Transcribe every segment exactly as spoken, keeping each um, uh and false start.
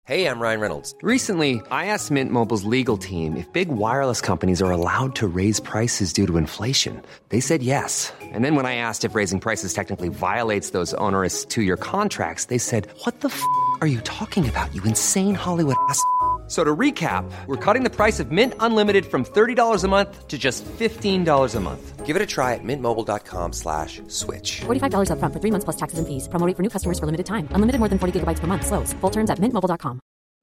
Hey, I'm Ryan Reynolds. Recently, I asked Mint Mobile's legal team if big wireless companies are allowed to raise prices due to inflation. They said yes. And then when I asked if raising prices technically violates those onerous two-year contracts, they said, what the f*** are you talking about, you insane Hollywood ass f- So to recap, we're cutting the price of Mint Unlimited from thirty dollars a month to just fifteen dollars a month. Give it a try at mintmobile.com slash switch. forty-five dollars up front for three months plus taxes and fees. Promo rate for new customers for limited time. Unlimited more than forty gigabytes per month. Slows full terms at mint mobile dot com.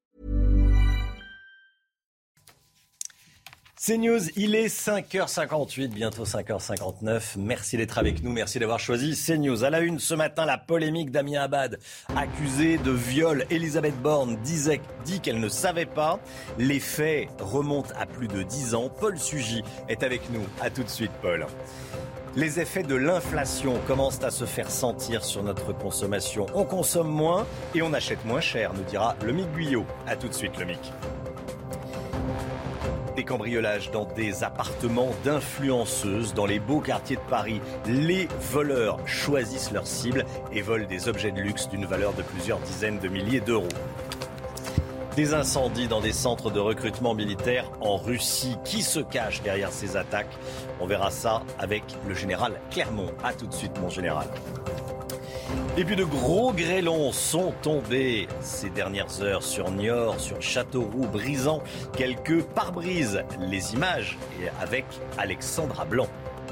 C'est News, il est cinq heures cinquante-huit, bientôt cinq heures cinquante-neuf. Merci d'être avec nous, merci d'avoir choisi CNews. À la une ce matin, la polémique Damien Abad, accusé de viol. Elisabeth Borne disait, dit qu'elle ne savait pas. Les faits remontent à plus de dix ans. Paul Sugy est avec nous. À tout de suite, Paul. Les effets de l'inflation commencent à se faire sentir sur notre consommation. On consomme moins et on achète moins cher, nous dira Lomique Guyot. À tout de suite, Lomique. Des cambriolages dans des appartements d'influenceuses dans les beaux quartiers de Paris. Les voleurs choisissent leur cible et volent des objets de luxe d'une valeur de plusieurs dizaines de milliers d'euros. Des incendies dans des centres de recrutement militaire en Russie. Qui se cache derrière ces attaques ? On verra ça avec le général Clermont. A tout de suite, mon général. Et puis de gros grêlons sont tombés ces dernières heures sur Niort, sur Châteauroux, brisant quelques pare-brises. Les images avec Alexandra Blanc.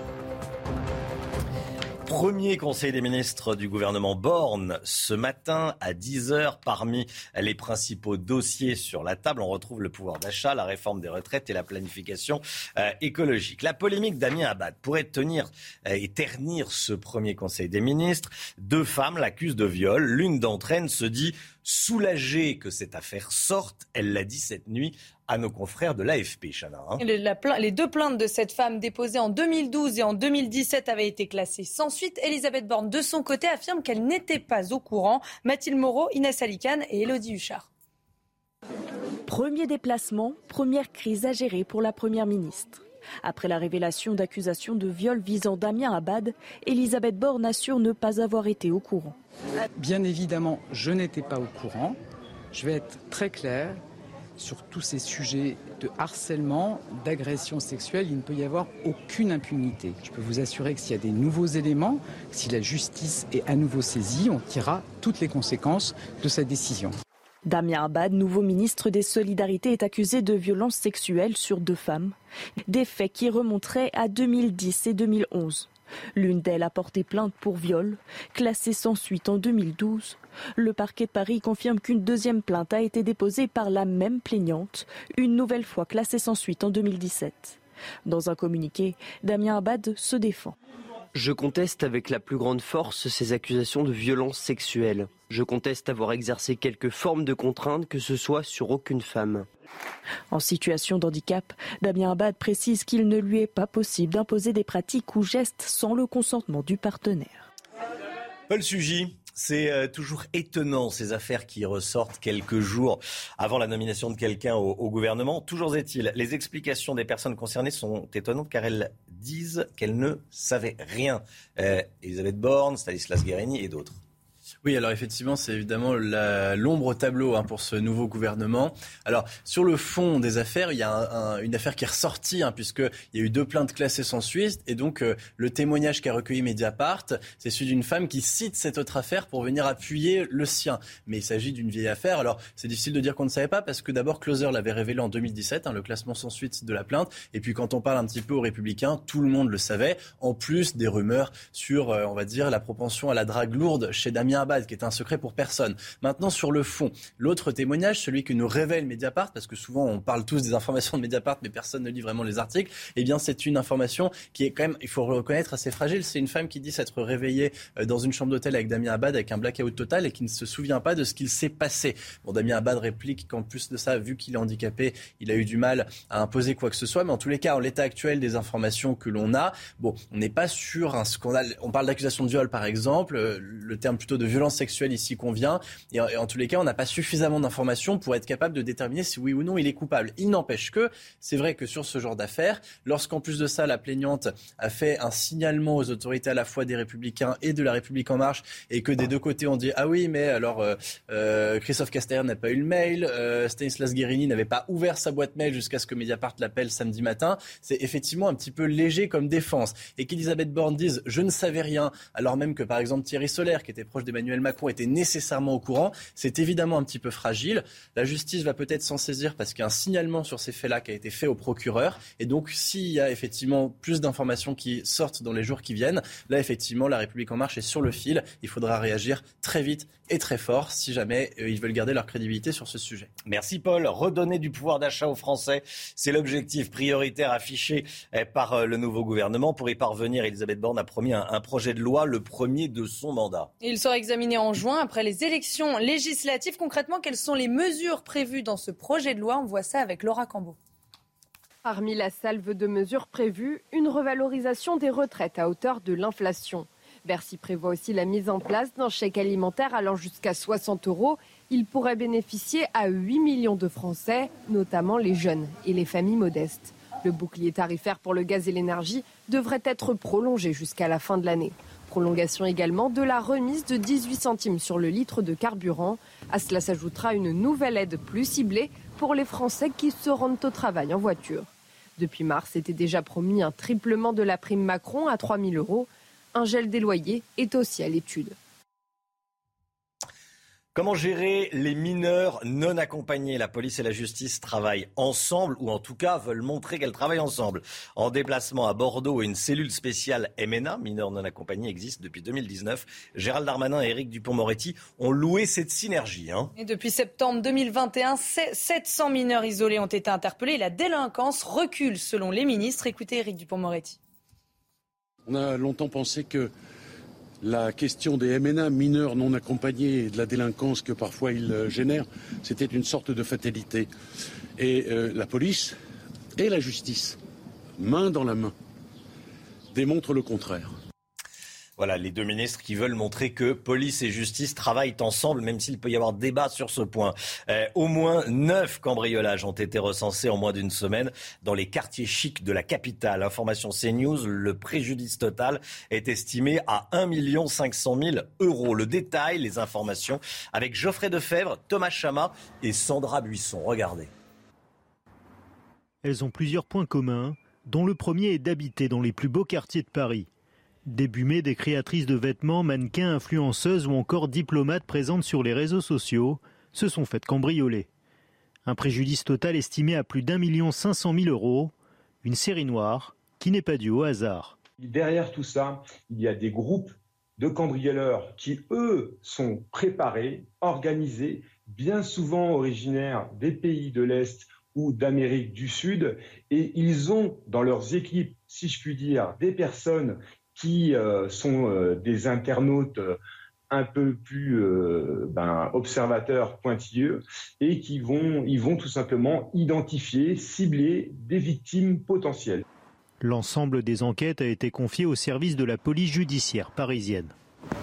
Premier conseil des ministres du gouvernement Borne ce matin à dix heures. Parmi les principaux dossiers sur la table, on retrouve le pouvoir d'achat, la réforme des retraites et la planification euh, écologique. La polémique Damien Abad pourrait tenir euh, et ternir ce premier conseil des ministres. Deux femmes l'accusent de viol. L'une d'entre elles se dit soulagée que cette affaire sorte. Elle l'a dit cette nuit à nos confrères de l'A F P, Chana. Hein. Le, la, les deux plaintes de cette femme déposées en deux mille douze et en deux mille dix-sept avaient été classées sans suite. Elisabeth Borne, de son côté, affirme qu'elle n'était pas au courant. Mathilde Moreau, Inès Alicane et Élodie Huchard. Premier déplacement, première crise à gérer pour la Première ministre. Après la révélation d'accusations de viol visant Damien Abad, Elisabeth Borne assure ne pas avoir été au courant. Bien évidemment, je n'étais pas au courant. Je vais être très clair. Sur tous ces sujets de harcèlement, d'agression sexuelle, il ne peut y avoir aucune impunité. Je peux vous assurer que s'il y a des nouveaux éléments, si la justice est à nouveau saisie, on tirera toutes les conséquences de cette décision. Damien Abad, nouveau ministre des Solidarités, est accusé de violences sexuelles sur deux femmes. Des faits qui remonteraient à deux mille dix et deux mille onze. L'une d'elles a porté plainte pour viol, classée sans suite en deux mille douze. Le parquet de Paris confirme qu'une deuxième plainte a été déposée par la même plaignante, une nouvelle fois classée sans suite en deux mille dix-sept. Dans un communiqué, Damien Abad se défend. Je conteste avec la plus grande force ces accusations de violence sexuelle. Je conteste avoir exercé quelque forme de contrainte, que ce soit sur aucune femme. En situation de handicap, Damien Abad précise qu'il ne lui est pas possible d'imposer des pratiques ou gestes sans le consentement du partenaire. Paul Sugy. C'est euh, toujours étonnant ces affaires qui ressortent quelques jours avant la nomination de quelqu'un au, au gouvernement. Toujours est-il, les explications des personnes concernées sont étonnantes car elles disent qu'elles ne savaient rien. Euh, Elisabeth Borne, Stanislas Guerini et d'autres. Oui, alors effectivement, c'est évidemment la, l'ombre au tableau hein, pour ce nouveau gouvernement. Alors, sur le fond des affaires, il y a un, un, une affaire qui est ressortie, hein, puisqu'il y a eu deux plaintes classées sans suite. Et donc, euh, le témoignage qu'a recueilli Mediapart, c'est celui d'une femme qui cite cette autre affaire pour venir appuyer le sien. Mais il s'agit d'une vieille affaire. Alors, c'est difficile de dire qu'on ne savait pas, parce que d'abord, Closer l'avait révélé en deux mille dix-sept, hein, le classement sans suite de la plainte. Et puis, quand on parle un petit peu aux Républicains, tout le monde le savait. En plus des rumeurs sur, euh, on va dire, la propension à la drague lourde chez Damien Abad, qui est un secret pour personne. Maintenant, sur le fond, l'autre témoignage, celui que nous révèle Mediapart, parce que souvent on parle tous des informations de Mediapart, mais personne ne lit vraiment les articles, eh bien c'est une information qui est quand même, il faut le reconnaître, assez fragile. C'est une femme qui dit s'être réveillée dans une chambre d'hôtel avec Damien Abad, avec un blackout total, et qui ne se souvient pas de ce qu'il s'est passé. Bon, Damien Abad réplique qu'en plus de ça, vu qu'il est handicapé, il a eu du mal à imposer quoi que ce soit, mais en tous les cas, en l'état actuel des informations que l'on a, bon, on n'est pas sur un scandale. On parle d'accusation de viol, par exemple, le terme plutôt de violence violence sexuelle ici convient. Et en, et en tous les cas, on n'a pas suffisamment d'informations pour être capable de déterminer si oui ou non il est coupable. Il n'empêche que c'est vrai que sur ce genre d'affaires, lorsqu'en plus de ça, la plaignante a fait un signalement aux autorités à la fois des Républicains et de La République En Marche, et que des deux côtés on dit ah oui mais alors euh, euh, Christophe Castaner n'a pas eu le mail, euh, Stanislas Guerini n'avait pas ouvert sa boîte mail jusqu'à ce que Mediapart l'appelle samedi matin, c'est effectivement un petit peu léger comme défense. Et qu'Elisabeth Borne dise je ne savais rien, alors même que par exemple Thierry Solaire, qui était proche d'Emmanuel Macron, était nécessairement au courant, c'est évidemment un petit peu fragile. La justice va peut-être s'en saisir parce qu'il y a un signalement sur ces faits-là qui a été fait au procureur, et donc s'il y a effectivement plus d'informations qui sortent dans les jours qui viennent, là effectivement La République En Marche est sur le fil. Il faudra réagir très vite et très fort si jamais euh, ils veulent garder leur crédibilité sur ce sujet. Merci Paul. Redonner du pouvoir d'achat aux Français, c'est l'objectif prioritaire affiché par euh, le nouveau gouvernement. Pour y parvenir, Elisabeth Borne a promis un, un projet de loi, le premier de son mandat. Il sera examiné en juin après les élections législatives. Concrètement, quelles sont les mesures prévues dans ce projet de loi? On voit ça avec Laura Cambeau. Parmi la salve de mesures prévues, une revalorisation des retraites à hauteur de l'inflation. Bercy prévoit aussi la mise en place d'un chèque alimentaire allant jusqu'à soixante euros. Il pourrait bénéficier à huit millions de Français, notamment les jeunes et les familles modestes. Le bouclier tarifaire pour le gaz et l'énergie devrait être prolongé jusqu'à la fin de l'année. Prolongation également de la remise de dix-huit centimes sur le litre de carburant. À cela s'ajoutera une nouvelle aide plus ciblée pour les Français qui se rendent au travail en voiture. Depuis mars, était déjà promis un triplement de la prime Macron à trois mille euros. Un gel des loyers est aussi à l'étude. Comment gérer les mineurs non accompagnés? La police et la justice travaillent ensemble, ou en tout cas veulent montrer qu'elles travaillent ensemble. En déplacement à Bordeaux, une cellule spéciale M N A, mineurs non accompagnés, existe depuis deux mille dix-neuf. Gérald Darmanin et Éric Dupond-Moretti ont loué cette synergie. Hein. Et depuis septembre deux mille vingt et un, sept cents mineurs isolés ont été interpellés. La délinquance recule selon les ministres. Écoutez Éric Dupond-Moretti. On a longtemps pensé que la question des M N A, mineurs non accompagnés, et de la délinquance que parfois ils génèrent, c'était une sorte de fatalité. Et euh, la police et la justice, main dans la main, démontrent le contraire. Voilà, les deux ministres qui veulent montrer que police et justice travaillent ensemble, même s'il peut y avoir débat sur ce point. Euh, au moins neuf cambriolages ont été recensés en moins d'une semaine dans les quartiers chics de la capitale. Information CNews, le préjudice total est estimé à un million cinq cent mille euros. Le détail, les informations avec Geoffrey Defebvre, Thomas Chama et Sandra Buisson. Regardez. Elles ont plusieurs points communs, dont le premier est d'habiter dans les plus beaux quartiers de Paris. Début mai, des créatrices de vêtements, mannequins, influenceuses ou encore diplomates présentes sur les réseaux sociaux se sont faites cambrioler. Un préjudice total estimé à plus d'un million cinq cent mille euros. Une série noire qui n'est pas due au hasard. Derrière tout ça, il y a des groupes de cambrioleurs qui, eux, sont préparés, organisés, bien souvent originaires des pays de l'Est ou d'Amérique du Sud. Et ils ont dans leurs équipes, si je puis dire, des personnes qui euh, sont euh, des internautes euh, un peu plus euh, ben, observateurs pointilleux et qui vont, ils vont tout simplement identifier, cibler des victimes potentielles. L'ensemble des enquêtes a été confié au service de la police judiciaire parisienne.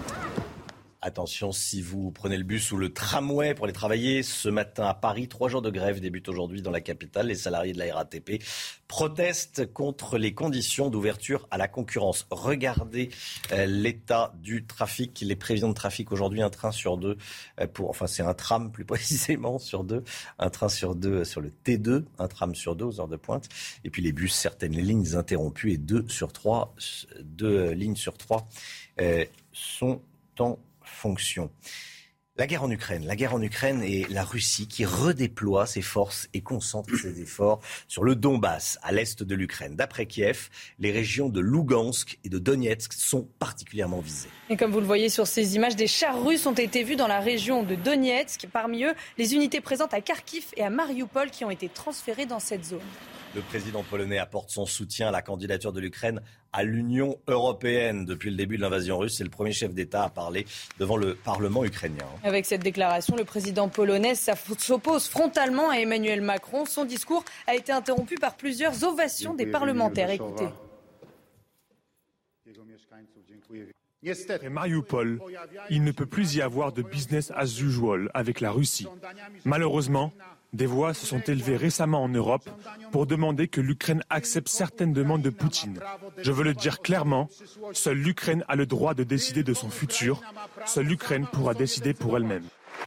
Attention, si vous prenez le bus ou le tramway pour aller travailler ce matin à Paris, trois jours de grève débutent aujourd'hui dans la capitale. Les salariés de la R A T P protestent contre les conditions d'ouverture à la concurrence. Regardez euh, l'état du trafic, les prévisions de trafic aujourd'hui, un train sur deux, euh, pour, enfin c'est un tram plus précisément sur deux, un train sur deux sur le T deux, un tram sur deux aux heures de pointe. Et puis les bus, certaines lignes interrompues et deux sur trois, deux lignes sur trois euh, sont en fonction. La guerre en Ukraine, la guerre en Ukraine et la Russie qui redéploie ses forces et concentre ses efforts sur le Donbass, à l'est de l'Ukraine. D'après Kiev, les régions de Lougansk et de Donetsk sont particulièrement visées. Et comme vous le voyez sur ces images, des chars russes ont été vus dans la région de Donetsk. Parmi eux, les unités présentes à Kharkiv et à Mariupol qui ont été transférées dans cette zone. Le président polonais apporte son soutien à la candidature de l'Ukraine à l'Union européenne. Depuis le début de l'invasion russe, c'est le premier chef d'État à parler devant le Parlement ukrainien. Avec cette déclaration, le président polonais s'oppose frontalement à Emmanuel Macron. Son discours a été interrompu par plusieurs ovations des parlementaires. Écoutez. Après Mariupol, il ne peut plus y avoir de business as usual avec la Russie. Malheureusement, des voix se sont élevées récemment en Europe pour demander que l'Ukraine accepte certaines demandes de Poutine. Je veux le dire clairement, seule l'Ukraine a le droit de décider de son futur. Seule l'Ukraine pourra décider pour elle-même.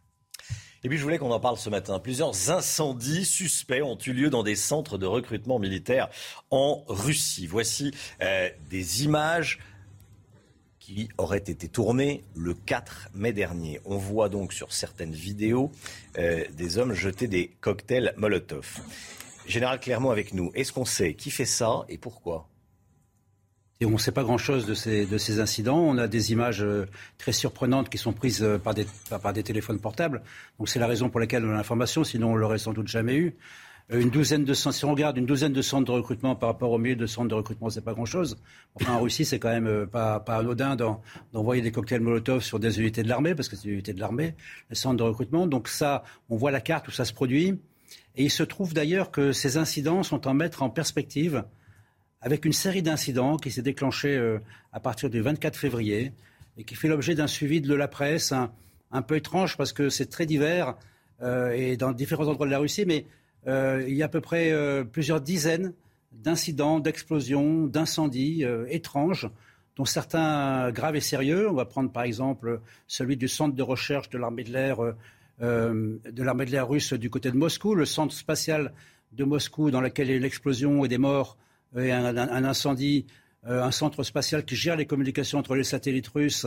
Et puis je voulais qu'on en parle ce matin. Plusieurs incendies suspects ont eu lieu dans des centres de recrutement militaire en Russie. Voici euh, des images qui auraient été tournées le quatre mai dernier. On voit donc sur certaines vidéos euh, des hommes jeter des cocktails Molotov. Général Clermont avec nous. Est-ce qu'on sait qui fait ça et pourquoi ? Et on ne sait pas grand-chose de ces, de ces incidents. On a des images très surprenantes qui sont prises par des, par des téléphones portables. Donc c'est la raison pour laquelle on a l'information, sinon on ne l'aurait sans doute jamais eu. Une douzaine de centres, si on regarde une douzaine de centres de recrutement par rapport aux milliers de centres de recrutement, c'est pas grand-chose. Enfin, en Russie, c'est quand même pas, pas anodin d'en, d'envoyer des cocktails Molotov sur des unités de l'armée, parce que c'est des unités de l'armée, les centres de recrutement. Donc ça, on voit la carte où ça se produit. Et il se trouve d'ailleurs que ces incidents sont à mettre en perspective avec une série d'incidents qui s'est déclenchée euh, à partir du vingt-quatre février et qui fait l'objet d'un suivi de la presse un, un peu étrange parce que c'est très divers euh, et dans différents endroits de la Russie, mais euh, il y a à peu près euh, plusieurs dizaines d'incidents, d'explosions, d'incendies euh, étranges, dont certains graves et sérieux. On va prendre par exemple celui du centre de recherche de l'armée de l'air, euh, euh, de l'armée de l'air russe du côté de Moscou, le centre spatial de Moscou dans lequel il y a eu l'explosion et des morts et un, un, un incendie, euh, un centre spatial qui gère les communications entre les satellites russes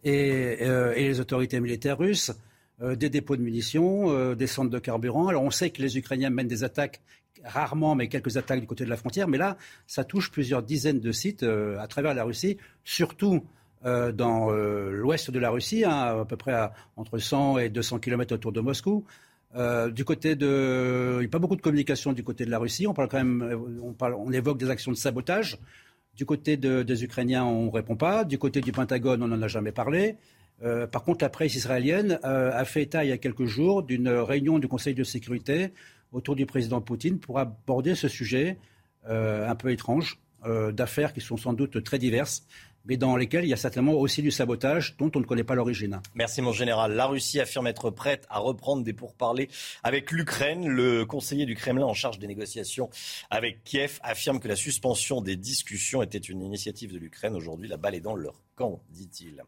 et, euh, et les autorités militaires russes, euh, des dépôts de munitions, euh, des centres de carburant. Alors on sait que les Ukrainiens mènent des attaques, rarement, mais quelques attaques du côté de la frontière. Mais là, ça touche plusieurs dizaines de sites euh, à travers la Russie, surtout euh, dans euh, l'ouest de la Russie, hein, à peu près à, entre cent et deux cents kilomètres autour de Moscou. Euh, du côté de, il n'y a pas beaucoup de communication du côté de la Russie. On parle quand même, on, parle, on évoque des actions de sabotage. Du côté de, des Ukrainiens, on ne répond pas. Du côté du Pentagone, on n'en a jamais parlé. Euh, par contre, la presse israélienne euh, a fait état il y a quelques jours d'une réunion du Conseil de sécurité autour du président Poutine pour aborder ce sujet euh, un peu étrange euh, d'affaires qui sont sans doute très diverses, mais dans lesquels il y a certainement aussi du sabotage dont on ne connaît pas l'origine. Merci mon général. La Russie affirme être prête à reprendre des pourparlers avec l'Ukraine. Le conseiller du Kremlin en charge des négociations avec Kiev affirme que la suspension des discussions était une initiative de l'Ukraine. Aujourd'hui, la balle est dans leur camp, dit-il.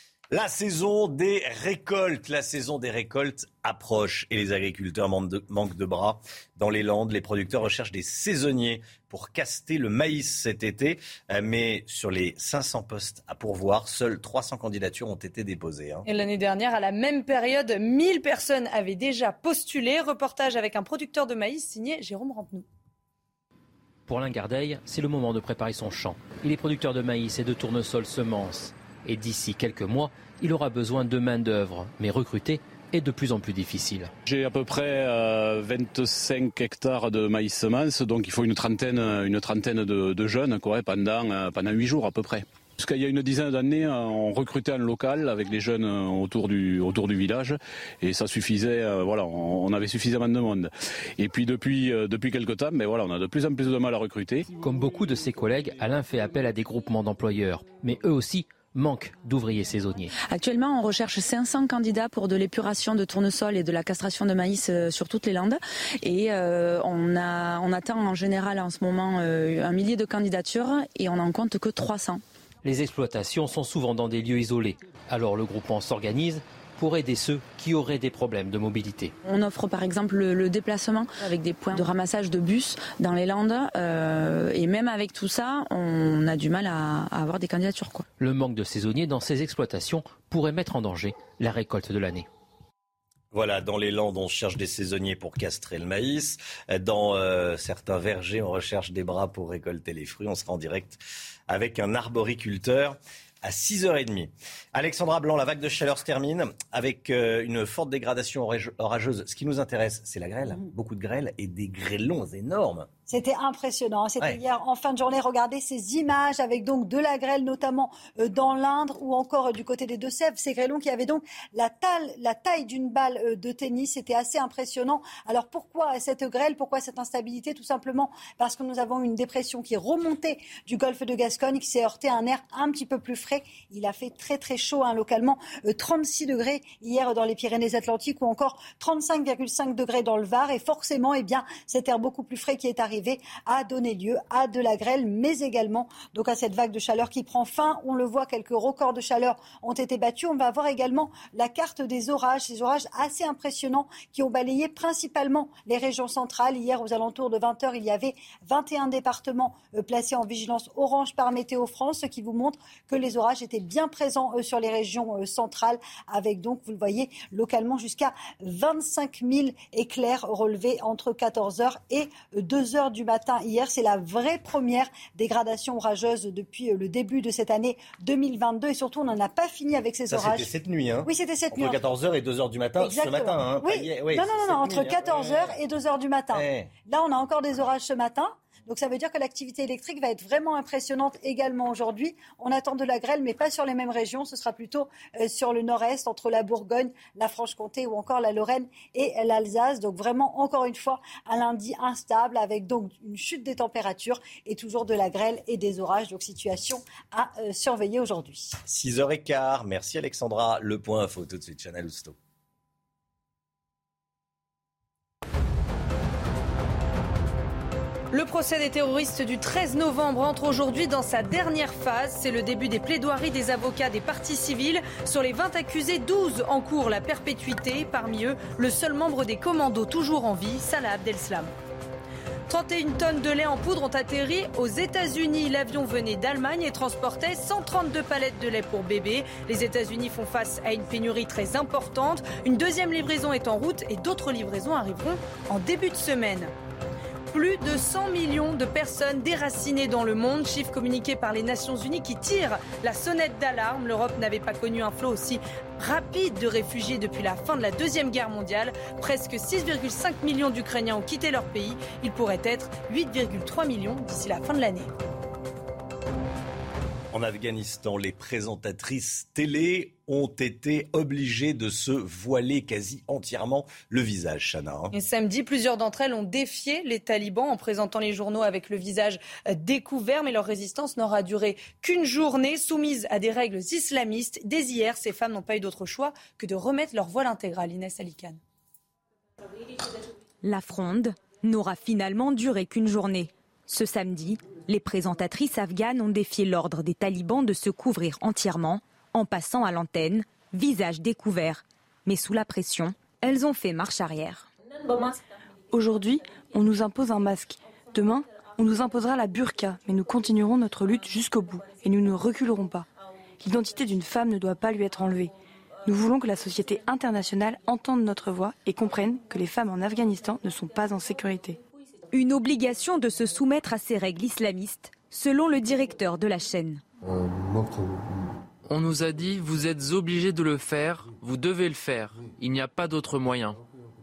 La saison des récoltes, la saison des récoltes approche et les agriculteurs manquent de, manquent de bras. Dans les Landes, les producteurs recherchent des saisonniers pour caster le maïs cet été. Mais sur les cinq cents postes à pourvoir, seules trois cents candidatures ont été déposées. Hein. Et l'année dernière, à la même période, mille personnes avaient déjà postulé. Reportage avec un producteur de maïs signé Jérôme Rampenou. Pour Alain Gardeil, c'est le moment de préparer son champ. Il est producteur de maïs et de tournesol semences. Et d'ici quelques mois, il aura besoin de main-d'œuvre. Mais recruter est de plus en plus difficile. J'ai à peu près euh, vingt-cinq hectares de maïs semences, donc il faut une trentaine, une trentaine de, de jeunes quoi, pendant, euh, pendant huit jours à peu près. Jusqu'il y a une dizaine d'années, on recrutait en local avec les jeunes autour du, autour du village et ça suffisait, euh, voilà, on, on avait suffisamment de monde. Et puis depuis, euh, depuis quelques temps, mais voilà, on a de plus en plus de mal à recruter. Comme beaucoup de ses collègues, Alain fait appel à des groupements d'employeurs, mais eux aussi manque d'ouvriers saisonniers. Actuellement, on recherche cinq cents candidats pour de l'épuration de tournesol et de la castration de maïs sur toutes les Landes. Et euh, on, a, on attend en général en ce moment euh, un millier de candidatures et on n'en compte que trois cents. Les exploitations sont souvent dans des lieux isolés. Alors le groupement s'organise pour aider ceux qui auraient des problèmes de mobilité. On offre par exemple le, le déplacement avec des points de ramassage de bus dans les Landes. Euh, et même avec tout ça, on a du mal à, à avoir des candidatures, quoi. Le manque de saisonniers dans ces exploitations pourrait mettre en danger la récolte de l'année. Voilà, dans les Landes, on cherche des saisonniers pour castrer le maïs. Dans euh, certains vergers, on recherche des bras pour récolter les fruits. On sera en direct avec un arboriculteur à six heures trente. Alexandra Blanc, la vague de chaleur se termine avec euh, une forte dégradation orageuse. Ce qui nous intéresse, c'est la grêle. Beaucoup de grêle et des grêlons énormes. C'était impressionnant. C'était ouais. hier en fin de journée. Regardez ces images avec donc de la grêle, notamment euh, dans l'Indre ou encore euh, du côté des Deux-Sèvres. Ces grêlons qui avaient donc la taille, la taille d'une balle euh, de tennis. C'était assez impressionnant. Alors pourquoi cette grêle? Pourquoi cette instabilité? Tout simplement parce que nous avons une dépression qui est remontée du golfe de Gascogne, qui s'est heurtée à un air un petit peu plus frais. Il a fait très très chaud hein, localement. Euh, trente-six degrés hier dans les Pyrénées-Atlantiques ou encore trente-cinq virgule cinq degrés dans le Var. Et forcément, eh bien, cet air beaucoup plus frais qui est arrivé a donné lieu à de la grêle, mais également donc à cette vague de chaleur qui prend fin. On le voit, quelques records de chaleur ont été battus. On va avoir également la carte des orages, ces orages assez impressionnants qui ont balayé principalement les régions centrales. Hier, aux alentours de vingt heures, il y avait vingt et un départements placés en vigilance orange par Météo France, ce qui vous montre que les orages étaient bien présents sur les régions centrales, avec donc, vous le voyez, localement jusqu'à vingt-cinq mille éclairs relevés entre quatorze heures et deux heures du matin hier. C'est la vraie première dégradation orageuse depuis le début de cette année deux mille vingt-deux et surtout on n'en a pas fini avec ces Ça, orages. C'était cette nuit. Hein. Oui, c'était cette entre nuit. Entre quatorze heures et deux heures du matin. Exactement. Ce matin. Hein. Oui. Hier, oui, non, non, non, non entre nuit, quatorze heures hein. et deux heures du matin. Ouais. Là, on a encore des orages ce matin. Donc ça veut dire que l'activité électrique va être vraiment impressionnante également aujourd'hui. On attend de la grêle, mais pas sur les mêmes régions. Ce sera plutôt euh, sur le nord-est, entre la Bourgogne, la Franche-Comté ou encore la Lorraine et l'Alsace. Donc vraiment, encore une fois, un lundi instable avec donc une chute des températures et toujours de la grêle et des orages. Donc situation à euh, surveiller aujourd'hui. six heures quinze. Merci Alexandra. Le point info tout de suite, Chanel Housteau. Le procès des terroristes du treize novembre entre aujourd'hui dans sa dernière phase. C'est le début des plaidoiries des avocats des parties civiles. Sur les vingt accusés, douze encourent la perpétuité. Parmi eux, le seul membre des commandos toujours en vie, Salah Abdeslam. trente et une tonnes de lait en poudre ont atterri aux États-Unis. L'avion venait d'Allemagne et transportait cent trente-deux palettes de lait pour bébés. Les États-Unis font face à une pénurie très importante. Une deuxième livraison est en route et d'autres livraisons arriveront en début de semaine. Plus de cent millions de personnes déracinées dans le monde, chiffre communiqué par les Nations Unies qui tire la sonnette d'alarme. L'Europe n'avait pas connu un flot aussi rapide de réfugiés depuis la fin de la Deuxième Guerre mondiale. Presque six virgule cinq millions d'Ukrainiens ont quitté leur pays. Il pourrait être huit virgule trois millions d'ici la fin de l'année. En Afghanistan, les présentatrices télé ont été obligées de se voiler quasi entièrement le visage, Chana. Et samedi, plusieurs d'entre elles ont défié les talibans en présentant les journaux avec le visage découvert. Mais leur résistance n'aura duré qu'une journée, soumise à des règles islamistes. Dès hier, ces femmes n'ont pas eu d'autre choix que de remettre leur voile intégral. Inès Alicane. La fronde n'aura finalement duré qu'une journée. Ce samedi, les présentatrices afghanes ont défié l'ordre des talibans de se couvrir entièrement en passant à l'antenne, visage découvert. Mais sous la pression, elles ont fait marche arrière. Aujourd'hui, on nous impose un masque. Demain, on nous imposera la burqa, mais nous continuerons notre lutte jusqu'au bout et nous ne reculerons pas. L'identité d'une femme ne doit pas lui être enlevée. Nous voulons que la société internationale entende notre voix et comprenne que les femmes en Afghanistan ne sont pas en sécurité. Une obligation de se soumettre à ces règles islamistes, selon le directeur de la chaîne. On nous a dit, vous êtes obligés de le faire, vous devez le faire. Il n'y a pas d'autre moyen.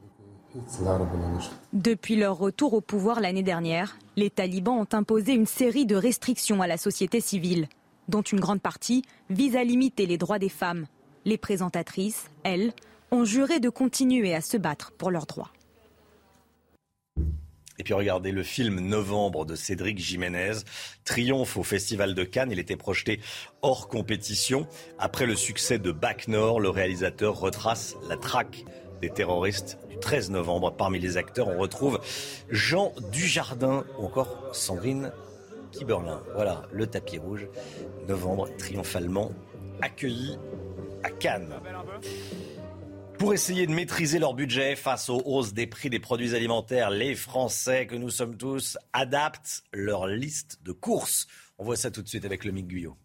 Depuis leur retour au pouvoir l'année dernière, les talibans ont imposé une série de restrictions à la société civile, dont une grande partie vise à limiter les droits des femmes. Les présentatrices, elles, ont juré de continuer à se battre pour leurs droits. Et puis regardez le film Novembre de Cédric Jiménez. Triomphe au Festival de Cannes. Il était projeté hors compétition. Après le succès de Bac Nord, le réalisateur retrace la traque des terroristes du treize novembre. Parmi les acteurs, on retrouve Jean Dujardin ou encore Sandrine Kiberlin. Voilà, le tapis rouge. Novembre triomphalement accueilli à Cannes. Pour essayer de maîtriser leur budget face aux hausses des prix des produits alimentaires, les Français que nous sommes tous adaptent leur liste de courses. On voit ça tout de suite avec le Mick Guyot.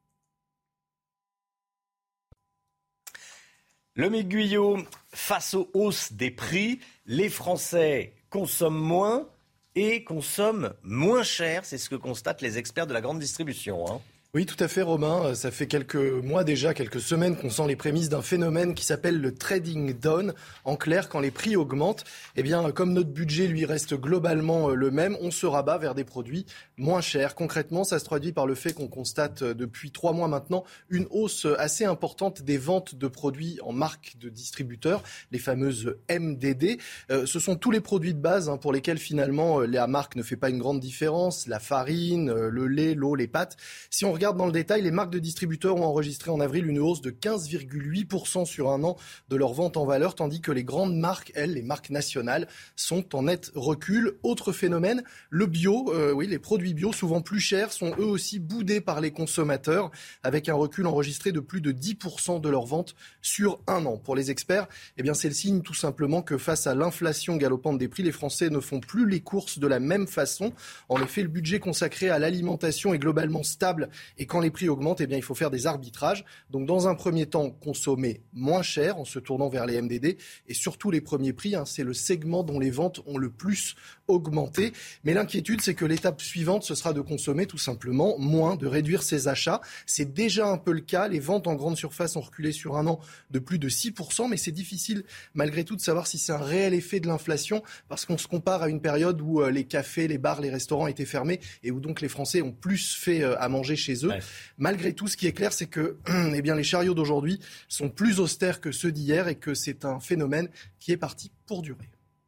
Le Mick Guyot, face aux hausses des prix, les Français consomment moins et consomment moins cher. C'est ce que constatent les experts de la grande distribution, hein. Oui, tout à fait, Romain. Ça fait quelques mois déjà, quelques semaines qu'on sent les prémices d'un phénomène qui s'appelle le trading down. En clair, quand les prix augmentent, eh bien, comme notre budget lui reste globalement le même, on se rabat vers des produits moins chers. Concrètement, ça se traduit par le fait qu'on constate depuis trois mois maintenant une hausse assez importante des ventes de produits en marque de distributeurs, les fameuses M D D. Euh, ce sont tous les produits de base hein, pour lesquels finalement la marque ne fait pas une grande différence, la farine, le lait, l'eau, les pâtes. Si on regarde dans le détail, les marques de distributeurs ont enregistré en avril une hausse de quinze virgule huit pour cent sur un an de leur vente en valeur, tandis que les grandes marques, elles, les marques nationales, sont en net recul. Autre phénomène, le bio, euh, oui, les produits bio, souvent plus chers, sont eux aussi boudés par les consommateurs, avec un recul enregistré de plus de dix pour cent de leur vente sur un an. Pour les experts, eh bien, c'est le signe tout simplement que face à l'inflation galopante des prix, les Français ne font plus les courses de la même façon. En effet, le budget consacré à l'alimentation est globalement stable. Et quand les prix augmentent, eh bien, il faut faire des arbitrages. Donc, dans un premier temps, consommer moins cher en se tournant vers les M D D. Et surtout, les premiers prix, hein, c'est le segment dont les ventes ont le plus augmenté. Mais l'inquiétude, c'est que l'étape suivante, ce sera de consommer tout simplement moins, de réduire ses achats. C'est déjà un peu le cas. Les ventes en grande surface ont reculé sur un an de plus de six pour cent. Mais c'est difficile, malgré tout, de savoir si c'est un réel effet de l'inflation. Parce qu'on se compare à une période où euh, les cafés, les bars, les restaurants étaient fermés. Et où donc les Français ont plus fait euh, à manger chez eux. Ouais. Malgré tout, ce qui est clair, c'est que eh bien, les chariots d'aujourd'hui sont plus austères que ceux d'hier et que c'est un phénomène qui est parti pour durer.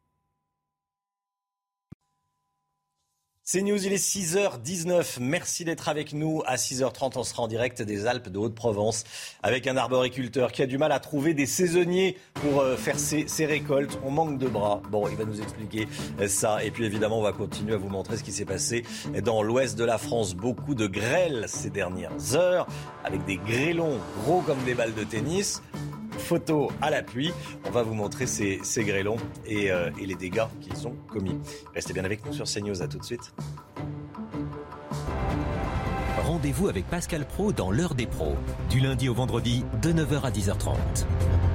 C'est News, il est six heures dix-neuf. Merci d'être avec nous. À six heures trente, on sera en direct des Alpes de Haute-Provence avec un arboriculteur qui a du mal à trouver des saisonniers pour faire ses, ses récoltes. On manque de bras. Bon, il va nous expliquer ça. Et puis évidemment, on va continuer à vous montrer ce qui s'est passé dans l'ouest de la France. Beaucoup de grêle ces dernières heures avec des grêlons gros comme des balles de tennis. Photo à l'appui, on va vous montrer ces, ces grêlons et, euh, et les dégâts qu'ils ont commis. Restez bien avec nous sur CNews, à tout de suite. Rendez-vous avec Pascal Praud dans l'heure des pros, du lundi au vendredi de neuf heures à dix heures trente.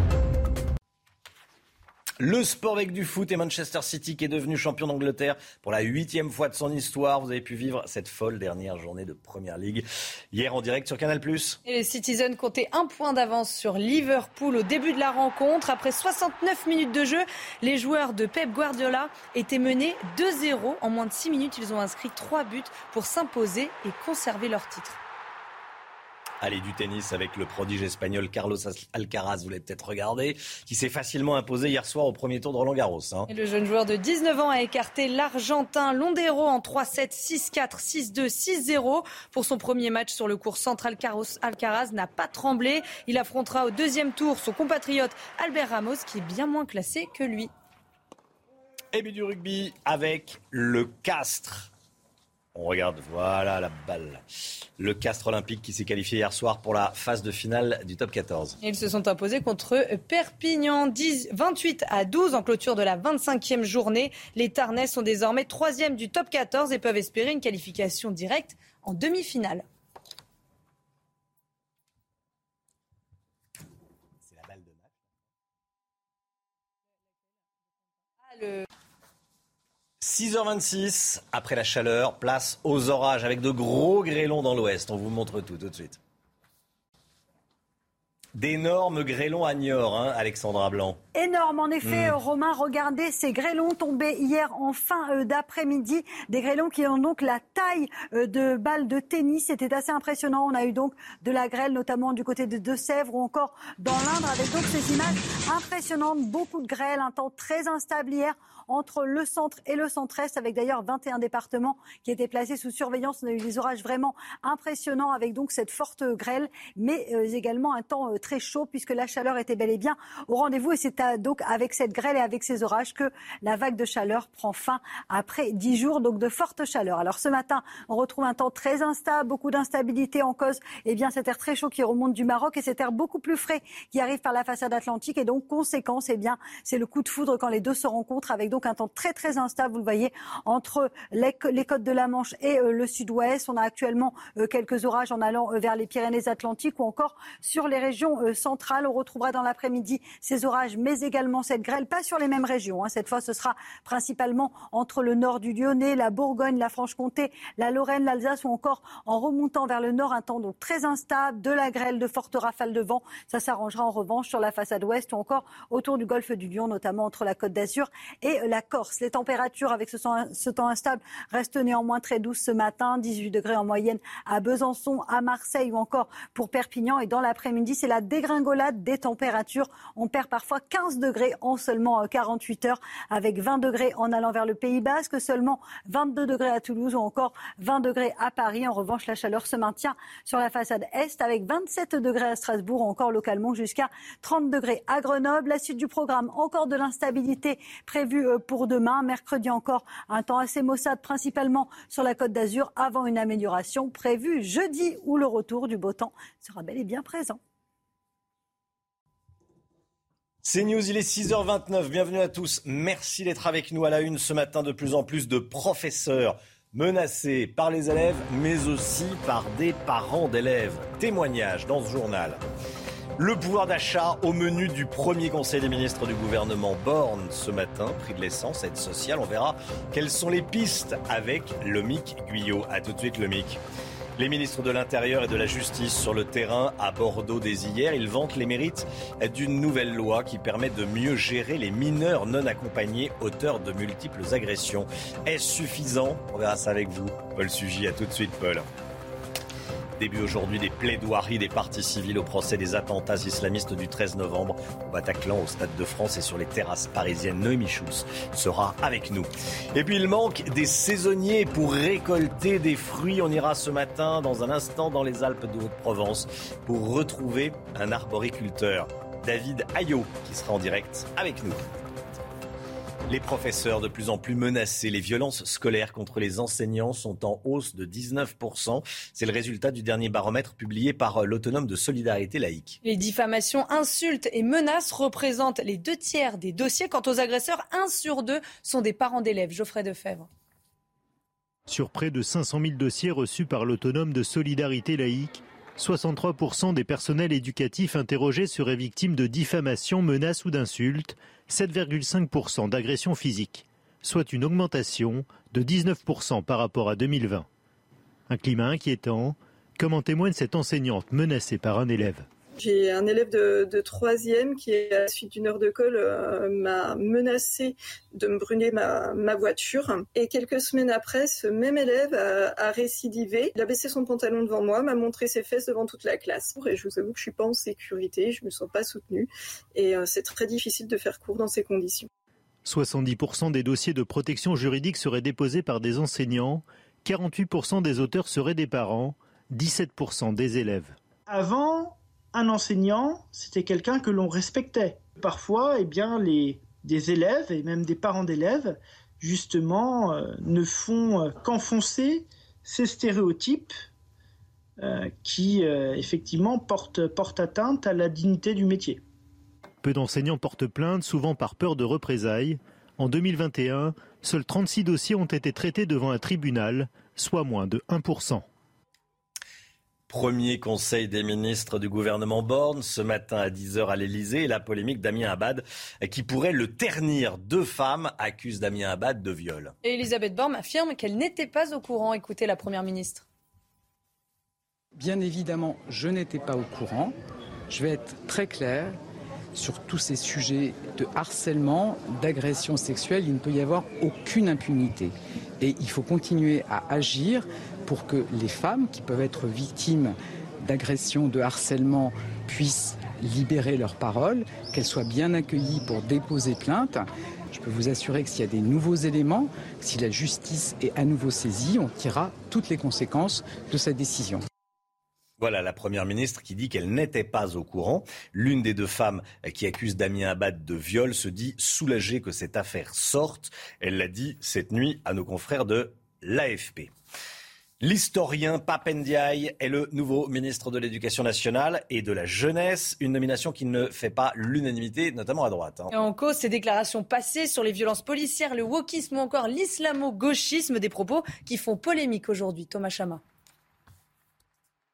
Le sport avec du foot et Manchester City qui est devenu champion d'Angleterre pour la huitième fois de son histoire. Vous avez pu vivre cette folle dernière journée de Premier League hier en direct sur Canal plus. Et les Citizens comptaient un point d'avance sur Liverpool au début de la rencontre. Après soixante-neuf minutes de jeu, les joueurs de Pep Guardiola étaient menés deux zéro. En moins de six minutes, ils ont inscrit trois buts pour s'imposer et conserver leur titre. Allez, du tennis avec le prodige espagnol Carlos Alcaraz, vous l'avez peut-être regardé, qui s'est facilement imposé hier soir au premier tour de Roland-Garros. Hein. Et le jeune joueur de dix-neuf ans a écarté l'Argentin Londero en trois sept, six quatre, six deux, six zéro. Pour son premier match sur le court central, Alcaraz n'a pas tremblé. Il affrontera au deuxième tour son compatriote Albert Ramos, qui est bien moins classé que lui. Et puis du rugby avec le Castres. On regarde, voilà la balle. Le Castres olympique qui s'est qualifié hier soir pour la phase de finale du top quatorze. Ils se sont imposés contre Perpignan, dix, vingt-huit à douze en clôture de la vingt-cinquième journée. Les Tarnais sont désormais troisième du top quatorze et peuvent espérer une qualification directe en demi-finale. C'est la balle de match. Ah, le... six heures vingt-six, après la chaleur, place aux orages avec de gros grêlons dans l'ouest. On vous montre tout tout de suite. D'énormes grêlons à Niort, hein, Alexandra Blanc. Énorme, en effet, mmh. Romain, regardez ces grêlons tombés hier en fin euh, d'après-midi. Des grêlons qui ont donc la taille euh, de balles de tennis. C'était assez impressionnant. On a eu donc de la grêle, notamment du côté de Deux-Sèvres ou encore dans l'Indre, avec donc ces images impressionnantes. Beaucoup de grêle, un temps très instable hier entre le centre et le centre-est, avec d'ailleurs vingt et un départements qui étaient placés sous surveillance. On a eu des orages vraiment impressionnants avec donc cette forte grêle, mais euh, également un temps euh, très chaud puisque la chaleur était bel et bien au rendez-vous. Et c'est à, donc avec cette grêle et avec ces orages que la vague de chaleur prend fin après dix jours donc de forte chaleur. Alors ce matin, on retrouve un temps très instable, beaucoup d'instabilité en cause. Eh bien cet air très chaud qui remonte du Maroc et cet air beaucoup plus frais qui arrive par la façade atlantique. Et donc conséquence, eh bien c'est le coup de foudre quand les deux se rencontrent avec donc un temps très très instable, vous le voyez, entre les, les côtes de la Manche et euh, le sud-ouest. On a actuellement euh, quelques orages en allant euh, vers les Pyrénées-Atlantiques ou encore sur les régions région centrale. On retrouvera dans l'après-midi ces orages, mais également cette grêle. Pas sur les mêmes régions. Hein. Cette fois, ce sera principalement entre le nord du Lyonnais, la Bourgogne, la Franche-Comté, la Lorraine, l'Alsace ou encore en remontant vers le nord. Un temps donc très instable, de la grêle, de fortes rafales de vent. Ça s'arrangera en revanche sur la façade ouest ou encore autour du golfe du Lion, notamment entre la Côte d'Azur et la Corse. Les températures avec ce temps, ce temps instable restent néanmoins très douces ce matin. dix-huit degrés en moyenne à Besançon, à Marseille ou encore pour Perpignan. Et dans l'après-midi, c'est la dégringolade des températures. On perd parfois quinze degrés en seulement quarante-huit heures, avec vingt degrés en allant vers le Pays Basque, seulement vingt-deux degrés à Toulouse ou encore vingt degrés à Paris. En revanche, la chaleur se maintient sur la façade est avec vingt-sept degrés à Strasbourg, encore localement jusqu'à trente degrés à Grenoble. La suite du programme, encore de l'instabilité prévue pour demain. Mercredi encore, un temps assez maussade, principalement sur la Côte d'Azur, avant une amélioration prévue jeudi où le retour du beau temps sera bel et bien présent. C'est News, il est six heures vingt-neuf. Bienvenue à tous. Merci d'être avec nous à la une ce matin. De plus en plus de professeurs menacés par les élèves, mais aussi par des parents d'élèves. Témoignage dans ce journal. Le pouvoir d'achat au menu du premier conseil des ministres du gouvernement Borne ce matin. Prix de l'essence, aide sociale. On verra quelles sont les pistes avec Lomique Guyot. A tout de suite, Lomique. Les ministres de l'Intérieur et de la Justice sur le terrain à Bordeaux dès hier. Ils vantent les mérites d'une nouvelle loi qui permet de mieux gérer les mineurs non accompagnés auteurs de multiples agressions. Est-ce suffisant ? On verra ça avec vous. Paul Sugy, à tout de suite, Paul. Début aujourd'hui des plaidoiries des parties civiles au procès des attentats islamistes du treize novembre au Bataclan, au Stade de France et sur les terrasses parisiennes. Noémie Schulz sera avec nous. Et puis il manque des saisonniers pour récolter des fruits. On ira ce matin dans un instant dans les Alpes de Haute-Provence pour retrouver un arboriculteur, David Ayot, qui sera en direct avec nous. Les professeurs de plus en plus menacés. Les violences scolaires contre les enseignants sont en hausse de dix-neuf pour cent. C'est le résultat du dernier baromètre publié par l'Autonome de solidarité laïque. Les diffamations, insultes et menaces représentent les deux tiers des dossiers. Quant aux agresseurs, un sur deux sont des parents d'élèves. Geoffrey Defebvre. Sur près de cinq cent mille dossiers reçus par l'Autonome de solidarité laïque, soixante-trois pour cent des personnels éducatifs interrogés seraient victimes de diffamations, menaces ou d'insultes, sept virgule cinq pour cent d'agressions physiques, soit une augmentation de dix-neuf pour cent par rapport à deux mille vingt. Un climat inquiétant, comme en témoigne cette enseignante menacée par un élève. J'ai un élève de, de troisième qui, à la suite d'une heure de colle, euh, m'a menacé de me brûler ma, ma voiture. Et quelques semaines après, ce même élève a, a récidivé. Il a baissé son pantalon devant moi, m'a montré ses fesses devant toute la classe. Et je vous avoue que je suis pas en sécurité, je me sens pas soutenue. Et euh, c'est très difficile de faire cours dans ces conditions. soixante-dix pour cent des dossiers de protection juridique seraient déposés par des enseignants, quarante-huit pour cent des auteurs seraient des parents, dix-sept pour cent des élèves. Avant, un enseignant, c'était quelqu'un que l'on respectait. Parfois, eh bien, les, des élèves et même des parents d'élèves, justement, euh, ne font euh, qu'enfoncer ces stéréotypes euh, qui, euh, effectivement, portent, portent atteinte à la dignité du métier. Peu d'enseignants portent plainte, souvent par peur de représailles. En deux mille vingt et un, seuls trente-six dossiers ont été traités devant un tribunal, soit moins de un pour cent. Premier conseil des ministres du gouvernement Borne, ce matin à dix heures à l'Elysée, et la polémique Damien Abad qui pourrait le ternir. Deux femmes accusent Damien Abad de viol. Et Elisabeth Borne affirme qu'elle n'était pas au courant. Écoutez la Première ministre. Bien évidemment, je n'étais pas au courant. Je vais être très clair. Sur tous ces sujets de harcèlement, d'agression sexuelle, il ne peut y avoir aucune impunité. Et il faut continuer à agir pour que les femmes qui peuvent être victimes d'agression, de harcèlement, puissent libérer leur parole, qu'elles soient bien accueillies pour déposer plainte. Je peux vous assurer que s'il y a des nouveaux éléments, si la justice est à nouveau saisie, on tirera toutes les conséquences de cette décision. Voilà la Première ministre qui dit qu'elle n'était pas au courant. L'une des deux femmes qui accuse Damien Abad de viol se dit soulagée que cette affaire sorte. Elle l'a dit cette nuit à nos confrères de l'A F P. L'historien Pape Ndiaye est le nouveau ministre de l'Éducation nationale et de la jeunesse. Une nomination qui ne fait pas l'unanimité, notamment à droite. Hein. Et en cause, ces déclarations passées sur les violences policières, le wokisme ou encore l'islamo-gauchisme, des propos qui font polémique aujourd'hui. Thomas Chama.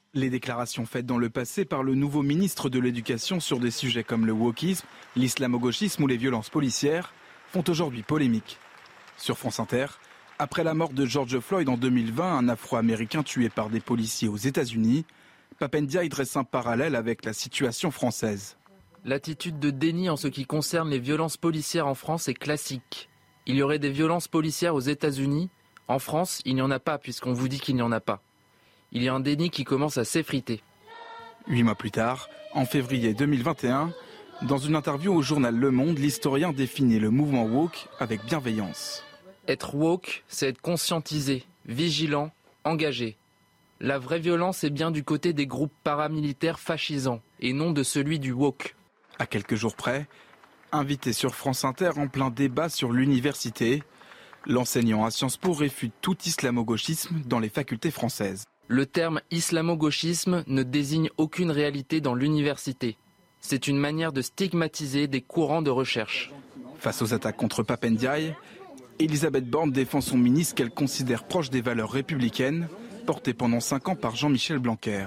Les déclarations faites dans le passé par le nouveau ministre de l'Éducation sur des sujets comme le wokisme, l'islamo-gauchisme ou les violences policières font aujourd'hui polémique. Sur France Inter, après la mort de George Floyd en deux mille vingt, un Afro-Américain tué par des policiers aux États-Unis, Pap Ndiaye dresse un parallèle avec la situation française. L'attitude de déni en ce qui concerne les violences policières en France est classique. Il y aurait des violences policières aux États-Unis. En France, il n'y en a pas puisqu'on vous dit qu'il n'y en a pas. Il y a un déni qui commence à s'effriter. Huit mois plus tard, en février deux mille vingt et un, dans une interview au journal Le Monde, l'historien définit le mouvement woke avec bienveillance. Être woke, c'est être conscientisé, vigilant, engagé. La vraie violence est bien du côté des groupes paramilitaires fascisants et non de celui du woke. À quelques jours près, invité sur France Inter en plein débat sur l'université, l'enseignant à Sciences Po réfute tout islamo-gauchisme dans les facultés françaises. Le terme islamo-gauchisme ne désigne aucune réalité dans l'université. C'est une manière de stigmatiser des courants de recherche. Face aux attaques contre Pap Ndiaye, Elisabeth Borne défend son ministre qu'elle considère proche des valeurs républicaines portées pendant cinq ans par Jean-Michel Blanquer.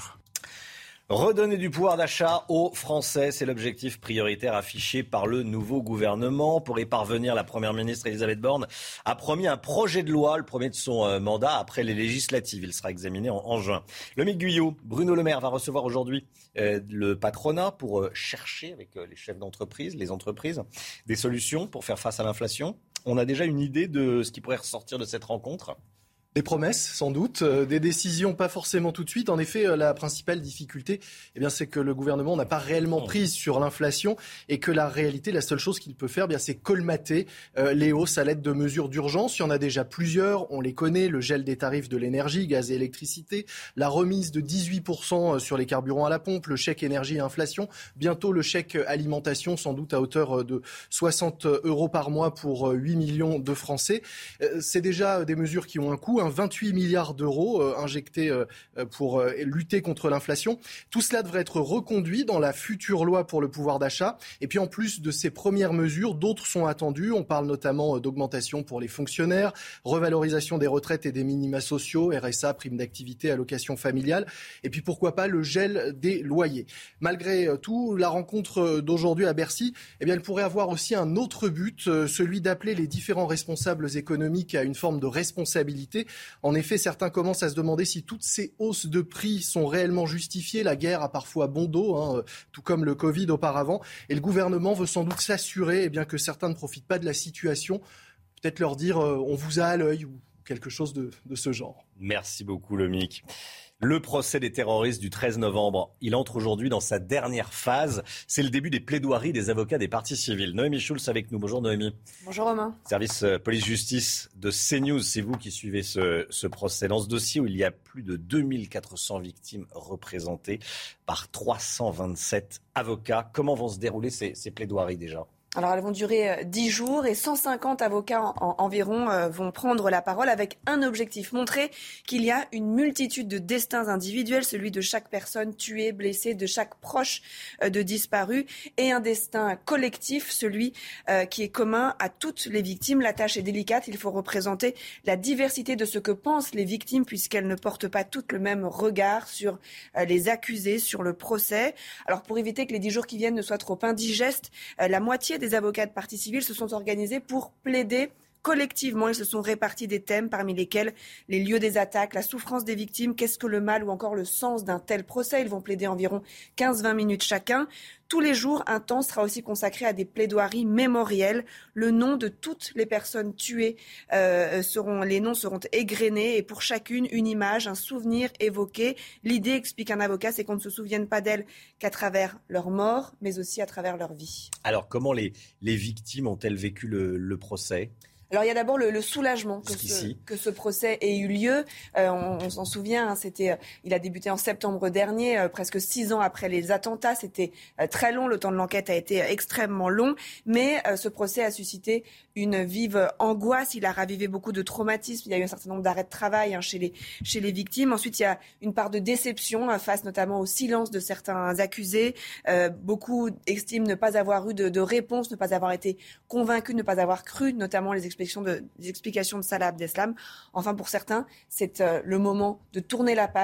Redonner du pouvoir d'achat aux Français, c'est l'objectif prioritaire affiché par le nouveau gouvernement. Pour y parvenir, la Première ministre Elisabeth Borne a promis un projet de loi, le premier de son mandat après les législatives. Il sera examiné en, en juin. Lomique Guyot, Bruno Le Maire va recevoir aujourd'hui euh, le patronat pour euh, chercher avec euh, les chefs d'entreprise, les entreprises, des solutions pour faire face à l'inflation. On a déjà une idée de ce qui pourrait ressortir de cette rencontre ? Des promesses, sans doute, euh, des décisions pas forcément tout de suite. En effet, euh, la principale difficulté, eh bien, c'est que le gouvernement n'a pas réellement prise sur l'inflation et que la réalité, la seule chose qu'il peut faire, eh bien, c'est colmater euh, les hausses à l'aide de mesures d'urgence. Il y en a déjà plusieurs, on les connaît, le gel des tarifs de l'énergie, gaz et électricité, la remise de dix-huit pour cent sur les carburants à la pompe, le chèque énergie et inflation, bientôt le chèque alimentation, sans doute à hauteur de soixante euros par mois pour huit millions de Français. Euh, c'est déjà des mesures qui ont un coût. vingt-huit milliards d'euros euh, injectés euh, pour euh, lutter contre l'inflation. Tout cela devrait être reconduit dans la future loi pour le pouvoir d'achat. Et puis en plus de ces premières mesures, d'autres sont attendues. On parle notamment d'augmentation pour les fonctionnaires, revalorisation des retraites et des minima sociaux, R S A, prime d'activité, allocation familiale. Et puis pourquoi pas le gel des loyers. Malgré tout, la rencontre d'aujourd'hui à Bercy, eh bien, elle pourrait avoir aussi un autre but, celui d'appeler les différents responsables économiques à une forme de responsabilité. En effet, certains commencent à se demander si toutes ces hausses de prix sont réellement justifiées. La guerre a parfois bon dos, hein, tout comme le Covid auparavant. Et le gouvernement veut sans doute s'assurer eh bien, que certains ne profitent pas de la situation. Peut-être leur dire euh, on vous a à l'œil ou quelque chose de, de ce genre. Merci beaucoup, Lomique. Le procès des terroristes du treize novembre, il entre aujourd'hui dans sa dernière phase. C'est le début des plaidoiries des avocats des parties civiles. Noémie Schulz avec nous. Bonjour Noémie. Bonjour Romain. Service euh, police-justice de CNews, c'est vous qui suivez ce, ce procès. Dans ce dossier où il y a plus de deux mille quatre cents victimes représentées par trois cent vingt-sept avocats. Comment vont se dérouler ces, ces plaidoiries déjà ? Alors elles vont durer dix jours et cent cinquante avocats en, en, environ euh, vont prendre la parole avec un objectif, montrer qu'il y a une multitude de destins individuels, celui de chaque personne tuée, blessée, de chaque proche euh, de disparu, et un destin collectif, celui euh, qui est commun à toutes les victimes. La tâche est délicate, il faut représenter la diversité de ce que pensent les victimes puisqu'elles ne portent pas toutes le même regard sur euh, les accusés, sur le procès. Alors pour éviter que les dix jours qui viennent ne soient trop indigestes, euh, la moitié des avocats de partie civile se sont organisés pour plaider collectivement. Ils se sont répartis des thèmes parmi lesquels les lieux des attaques, la souffrance des victimes, qu'est-ce que le mal ou encore le sens d'un tel procès. Ils vont plaider environ quinze à vingt minutes chacun. Tous les jours, un temps sera aussi consacré à des plaidoiries mémorielles. Le nom de toutes les personnes tuées euh, seront, les noms seront égrenés et pour chacune, une image, un souvenir évoqué. L'idée, explique un avocat, c'est qu'on ne se souvienne pas d'elles qu'à travers leur mort, mais aussi à travers leur vie. Alors, comment les, les victimes ont-elles vécu le, le procès ? Alors il y a d'abord le, le soulagement que ce, que ce procès ait eu lieu. Euh, on, on s'en souvient, hein, c'était, il a débuté en septembre dernier, euh, presque six ans après les attentats. C'était euh, très long, le temps de l'enquête a été extrêmement long, mais euh, ce procès a suscité une vive angoisse. Il a ravivé beaucoup de traumatismes. Il y a eu un certain nombre d'arrêts de travail hein, chez les chez les victimes. Ensuite, il y a une part de déception euh, face notamment au silence de certains accusés. Euh, beaucoup estiment ne pas avoir eu de, de réponse, ne pas avoir été convaincus, ne pas avoir cru, notamment les explications de, des explications de Salah Abdeslam. Enfin, pour certains, c'est euh, le moment de tourner la page,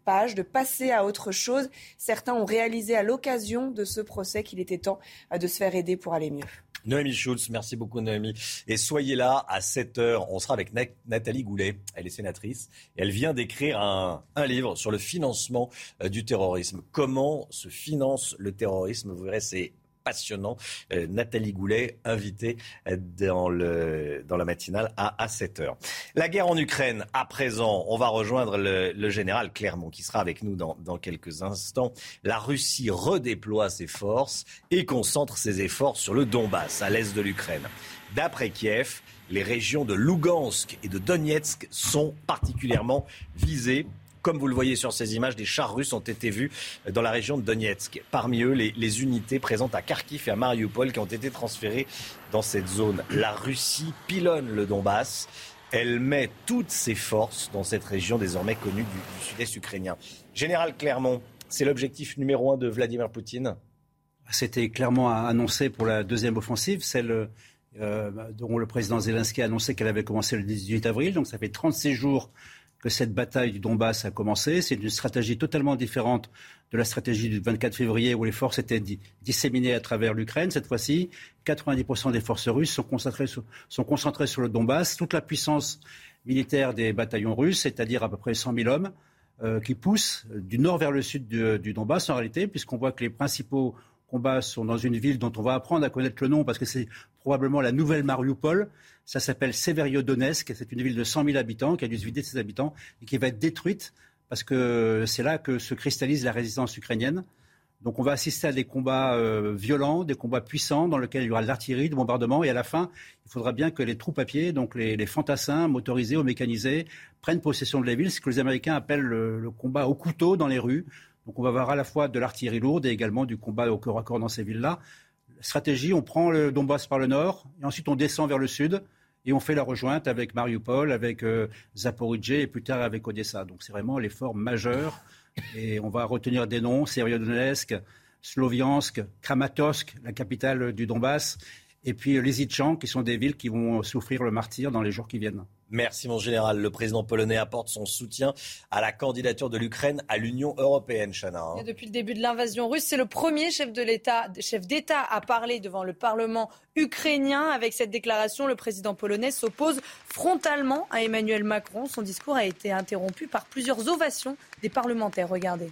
page, de passer à autre chose. Certains ont réalisé à l'occasion de ce procès qu'il était temps de se faire aider pour aller mieux. Noémie Schulz, merci beaucoup Noémie. Et soyez là à sept heures, on sera avec Nathalie Goulet, elle est sénatrice, et elle vient d'écrire un, un livre sur le financement euh, du terrorisme. Comment se finance le terrorisme, vous verrez, c'est passionnant. Euh, Nathalie Goulet, invitée dans, le, dans la matinale à, à sept heures. La guerre en Ukraine, à présent, on va rejoindre le, le général Clermont qui sera avec nous dans, dans quelques instants. La Russie redéploie ses forces et concentre ses efforts sur le Donbass, à l'est de l'Ukraine. D'après Kiev, les régions de Lugansk et de Donetsk sont particulièrement visées. Comme vous le voyez sur ces images, des chars russes ont été vus dans la région de Donetsk. Parmi eux, les, les unités présentes à Kharkiv et à Mariupol qui ont été transférées dans cette zone. La Russie pilonne le Donbass. Elle met toutes ses forces dans cette région désormais connue du, du sud-est ukrainien. Général Clermont, c'est l'objectif numéro un de Vladimir Poutine ? C'était clairement annoncé pour la deuxième offensive, celle euh, dont le président Zelensky a annoncé qu'elle avait commencé le dix-huit avril. Donc ça fait trente-six jours que cette bataille du Donbass a commencé. C'est une stratégie totalement différente de la stratégie du vingt-quatre février où les forces étaient di- disséminées à travers l'Ukraine. Cette fois-ci, quatre-vingt-dix pour cent des forces russes sont concentrées sur, sont concentrées sur le Donbass. Toute la puissance militaire des bataillons russes, c'est-à-dire à peu près cent mille hommes, euh, qui poussent du nord vers le sud du, du Donbass en réalité, puisqu'on voit que les principaux combats sont dans une ville dont on va apprendre à connaître le nom parce que c'est probablement la nouvelle Mariupol. Ça s'appelle Severodonetsk. C'est une ville de cent mille habitants qui a dû se vider de ses habitants et qui va être détruite parce que c'est là que se cristallise la résistance ukrainienne. Donc on va assister à des combats euh, violents, des combats puissants dans lesquels il y aura de l'artillerie, du bombardement et à la fin, il faudra bien que les troupes à pied, donc les, les fantassins motorisés ou mécanisés, prennent possession de la ville. C'est ce que les Américains appellent le, le combat au couteau dans les rues. Donc on va avoir à la fois de l'artillerie lourde et également du combat au corps à corps dans ces villes-là. La stratégie, on prend le Donbass par le nord et ensuite on descend vers le sud et on fait la rejointe avec Mariupol, avec euh, Zaporijjie et plus tard avec Odessa. Donc c'est vraiment l'effort majeur et on va retenir des noms, Severodonetsk, Sloviansk, Kramatorsk, la capitale du Donbass, et puis Lysychansk, qui sont des villes qui vont souffrir le martyre dans les jours qui viennent. Merci mon général. Le président polonais apporte son soutien à la candidature de l'Ukraine à l'Union européenne, Chana. Et depuis le début de l'invasion russe, c'est le premier chef de l'État, chef d'État à parler devant le Parlement ukrainien. Avec cette déclaration, le président polonais s'oppose frontalement à Emmanuel Macron. Son discours a été interrompu par plusieurs ovations des parlementaires. Regardez.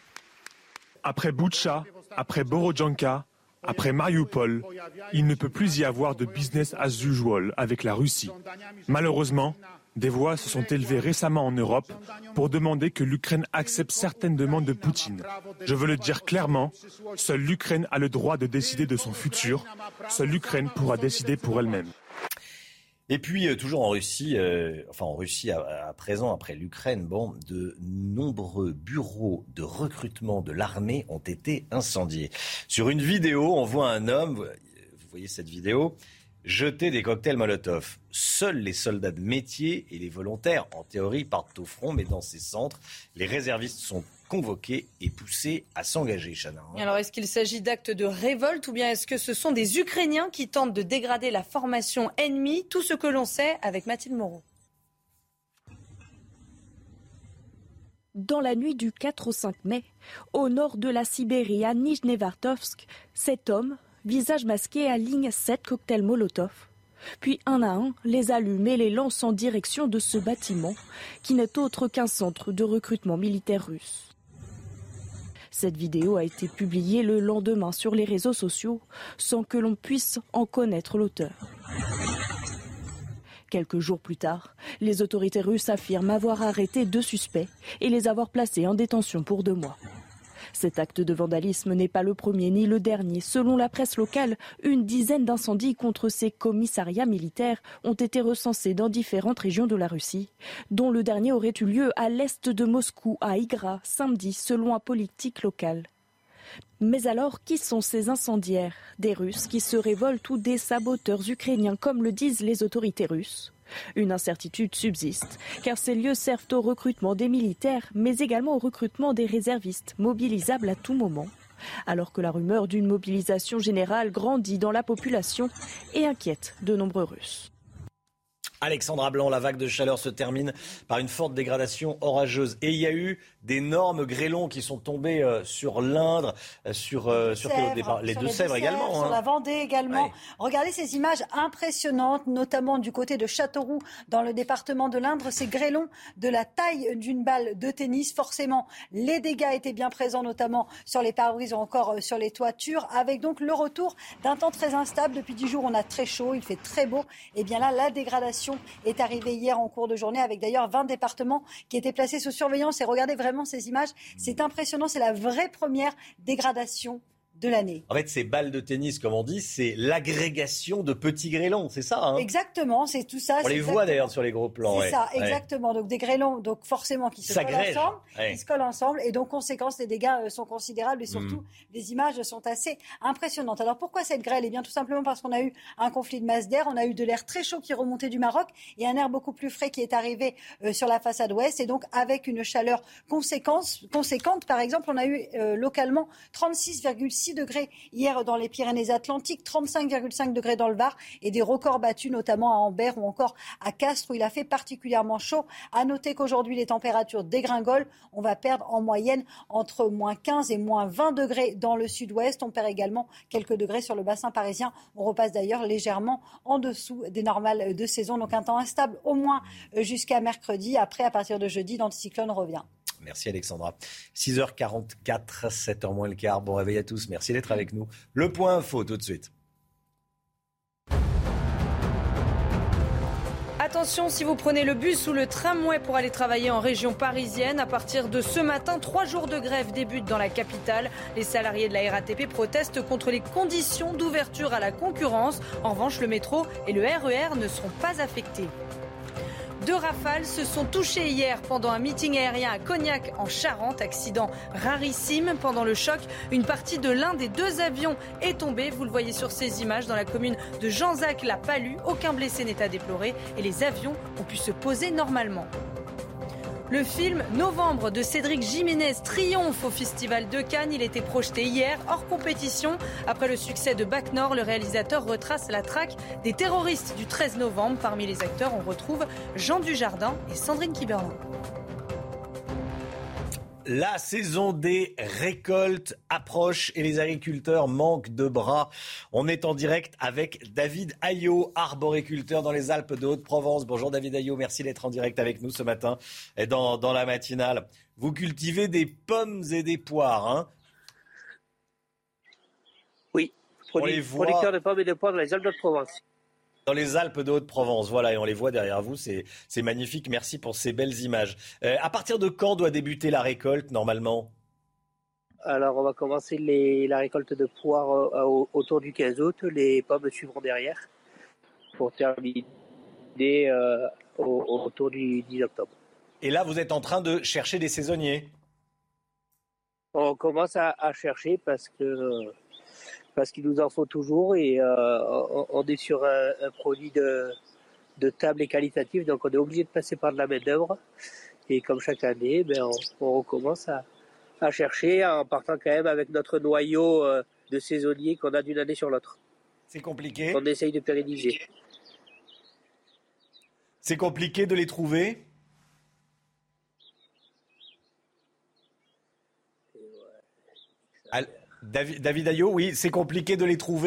Après Boutcha, après Borodjanka, après Mariupol, il ne peut plus y avoir de business as usual avec la Russie. Malheureusement, des voix se sont élevées récemment en Europe pour demander que l'Ukraine accepte certaines demandes de Poutine. Je veux le dire clairement, seule l'Ukraine a le droit de décider de son futur. Seule l'Ukraine pourra décider pour elle-même. Et puis, euh, toujours en Russie, euh, enfin en Russie à, à présent, après l'Ukraine, bon, de nombreux bureaux de recrutement de l'armée ont été incendiés. Sur une vidéo, on voit un homme, vous voyez cette vidéo, jeter des cocktails Molotov. Seuls les soldats de métier et les volontaires, en théorie, partent au front, mais dans ces centres, les réservistes sont convoqués et poussés à s'engager, Chana. Alors, est-ce qu'il s'agit d'actes de révolte ou bien est-ce que ce sont des Ukrainiens qui tentent de dégrader la formation ennemie? Tout ce que l'on sait avec Mathilde Moreau. Dans la nuit du quatre au cinq mai, au nord de la Sibérie, à Nijnevartovsk, cet homme, visage masqué, aligne sept cocktails Molotov. Puis un à un, les allume et les lance en direction de ce bâtiment, qui n'est autre qu'un centre de recrutement militaire russe. Cette vidéo a été publiée le lendemain sur les réseaux sociaux, sans que l'on puisse en connaître l'auteur. Quelques jours plus tard, les autorités russes affirment avoir arrêté deux suspects et les avoir placés en détention pour deux mois. Cet acte de vandalisme n'est pas le premier ni le dernier. Selon la presse locale, une dizaine d'incendies contre ces commissariats militaires ont été recensés dans différentes régions de la Russie, dont le dernier aurait eu lieu à l'est de Moscou, à Igra, samedi, selon un politique local. Mais alors, qui sont ces incendiaires? Des Russes qui se révoltent ou des saboteurs ukrainiens, comme le disent les autorités russes? Une incertitude subsiste, car ces lieux servent au recrutement des militaires, mais également au recrutement des réservistes, mobilisables à tout moment. Alors que la rumeur d'une mobilisation générale grandit dans la population et inquiète de nombreux Russes. Alexandra Blanc, la vague de chaleur se termine par une forte dégradation orageuse. Et il y a eu d'énormes grêlons qui sont tombés euh, sur l'Indre, euh, sur, euh, sur quel autre départ les Deux-Sèvres également. Sur hein. la Vendée également. Ouais. Regardez ces images impressionnantes, notamment du côté de Châteauroux, dans le département de l'Indre. Ces grêlons de la taille d'une balle de tennis. Forcément, les dégâts étaient bien présents, notamment sur les pare-brises ou encore sur les toitures, avec donc le retour d'un temps très instable. Depuis dix jours, on a très chaud, il fait très beau. Et bien là, la dégradation est arrivée hier en cours de journée, avec d'ailleurs vingt départements qui étaient placés sous surveillance. Et regardez vraiment ces images, c'est impressionnant, c'est la vraie première dégradation de l'année. En fait, ces balles de tennis, comme on dit, c'est l'agrégation de petits grêlons, c'est ça hein Exactement, c'est tout ça. On les voit d'ailleurs sur les gros plans. C'est ouais. ça, ouais. exactement. Donc des grêlons, donc forcément qui se ça collent grège. ensemble, ouais. qui se collent ensemble, et donc conséquence, les dégâts euh, sont considérables et surtout Mm. les images sont assez impressionnantes. Alors pourquoi cette grêle ? Eh bien tout simplement parce qu'on a eu un conflit de masse d'air, on a eu de l'air très chaud qui remontait du Maroc et un air beaucoup plus frais qui est arrivé euh, sur la façade ouest, et donc avec une chaleur conséquence, conséquente. Par exemple, on a eu euh, localement trente-six virgule six degrés hier dans les Pyrénées-Atlantiques, trente-cinq virgule cinq degrés dans le Var et des records battus notamment à Ambert ou encore à Castres où il a fait particulièrement chaud. À noter qu'aujourd'hui les températures dégringolent. On va perdre en moyenne entre moins quinze et moins vingt degrés dans le sud-ouest. On perd également quelques degrés sur le bassin parisien. On repasse d'ailleurs légèrement en dessous des normales de saison. Donc un temps instable au moins jusqu'à mercredi. Après, à partir de jeudi, l'anticyclone revient. Merci Alexandra. six heures quarante-quatre, sept heures moins le quart. Bon réveil à tous. Merci d'être avec nous. Le point info tout de suite. Attention, si vous prenez le bus ou le tramway pour aller travailler en région parisienne, à partir de ce matin, trois jours de grève débutent dans la capitale. Les salariés de la R A T P protestent contre les conditions d'ouverture à la concurrence. En revanche, le métro et le R E R ne seront pas affectés. Deux rafales se sont touchées hier pendant un meeting aérien à Cognac en Charente. Accident rarissime. Pendant le choc, une partie de l'un des deux avions est tombée. Vous le voyez sur ces images dans la commune de Janzac-la-Palue. Aucun blessé n'est à déplorer et les avions ont pu se poser normalement. Le film Novembre de Cédric Jiménez triomphe au Festival de Cannes. Il était projeté hier hors compétition. Après le succès de Bac Nord, le réalisateur retrace la traque des terroristes du treize novembre. Parmi les acteurs, on retrouve Jean Dujardin et Sandrine Kiberlin. La saison des récoltes approche et les agriculteurs manquent de bras. On est en direct avec David Ayot, arboriculteur dans les Alpes de Haute-Provence. Bonjour David Ayot, merci d'être en direct avec nous ce matin et dans, dans la matinale. Vous cultivez des pommes et des poires, hein ? Oui, produit, voit... producteur de pommes et de poires dans les Alpes de Haute-Provence. Dans les Alpes de Haute-Provence, voilà, et on les voit derrière vous, c'est, c'est magnifique, merci pour ces belles images. Euh, à partir de quand doit débuter la récolte, normalement ? Alors, on va commencer les, la récolte de poires euh, autour du quinze août, les pommes suivront derrière, pour terminer euh, au, autour du dix octobre. Et là, vous êtes en train de chercher des saisonniers ? On commence à, à chercher parce que... Euh, parce qu'il nous en faut toujours et euh, on est sur un, un produit de, de table et qualitatif, donc on est obligé de passer par de la main-d'œuvre. Et comme chaque année, ben on, on recommence à, à chercher en partant quand même avec notre noyau euh, de saisonniers qu'on a d'une année sur l'autre. C'est compliqué. On essaye de pérenniser. C'est compliqué de les trouver ? Al- David, David Ayot, oui, c'est compliqué de les trouver ?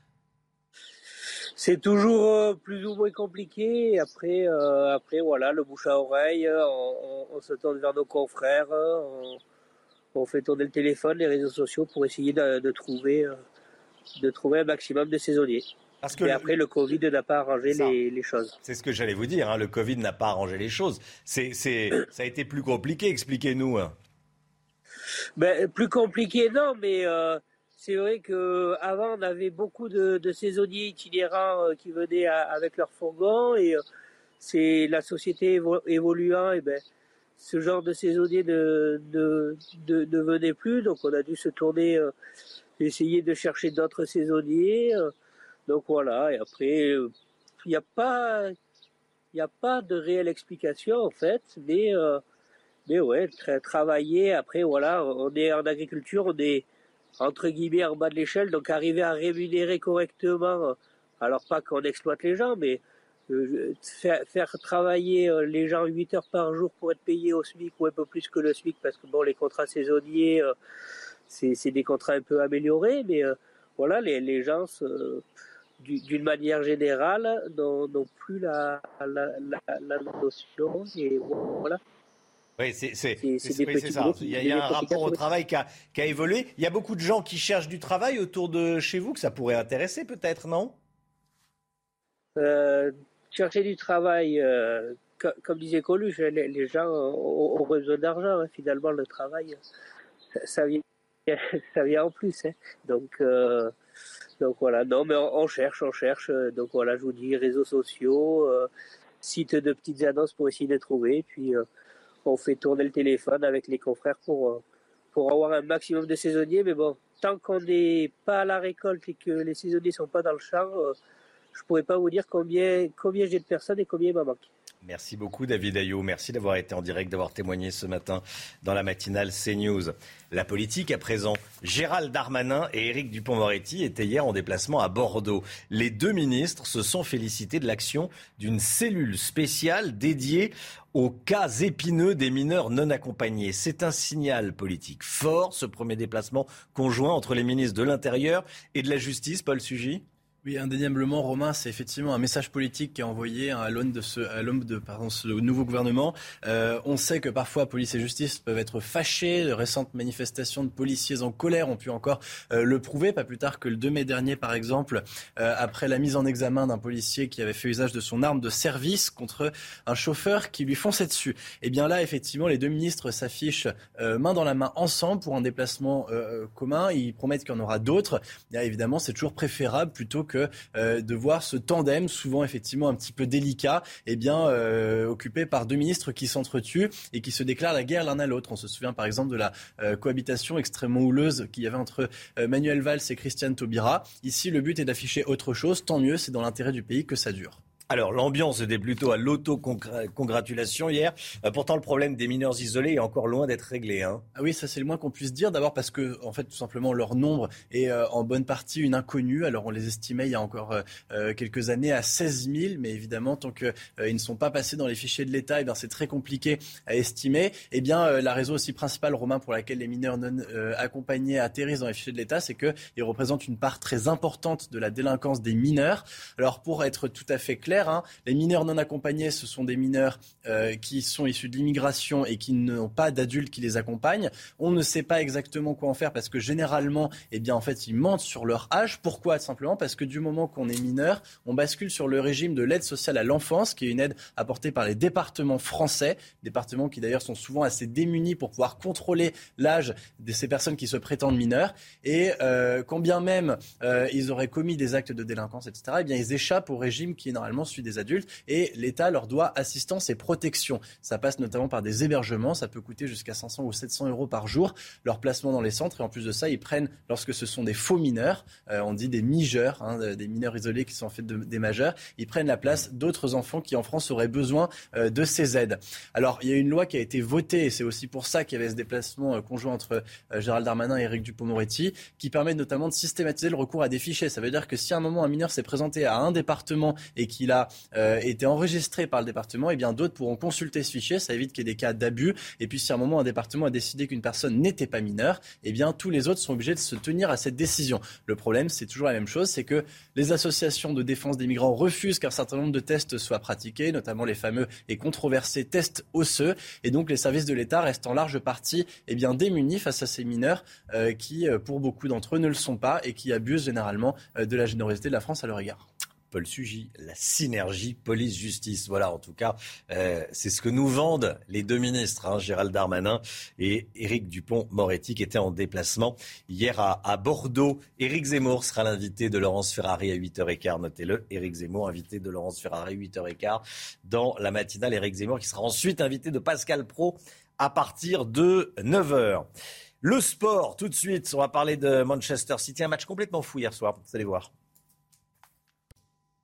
C'est toujours euh, plus ou moins compliqué. Après, euh, après voilà, le bouche à oreille, on, on, on se tourne vers nos confrères, on, on fait tourner le téléphone, les réseaux sociaux pour essayer de, de trouver, euh, de trouver un maximum de saisonniers. Parce que Et le, après, le Covid n'a pas arrangé les, les choses. C'est ce que j'allais vous dire, hein, le Covid n'a pas arrangé les choses. C'est, c'est, ça a été plus compliqué, expliquez-nous. Hein. Ben, plus compliqué, non, mais euh, c'est vrai qu'avant, on avait beaucoup de, de saisonniers itinérants euh, qui venaient à, avec leurs fourgons, et euh, c'est la société évo- évoluant, et ben, ce genre de saisonniers ne, ne, ne, ne venait plus, donc on a dû se tourner, euh, essayer de chercher d'autres saisonniers, euh, donc voilà, et après, il euh, n'y a pas, il a pas de réelle explication, en fait, mais... Euh, Mais ouais, tra- travailler, après voilà, on est en agriculture, on est entre guillemets en bas de l'échelle, donc arriver à rémunérer correctement, alors pas qu'on exploite les gens, mais euh, faire, faire travailler euh, les gens huit heures par jour pour être payés au SMIC ou un peu plus que le SMIC, parce que bon, les contrats saisonniers, euh, c'est, c'est des contrats un peu améliorés, mais euh, voilà, les, les gens, euh, d'une manière générale, n'ont, n'ont plus la, la, la, la notion, et voilà. Oui, c'est, c'est, c'est, c'est, c'est, oui, c'est ça. Il y a, il y a un rapport au travail qui a, qui a évolué. Il y a beaucoup de gens qui cherchent du travail autour de chez vous, que ça pourrait intéresser peut-être, non ? euh, Chercher du travail, euh, co- comme disait Coluche, les, les gens ont, ont besoin d'argent. Hein. Finalement, le travail, ça, ça, vient, ça vient en plus. Hein. Donc, euh, donc voilà, non, mais on, on cherche, on cherche. Donc voilà, je vous dis, réseaux sociaux, euh, sites de petites annonces pour essayer de trouver. Puis... Euh, on fait tourner le téléphone avec les confrères pour, pour avoir un maximum de saisonniers. Mais bon, tant qu'on n'est pas à la récolte et que les saisonniers ne sont pas dans le champ, je ne pourrais pas vous dire combien, combien j'ai de personnes et combien il m'en manque. Merci beaucoup David Ayot, merci d'avoir été en direct, d'avoir témoigné ce matin dans la matinale CNews. La politique à présent, Gérald Darmanin et Éric Dupond-Moretti étaient hier en déplacement à Bordeaux. Les deux ministres se sont félicités de l'action d'une cellule spéciale dédiée aux cas épineux des mineurs non accompagnés. C'est un signal politique fort, ce premier déplacement conjoint entre les ministres de l'Intérieur et de la Justice, Paul Sugy. Oui, indéniablement, Romain, c'est effectivement un message politique qui est envoyé à l'aune de ce, à l'aune de, pardon, ce nouveau gouvernement. Euh, on sait que parfois, police et justice peuvent être fâchés. De récentes manifestations de policiers en colère ont pu encore euh, le prouver. Pas plus tard que le deux mai dernier, par exemple, euh, après la mise en examen d'un policier qui avait fait usage de son arme de service contre un chauffeur qui lui fonçait dessus. Et bien là, effectivement, les deux ministres s'affichent euh, main dans la main ensemble pour un déplacement euh, commun. Ils promettent qu'il y en aura d'autres. Et évidemment, c'est toujours préférable plutôt que euh, de voir ce tandem, souvent effectivement un petit peu délicat, eh bien euh, occupé par deux ministres qui s'entretuent et qui se déclarent la guerre l'un à l'autre. On se souvient par exemple de la euh, cohabitation extrêmement houleuse qu'il y avait entre euh, Manuel Valls et Christiane Taubira. Ici, le but est d'afficher autre chose. Tant mieux, c'est dans l'intérêt du pays que ça dure. Alors, l'ambiance était plutôt à l'autocongratulation hier. Euh, pourtant, le problème des mineurs isolés est encore loin d'être réglé. Hein. Ah oui, ça c'est le moins qu'on puisse dire. D'abord parce que, en fait, tout simplement, leur nombre est euh, en bonne partie une inconnue. Alors, on les estimait il y a encore euh, quelques années à seize mille. Mais évidemment, tant qu'ils euh, ne sont pas passés dans les fichiers de l'État, eh bien, c'est très compliqué à estimer. Eh bien, euh, la raison aussi principale, Romain, pour laquelle les mineurs non euh, accompagnés atterrissent dans les fichiers de l'État, c'est qu'ils représentent une part très importante de la délinquance des mineurs. Alors, pour être tout à fait clair, Hein. Les mineurs non accompagnés, ce sont des mineurs euh, qui sont issus de l'immigration et qui n'ont pas d'adultes qui les accompagnent. On ne sait pas exactement quoi en faire parce que généralement, eh bien, en fait, ils mentent sur leur âge. Pourquoi ? Simplement parce que du moment qu'on est mineur, on bascule sur le régime de l'aide sociale à l'enfance, qui est une aide apportée par les départements français, départements qui d'ailleurs sont souvent assez démunis pour pouvoir contrôler l'âge de ces personnes qui se prétendent mineures. Et euh, quand bien même euh, ils auraient commis des actes de délinquance, et cetera, eh bien, ils échappent au régime qui est normalement celui des adultes et l'État leur doit assistance et protection. Ça passe notamment par des hébergements, ça peut coûter jusqu'à cinq cents ou sept cents euros par jour leur placement dans les centres et en plus de ça, ils prennent, lorsque ce sont des faux mineurs, euh, on dit des migeurs, hein, des mineurs isolés qui sont en fait de, des majeurs, ils prennent la place d'autres enfants qui en France auraient besoin euh, de ces aides. Alors, il y a une loi qui a été votée et c'est aussi pour ça qu'il y avait ce déplacement euh, conjoint entre euh, Gérald Darmanin et Éric Dupond-Moretti qui permet notamment de systématiser le recours à des fichiers. Ça veut dire que si à un moment un mineur s'est présenté à un département et qu'il a euh, été enregistré par le département, et eh bien d'autres pourront consulter ce fichier. Ça évite qu'il y ait des cas d'abus. Et puis si à un moment un département a décidé qu'une personne n'était pas mineure, et eh bien tous les autres sont obligés de se tenir à cette décision. Le problème, c'est toujours la même chose, c'est que les associations de défense des migrants refusent qu'un certain nombre de tests soient pratiqués, notamment les fameux et controversés tests osseux. Et donc les services de l'État restent en large partie eh bien démunis face à ces mineurs euh, qui, pour beaucoup d'entre eux, ne le sont pas et qui abusent généralement euh, de la générosité de la France à leur égard. Paul Sugy, la synergie police-justice. Voilà, en tout cas, euh, c'est ce que nous vendent les deux ministres, hein, Gérald Darmanin et Éric Dupond-Moretti, qui étaient en déplacement hier à, à Bordeaux. Éric Zemmour sera l'invité de Laurence Ferrari à huit heures quinze, notez-le. Éric Zemmour, invité de Laurence Ferrari à huit heures quinze dans la matinale. Éric Zemmour qui sera ensuite invité de Pascal Praud à partir de neuf heures. Le sport, tout de suite, on va parler de Manchester City. Un match complètement fou hier soir, vous allez voir.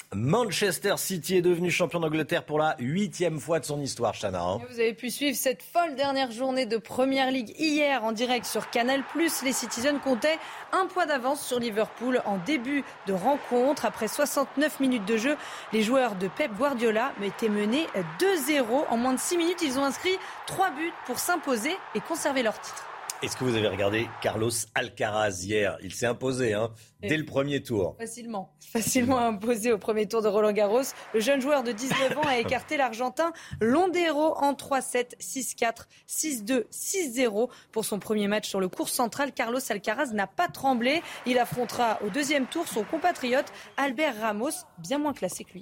Manchester City est devenu champion d'Angleterre pour la huitième fois de son histoire, Chana. Hein. Vous avez pu suivre cette folle dernière journée de Premier League hier en direct sur Canal plus. Les Citizens comptaient un point d'avance sur Liverpool en début de rencontre. Après soixante-neuf minutes de jeu, les joueurs de Pep Guardiola étaient menés deux zéro. En moins de six minutes, ils ont inscrit trois buts pour s'imposer et conserver leur titre. Est-ce que vous avez regardé Carlos Alcaraz hier ? Il s'est imposé hein, dès le premier tour. Facilement, facilement imposé au premier tour de Roland-Garros. Le jeune joueur de dix-neuf ans a écarté l'Argentin Londero en trois sept, six quatre, six deux, six zéro. Pour son premier match sur le court central, Carlos Alcaraz n'a pas tremblé. Il affrontera au deuxième tour son compatriote Albert Ramos, bien moins classé que lui.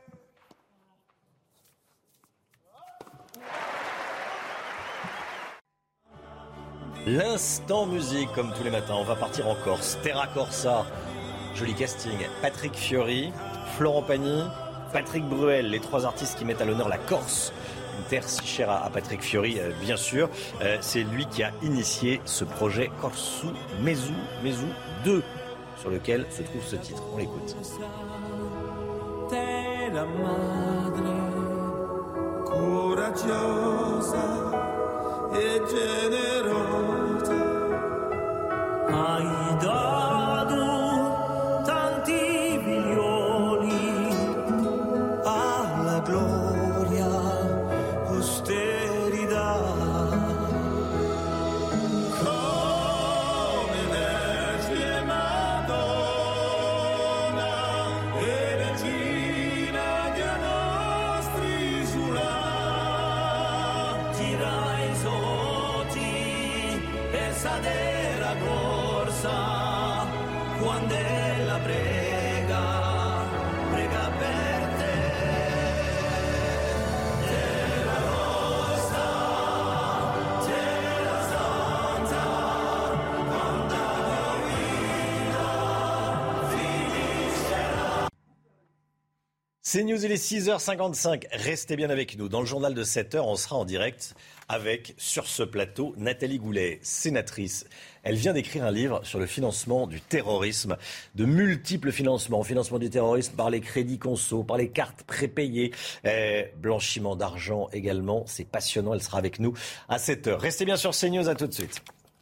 L'instant musique, comme tous les matins, on va partir en Corse. Terra Corsa, joli casting. Patrick Fiori, Florent Pagny, Patrick Bruel, les trois artistes qui mettent à l'honneur la Corse. Une terre si chère à Patrick Fiori, euh, bien sûr. Euh, c'est lui qui a initié ce projet Corsu Mesu, Mesu deux, sur lequel se trouve ce titre. On l'écoute. Te la madre coraggiosa e generosa hai dato tanti figlioli alla gloria posterità come Vergine Madonna e regina di nostri giurati tirai della corsa quando la prega prega per te della rosa della santa quando la vita finiscerà. C'est News, il est six heures cinquante-cinq. Restez bien avec nous. Dans le journal de sept heures, on sera en direct avec, sur ce plateau, Nathalie Goulet, sénatrice. Elle vient d'écrire un livre sur le financement du terrorisme, de multiples financements. Financement du terrorisme par les crédits conso, par les cartes prépayées, eh, blanchiment d'argent également. C'est passionnant, elle sera avec nous à sept heures. Restez bien sur CNews, à tout de suite.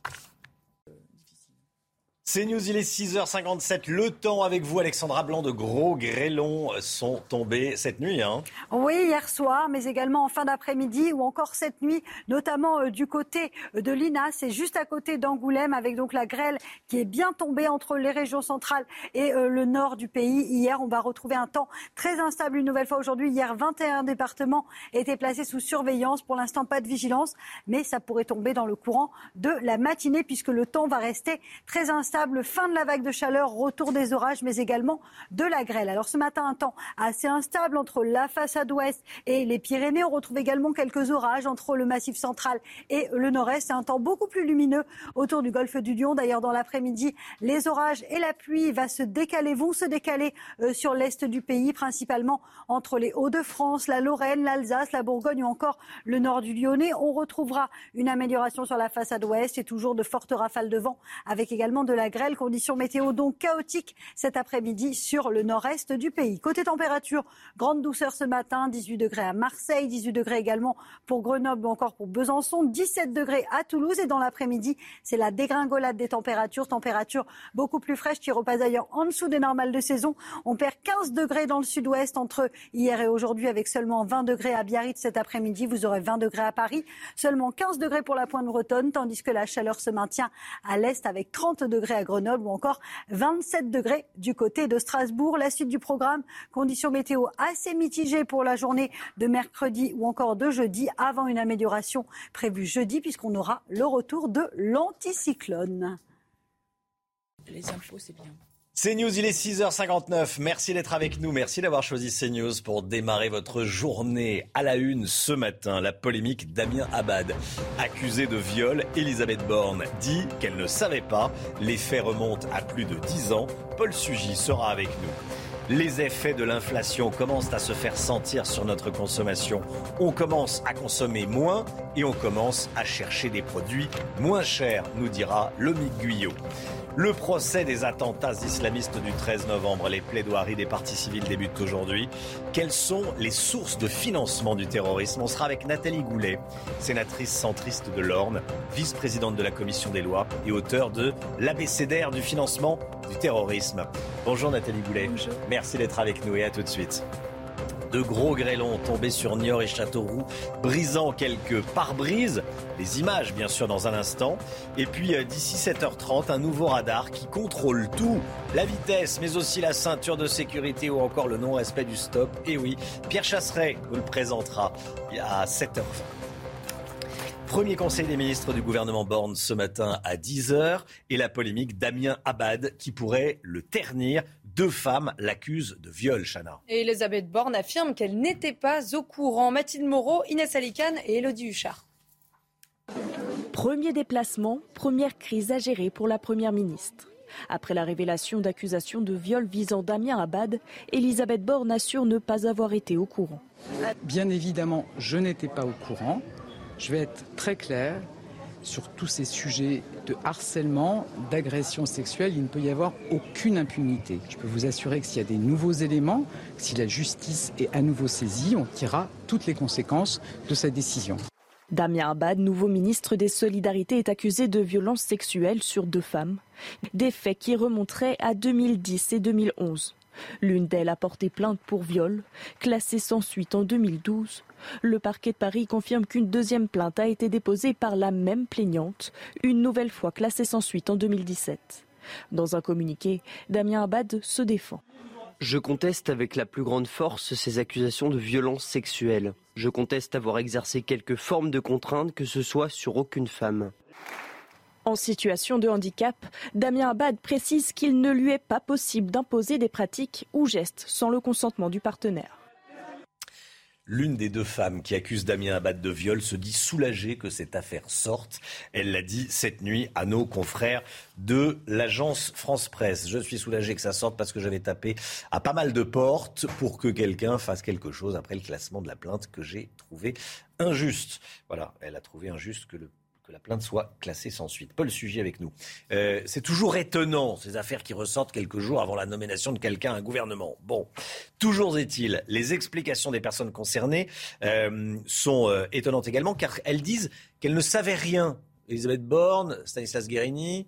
CNews, il est six heures cinquante-sept. Le temps avec vous, Alexandra Blanc. De gros grêlons sont tombés cette nuit. Hein. Oui, hier soir, mais également en fin d'après-midi ou encore cette nuit, notamment euh, du côté de l'I N A. C'est juste à côté d'Angoulême avec donc la grêle qui est bien tombée entre les régions centrales et euh, le nord du pays. Hier, on va retrouver un temps très instable une nouvelle fois aujourd'hui. Hier, vingt et un départements étaient placés sous surveillance. Pour l'instant, pas de vigilance, mais ça pourrait tomber dans le courant de la matinée puisque le temps va rester très instable. Fin de la vague de chaleur, retour des orages, mais également de la grêle. Alors ce matin, un temps assez instable entre la façade ouest et les Pyrénées. On retrouve également quelques orages entre le Massif central et le nord-est. C'est un temps beaucoup plus lumineux autour du golfe du Lion. D'ailleurs, dans l'après-midi, les orages et la pluie va se décaler, vont se décaler euh, sur l'est du pays, principalement entre les Hauts-de-France, la Lorraine, l'Alsace, la Bourgogne ou encore le nord du Lyonnais. On retrouvera une amélioration sur la façade ouest et toujours de fortes rafales de vent avec également de la grêle, conditions météo donc chaotiques cet après-midi sur le nord-est du pays. Côté température, grande douceur ce matin, dix-huit degrés à Marseille, dix-huit degrés également pour Grenoble ou encore pour Besançon, dix-sept degrés à Toulouse et dans l'après-midi, c'est la dégringolade des températures, température beaucoup plus fraîche qui repasse d'ailleurs en dessous des normales de saison. On perd quinze degrés dans le sud-ouest entre hier et aujourd'hui avec seulement vingt degrés à Biarritz cet après-midi, vous aurez vingt degrés à Paris, seulement quinze degrés pour la Pointe bretonne, tandis que la chaleur se maintient à l'est avec trente degrés à Grenoble ou encore vingt-sept degrés du côté de Strasbourg. La suite du programme, conditions météo assez mitigées pour la journée de mercredi ou encore de jeudi, avant une amélioration prévue jeudi puisqu'on aura le retour de l'anticyclone. Les infos, c'est bien. CNews, il est six heures cinquante-neuf. Merci d'être avec nous. Merci d'avoir choisi CNews pour démarrer votre journée. À la une ce matin, la polémique Damien Abad. Accusé de viol, Elisabeth Borne dit qu'elle ne savait pas. Les faits remontent à plus de dix ans. Paul Sugy sera avec nous. Les effets de l'inflation commencent à se faire sentir sur notre consommation. On commence à consommer moins et on commence à chercher des produits moins chers, nous dira Lomique Guyot. Le procès des attentats islamistes du treize novembre. Les plaidoiries des parties civiles débutent aujourd'hui. Quelles sont les sources de financement du terrorisme? On sera avec Nathalie Goulet, sénatrice centriste de l'Orne, vice-présidente de la commission des lois et auteure de l'abécédaire du financement du terrorisme. Bonjour Nathalie Goulet. Bonjour. Merci d'être avec nous et à tout de suite. De gros grêlons tombés sur Niort et Châteauroux, brisant quelques pare-brises. Les images, bien sûr, dans un instant. Et puis, d'ici sept heures trente, un nouveau radar qui contrôle tout. La vitesse, mais aussi la ceinture de sécurité ou encore le non-respect du stop. Et oui, Pierre Chasseret nous le présentera à sept heures vingt. Premier conseil des ministres du gouvernement Borne ce matin à dix heures. Et la polémique Damien Abad qui pourrait le ternir. Deux femmes l'accusent de viol, Chana. Et Elisabeth Borne affirme qu'elle n'était pas au courant. Mathilde Moreau, Inès Alicane et Élodie Huchard. Premier déplacement, première crise à gérer pour la Première ministre. Après la révélation d'accusations de viol visant Damien Abad, Elisabeth Borne assure ne pas avoir été au courant. Bien évidemment, je n'étais pas au courant. Je vais être très clair. Sur tous ces sujets de harcèlement, d'agression sexuelle, il ne peut y avoir aucune impunité. Je peux vous assurer que s'il y a des nouveaux éléments, si la justice est à nouveau saisie, on tirera toutes les conséquences de sa décision. Damien Abad, nouveau ministre des Solidarités, est accusé de violences sexuelles sur deux femmes. Des faits qui remonteraient à deux mille dix et deux mille onze. L'une d'elles a porté plainte pour viol, classée sans suite en deux mille douze. Le parquet de Paris confirme qu'une deuxième plainte a été déposée par la même plaignante, une nouvelle fois classée sans suite en deux mille dix-sept. Dans un communiqué, Damien Abad se défend. Je conteste avec la plus grande force ces accusations de violence sexuelle. Je conteste avoir exercé quelque forme de contrainte, que ce soit sur aucune femme. En situation de handicap, Damien Abad précise qu'il ne lui est pas possible d'imposer des pratiques ou gestes sans le consentement du partenaire. L'une des deux femmes qui accuse Damien Abad de viol se dit soulagée que cette affaire sorte. Elle l'a dit cette nuit à nos confrères de l'agence France Presse. Je suis soulagée que ça sorte parce que j'avais tapé à pas mal de portes pour que quelqu'un fasse quelque chose après le classement de la plainte que j'ai trouvé injuste. Voilà, elle a trouvé injuste que le que la plainte soit classée sans suite. Paul Sugy avec nous. Euh, c'est toujours étonnant, ces affaires qui ressortent quelques jours avant la nomination de quelqu'un à un gouvernement. Bon, toujours est-il, les explications des personnes concernées euh, sont euh, étonnantes également, car elles disent qu'elles ne savaient rien. Elisabeth Borne, Stanislas Guerini...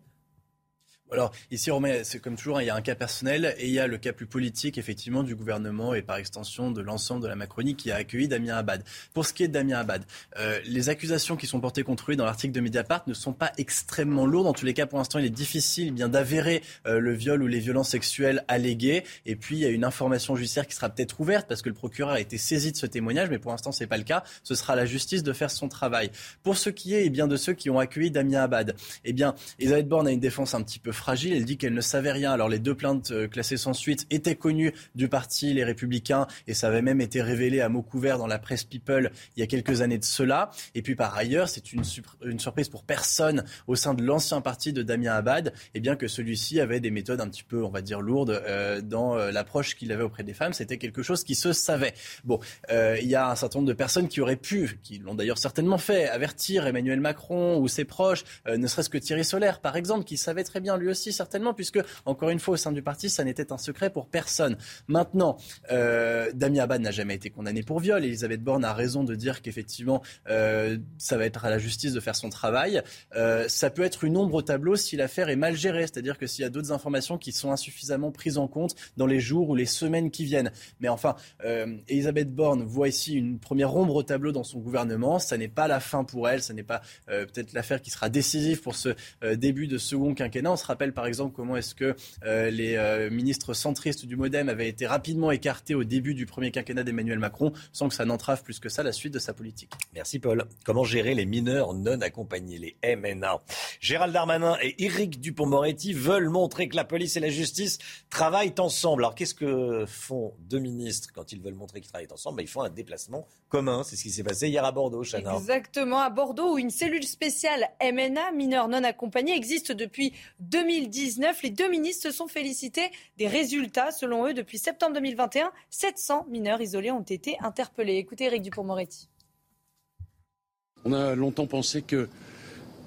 Alors ici, Romain, c'est comme toujours, il y a un cas personnel et il y a le cas plus politique, effectivement, du gouvernement et par extension de l'ensemble de la Macronie qui a accueilli Damien Abad. Pour ce qui est de Damien Abad, euh, les accusations qui sont portées contre lui dans l'article de Mediapart ne sont pas extrêmement lourdes. En tous les cas, pour l'instant, il est difficile bien d'avérer euh, le viol ou les violences sexuelles alléguées. Et puis, il y a une information judiciaire qui sera peut-être ouverte parce que le procureur a été saisi de ce témoignage, mais pour l'instant, c'est pas le cas. Ce sera à la justice de faire son travail. Pour ce qui est eh bien de ceux qui ont accueilli Damien Abad, eh bien, Elisabeth Borne a une défense un petit peu fragile. Elle dit qu'elle ne savait rien. Alors les deux plaintes classées sans suite étaient connues du parti Les Républicains et ça avait même été révélé à mots couverts dans la presse People il y a quelques années de cela. Et puis par ailleurs, c'est une, une surprise pour personne au sein de l'ancien parti de Damien Abad, et bien que celui-ci avait des méthodes un petit peu, on va dire, lourdes euh, dans euh, l'approche qu'il avait auprès des femmes. C'était quelque chose qui se savait. Bon, euh, il y a un certain nombre de personnes qui auraient pu, qui l'ont d'ailleurs certainement fait, avertir Emmanuel Macron ou ses proches, euh, ne serait-ce que Thierry Solaire, par exemple, qui savait très bien lui aussi certainement, puisque, encore une fois, au sein du parti, ça n'était un secret pour personne. Maintenant, euh, Damien Abad n'a jamais été condamné pour viol. Elisabeth Borne a raison de dire qu'effectivement, euh, ça va être à la justice de faire son travail. Euh, ça peut être une ombre au tableau si l'affaire est mal gérée, c'est-à-dire que s'il y a d'autres informations qui sont insuffisamment prises en compte dans les jours ou les semaines qui viennent. Mais enfin, euh, Elisabeth Borne voit ici une première ombre au tableau dans son gouvernement. Ça n'est pas la fin pour elle, ça n'est pas euh, peut-être l'affaire qui sera décisive pour ce euh, début de second quinquennat. On se rappelle par exemple comment est-ce que euh, les euh, ministres centristes du MoDem avaient été rapidement écartés au début du premier quinquennat d'Emmanuel Macron, sans que ça n'entrave plus que ça la suite de sa politique. Merci Paul. Comment gérer les mineurs non accompagnés, les M N A? Gérald Darmanin et Éric Dupond-Moretti veulent montrer que la police et la justice travaillent ensemble. Alors qu'est-ce que font deux ministres quand ils veulent montrer qu'ils travaillent ensemble? Ben, ils font un déplacement commun. C'est ce qui s'est passé hier à Bordeaux, Chana. Exactement, à Bordeaux, où une cellule spéciale M N A, mineurs non accompagnés, existe depuis deux mille dix-neuf. Les deux ministres se sont félicités des résultats. Selon eux, depuis septembre deux mille vingt et un, sept cents mineurs isolés ont été interpellés. Écoutez Éric Dupond-Moretti. On a longtemps pensé que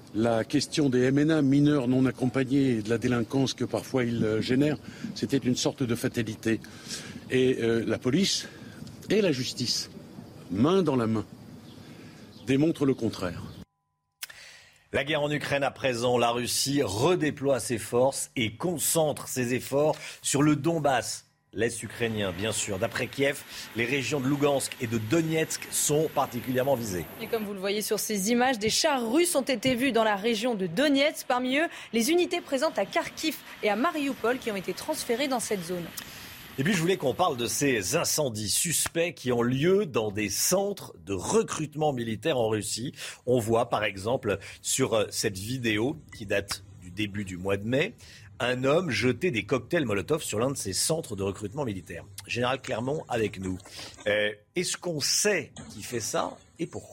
la question des M N A, mineurs non accompagnés, et de la délinquance que parfois ils génèrent, c'était une sorte de fatalité. Et euh, la police et la justice, main dans la main, démontrent le contraire. La guerre en Ukraine à présent, la Russie redéploie ses forces et concentre ses efforts sur le Donbass, l'Est ukrainien bien sûr. D'après Kiev, les régions de Lougansk et de Donetsk sont particulièrement visées. Et comme vous le voyez sur ces images, des chars russes ont été vus dans la région de Donetsk. Parmi eux, les unités présentes à Kharkiv et à Mariupol qui ont été transférées dans cette zone. Et puis je voulais qu'on parle de ces incendies suspects qui ont lieu dans des centres de recrutement militaire en Russie. On voit par exemple sur cette vidéo qui date du début du mois de mai, un homme jeter des cocktails Molotov sur l'un de ces centres de recrutement militaire. Général Clermont avec nous. Euh, est-ce qu'on sait qui fait ça et pourquoi ?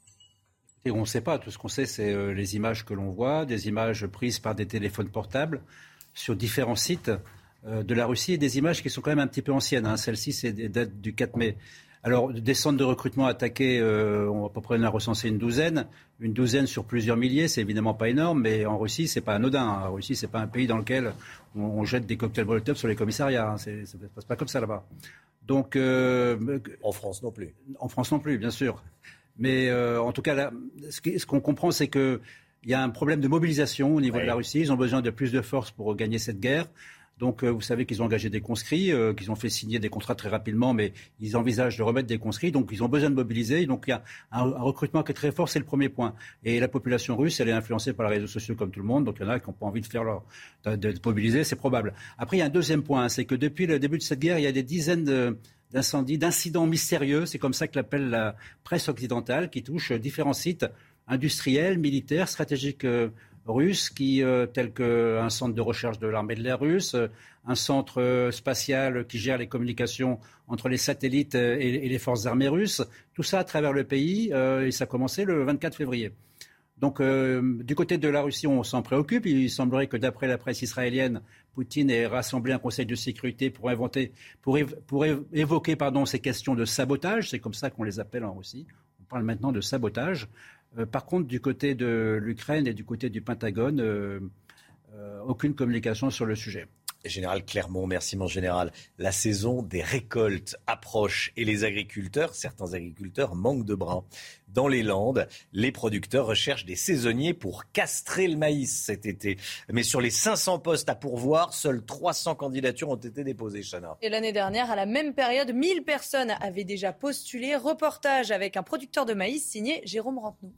Et on ne sait pas. Tout ce qu'on sait, c'est euh, les images que l'on voit, des images prises par des téléphones portables sur différents sites de la Russie et des images qui sont quand même un petit peu anciennes. Hein. Celle-ci, c'est des dates du quatre mai. Alors, des centres de recrutement attaqués, euh, on va à peu près en a recensé une douzaine. Une douzaine sur plusieurs milliers, c'est évidemment pas énorme, mais en Russie, c'est pas anodin. Hein. En Russie, c'est pas un pays dans lequel on, on jette des cocktails Molotov sur les commissariats. Hein. C'est, ça ne se passe pas comme ça là-bas. Donc, euh, en France non plus. En France non plus, bien sûr. Mais euh, en tout cas, là, ce, qui, ce qu'on comprend, c'est que il y a un problème de mobilisation au niveau oui. de la Russie. Ils ont besoin de plus de force pour gagner cette guerre. Donc, euh, vous savez qu'ils ont engagé des conscrits, euh, qu'ils ont fait signer des contrats très rapidement, mais ils envisagent de remettre des conscrits. Donc, ils ont besoin de mobiliser. Donc, il y a un, un recrutement qui est très fort, c'est le premier point. Et la population russe, elle est influencée par les réseaux sociaux comme tout le monde. Donc, il y en a qui n'ont pas envie de faire leur, de, de, de mobiliser, c'est probable. Après, il y a un deuxième point, hein, c'est que depuis le début de cette guerre, il y a des dizaines de, d'incendies, d'incidents mystérieux. C'est comme ça que l'appelle la presse occidentale, qui touche différents sites industriels, militaires, stratégiques. Euh, russes, qui, euh, tels qu'un centre de recherche de l'armée de l'air russe, euh, un centre euh, spatial qui gère les communications entre les satellites et, et les forces armées russes, tout ça à travers le pays, euh, et ça a commencé le vingt-quatre février. Donc, euh, du côté de la Russie, on s'en préoccupe. Il semblerait que, d'après la presse israélienne, Poutine ait rassemblé un conseil de sécurité pour, inventer, pour, év- pour év- évoquer pardon, ces questions de sabotage. C'est comme ça qu'on les appelle en Russie. On parle maintenant de sabotage. Euh, par contre, du côté de l'Ukraine et du côté du Pentagone, euh, euh, aucune communication sur le sujet. Général Clermont, merci mon général. La saison des récoltes approche et les agriculteurs, certains agriculteurs manquent de bras. Dans les Landes, les producteurs recherchent des saisonniers pour castrer le maïs cet été. Mais sur les cinq cents postes à pourvoir, seules trois cents candidatures ont été déposées, Chana. Et l'année dernière, à la même période, mille personnes avaient déjà postulé. Reportage avec un producteur de maïs signé Jérôme Rampenou.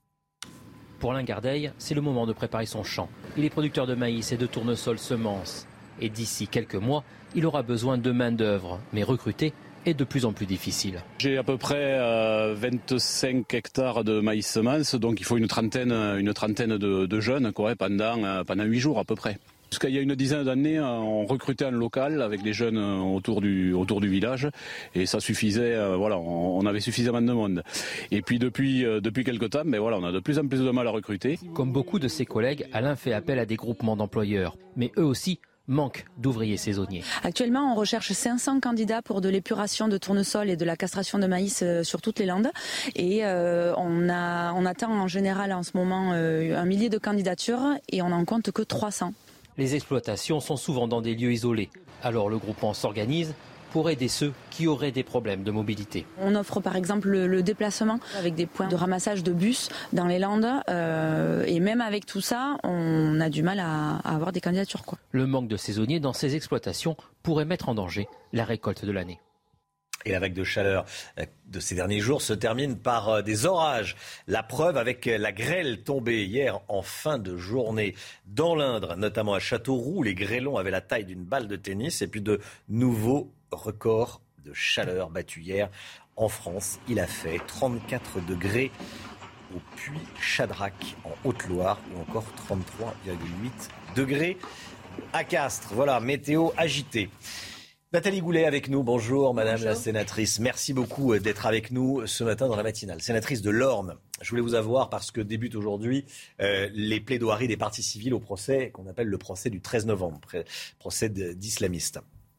Pour Alain Gardeil, c'est le moment de préparer son champ. Il est producteur de maïs et de tournesol semences. Et d'ici quelques mois, il aura besoin de main-d'œuvre. Mais recruter est de plus en plus difficile. J'ai à peu près euh, vingt-cinq hectares de maïs semences, donc il faut une trentaine, une trentaine de, de jeunes quoi, pendant, euh, pendant huit jours à peu près. Jusqu'il y a une dizaine d'années, on recrutait en local avec des jeunes autour du, autour du village et ça suffisait, euh, voilà, on, on avait suffisamment de monde. Et puis depuis, euh, depuis quelques temps, mais voilà, on a de plus en plus de mal à recruter. Comme beaucoup de ses collègues, Alain fait appel à des groupements d'employeurs, mais eux aussi manque d'ouvriers saisonniers. Actuellement, on recherche cinq cents candidats pour de l'épuration de tournesol et de la castration de maïs sur toutes les Landes. Et euh, on, a, on attend en général en ce moment euh, un millier de candidatures et on n'en compte que trois cents. Les exploitations sont souvent dans des lieux isolés. Alors le groupement s'organise pour aider ceux qui auraient des problèmes de mobilité. On offre par exemple le, le déplacement avec des points de ramassage de bus dans les Landes. Euh, et même avec tout ça, on a du mal à, à avoir des candidatures, quoi. Le manque de saisonniers dans ces exploitations pourrait mettre en danger la récolte de l'année. Et la vague de chaleur de ces derniers jours se termine par des orages. La preuve avec la grêle tombée hier en fin de journée dans l'Indre, notamment à Châteauroux. Les grêlons avaient la taille d'une balle de tennis et puis de nouveaux records de chaleur battus hier en France. Il a fait trente-quatre degrés au Puy Chadrac en Haute-Loire ou encore trente-trois virgule huit degrés à Castres. Voilà, météo agitée. Nathalie Goulet avec nous, bonjour Madame bonjour. La sénatrice, merci beaucoup d'être avec nous ce matin dans la matinale. Sénatrice de l'Orne, je voulais vous avoir parce que débutent aujourd'hui euh, les plaidoiries des parties civiles au procès qu'on appelle le procès du treize novembre, procès d'islamistes.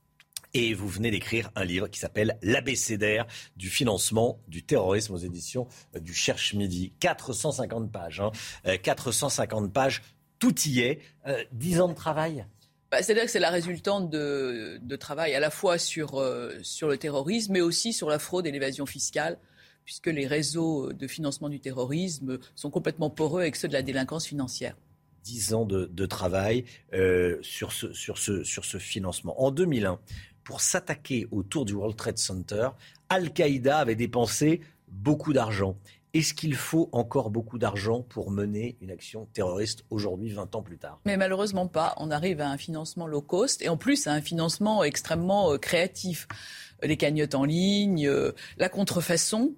Et vous venez d'écrire un livre qui s'appelle L'abécédaire du financement du terrorisme aux éditions du Cherche Midi. quatre cent cinquante pages. Hein. quatre cent cinquante pages, tout y est. Euh, dix ans de travail. Bah, c'est-à-dire que c'est la résultante de, de travail à la fois sur, euh, sur le terrorisme, mais aussi sur la fraude et l'évasion fiscale, puisque les réseaux de financement du terrorisme sont complètement poreux avec ceux de la délinquance financière. Dix ans de, de travail euh, sur, ce, sur, ce, sur ce financement. En deux mille un, pour s'attaquer au tour du World Trade Center, Al-Qaïda avait dépensé beaucoup d'argent. Est-ce qu'il faut encore beaucoup d'argent pour mener une action terroriste aujourd'hui, vingt ans plus tard ? Mais malheureusement pas. On arrive à un financement low cost et en plus à un financement extrêmement euh, créatif. Les cagnottes en ligne, euh, la contrefaçon,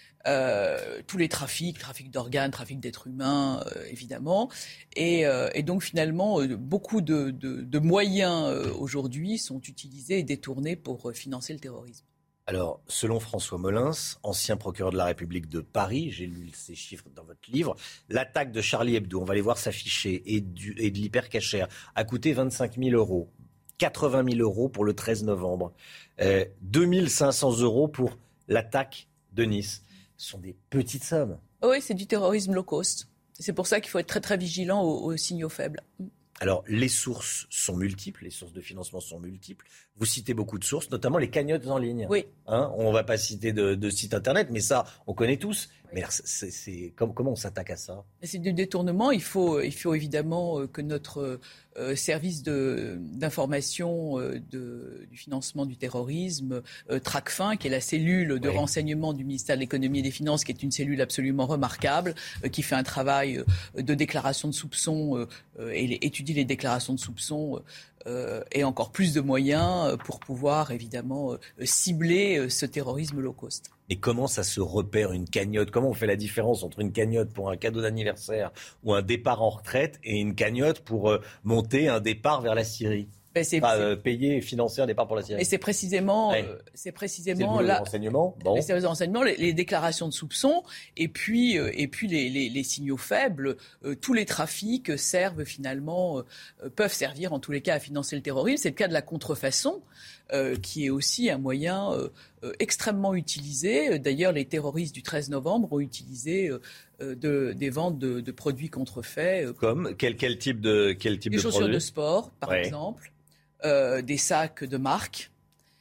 euh, tous les trafics, trafic d'organes, trafic d'êtres humains, euh, évidemment. Et, euh, et donc finalement, euh, beaucoup de, de, de moyens euh, aujourd'hui sont utilisés et détournés pour euh, financer le terrorisme. Alors, selon François Molins, ancien procureur de la République de Paris, j'ai lu ces chiffres dans votre livre, l'attaque de Charlie Hebdo, on va les voir s'afficher, et, du, et de l'hypercacher, a coûté vingt-cinq mille euros, quatre-vingt mille euros pour le treize novembre, euh, deux mille cinq cents euros pour l'attaque de Nice. Ce sont des petites sommes. Oui, c'est du terrorisme low cost. C'est pour ça qu'il faut être très très vigilant aux, aux signaux faibles. Alors, les sources sont multiples, les sources de financement sont multiples. Vous citez beaucoup de sources, notamment les cagnottes en ligne. Oui. Hein, on ne va pas citer de, de site internet, mais ça, on connaît tous. Oui. Mais alors, c'est, c'est, comment, comment on s'attaque à ça ? C'est du détournement. Il faut, il faut évidemment que notre euh, service de, d'information euh, de, du financement du terrorisme, euh, TRACFIN, qui est la cellule de oui. renseignement du ministère de l'économie et des finances, qui est une cellule absolument remarquable, euh, qui fait un travail euh, de déclaration de soupçons euh, et étudie les déclarations de soupçons euh, et encore plus de moyens pour pouvoir évidemment euh, cibler ce terrorisme low cost. Et comment ça se repère une cagnotte ? Comment on fait la différence entre une cagnotte pour un cadeau d'anniversaire ou un départ en retraite et une cagnotte pour euh, monter un départ vers la Syrie ? Ben c'est, pas c'est... Euh, payer et financer un départ pour la Syrie. Et c'est précisément, ouais. euh, c'est précisément c'est là. Renseignements, bon. Les services de renseignement, les, les déclarations de soupçons, et puis euh, et puis les, les, les signaux faibles. Euh, tous les trafics servent finalement, euh, peuvent servir en tous les cas à financer le terrorisme. C'est le cas de la contrefaçon, euh, qui est aussi un moyen euh, euh, extrêmement utilisé. D'ailleurs, les terroristes du treize novembre ont utilisé euh, de, des ventes de, de produits contrefaits. Euh, Comme quel quel type de quel type des de chaussures produits ? de sport, par ouais. exemple. Euh, des sacs de marque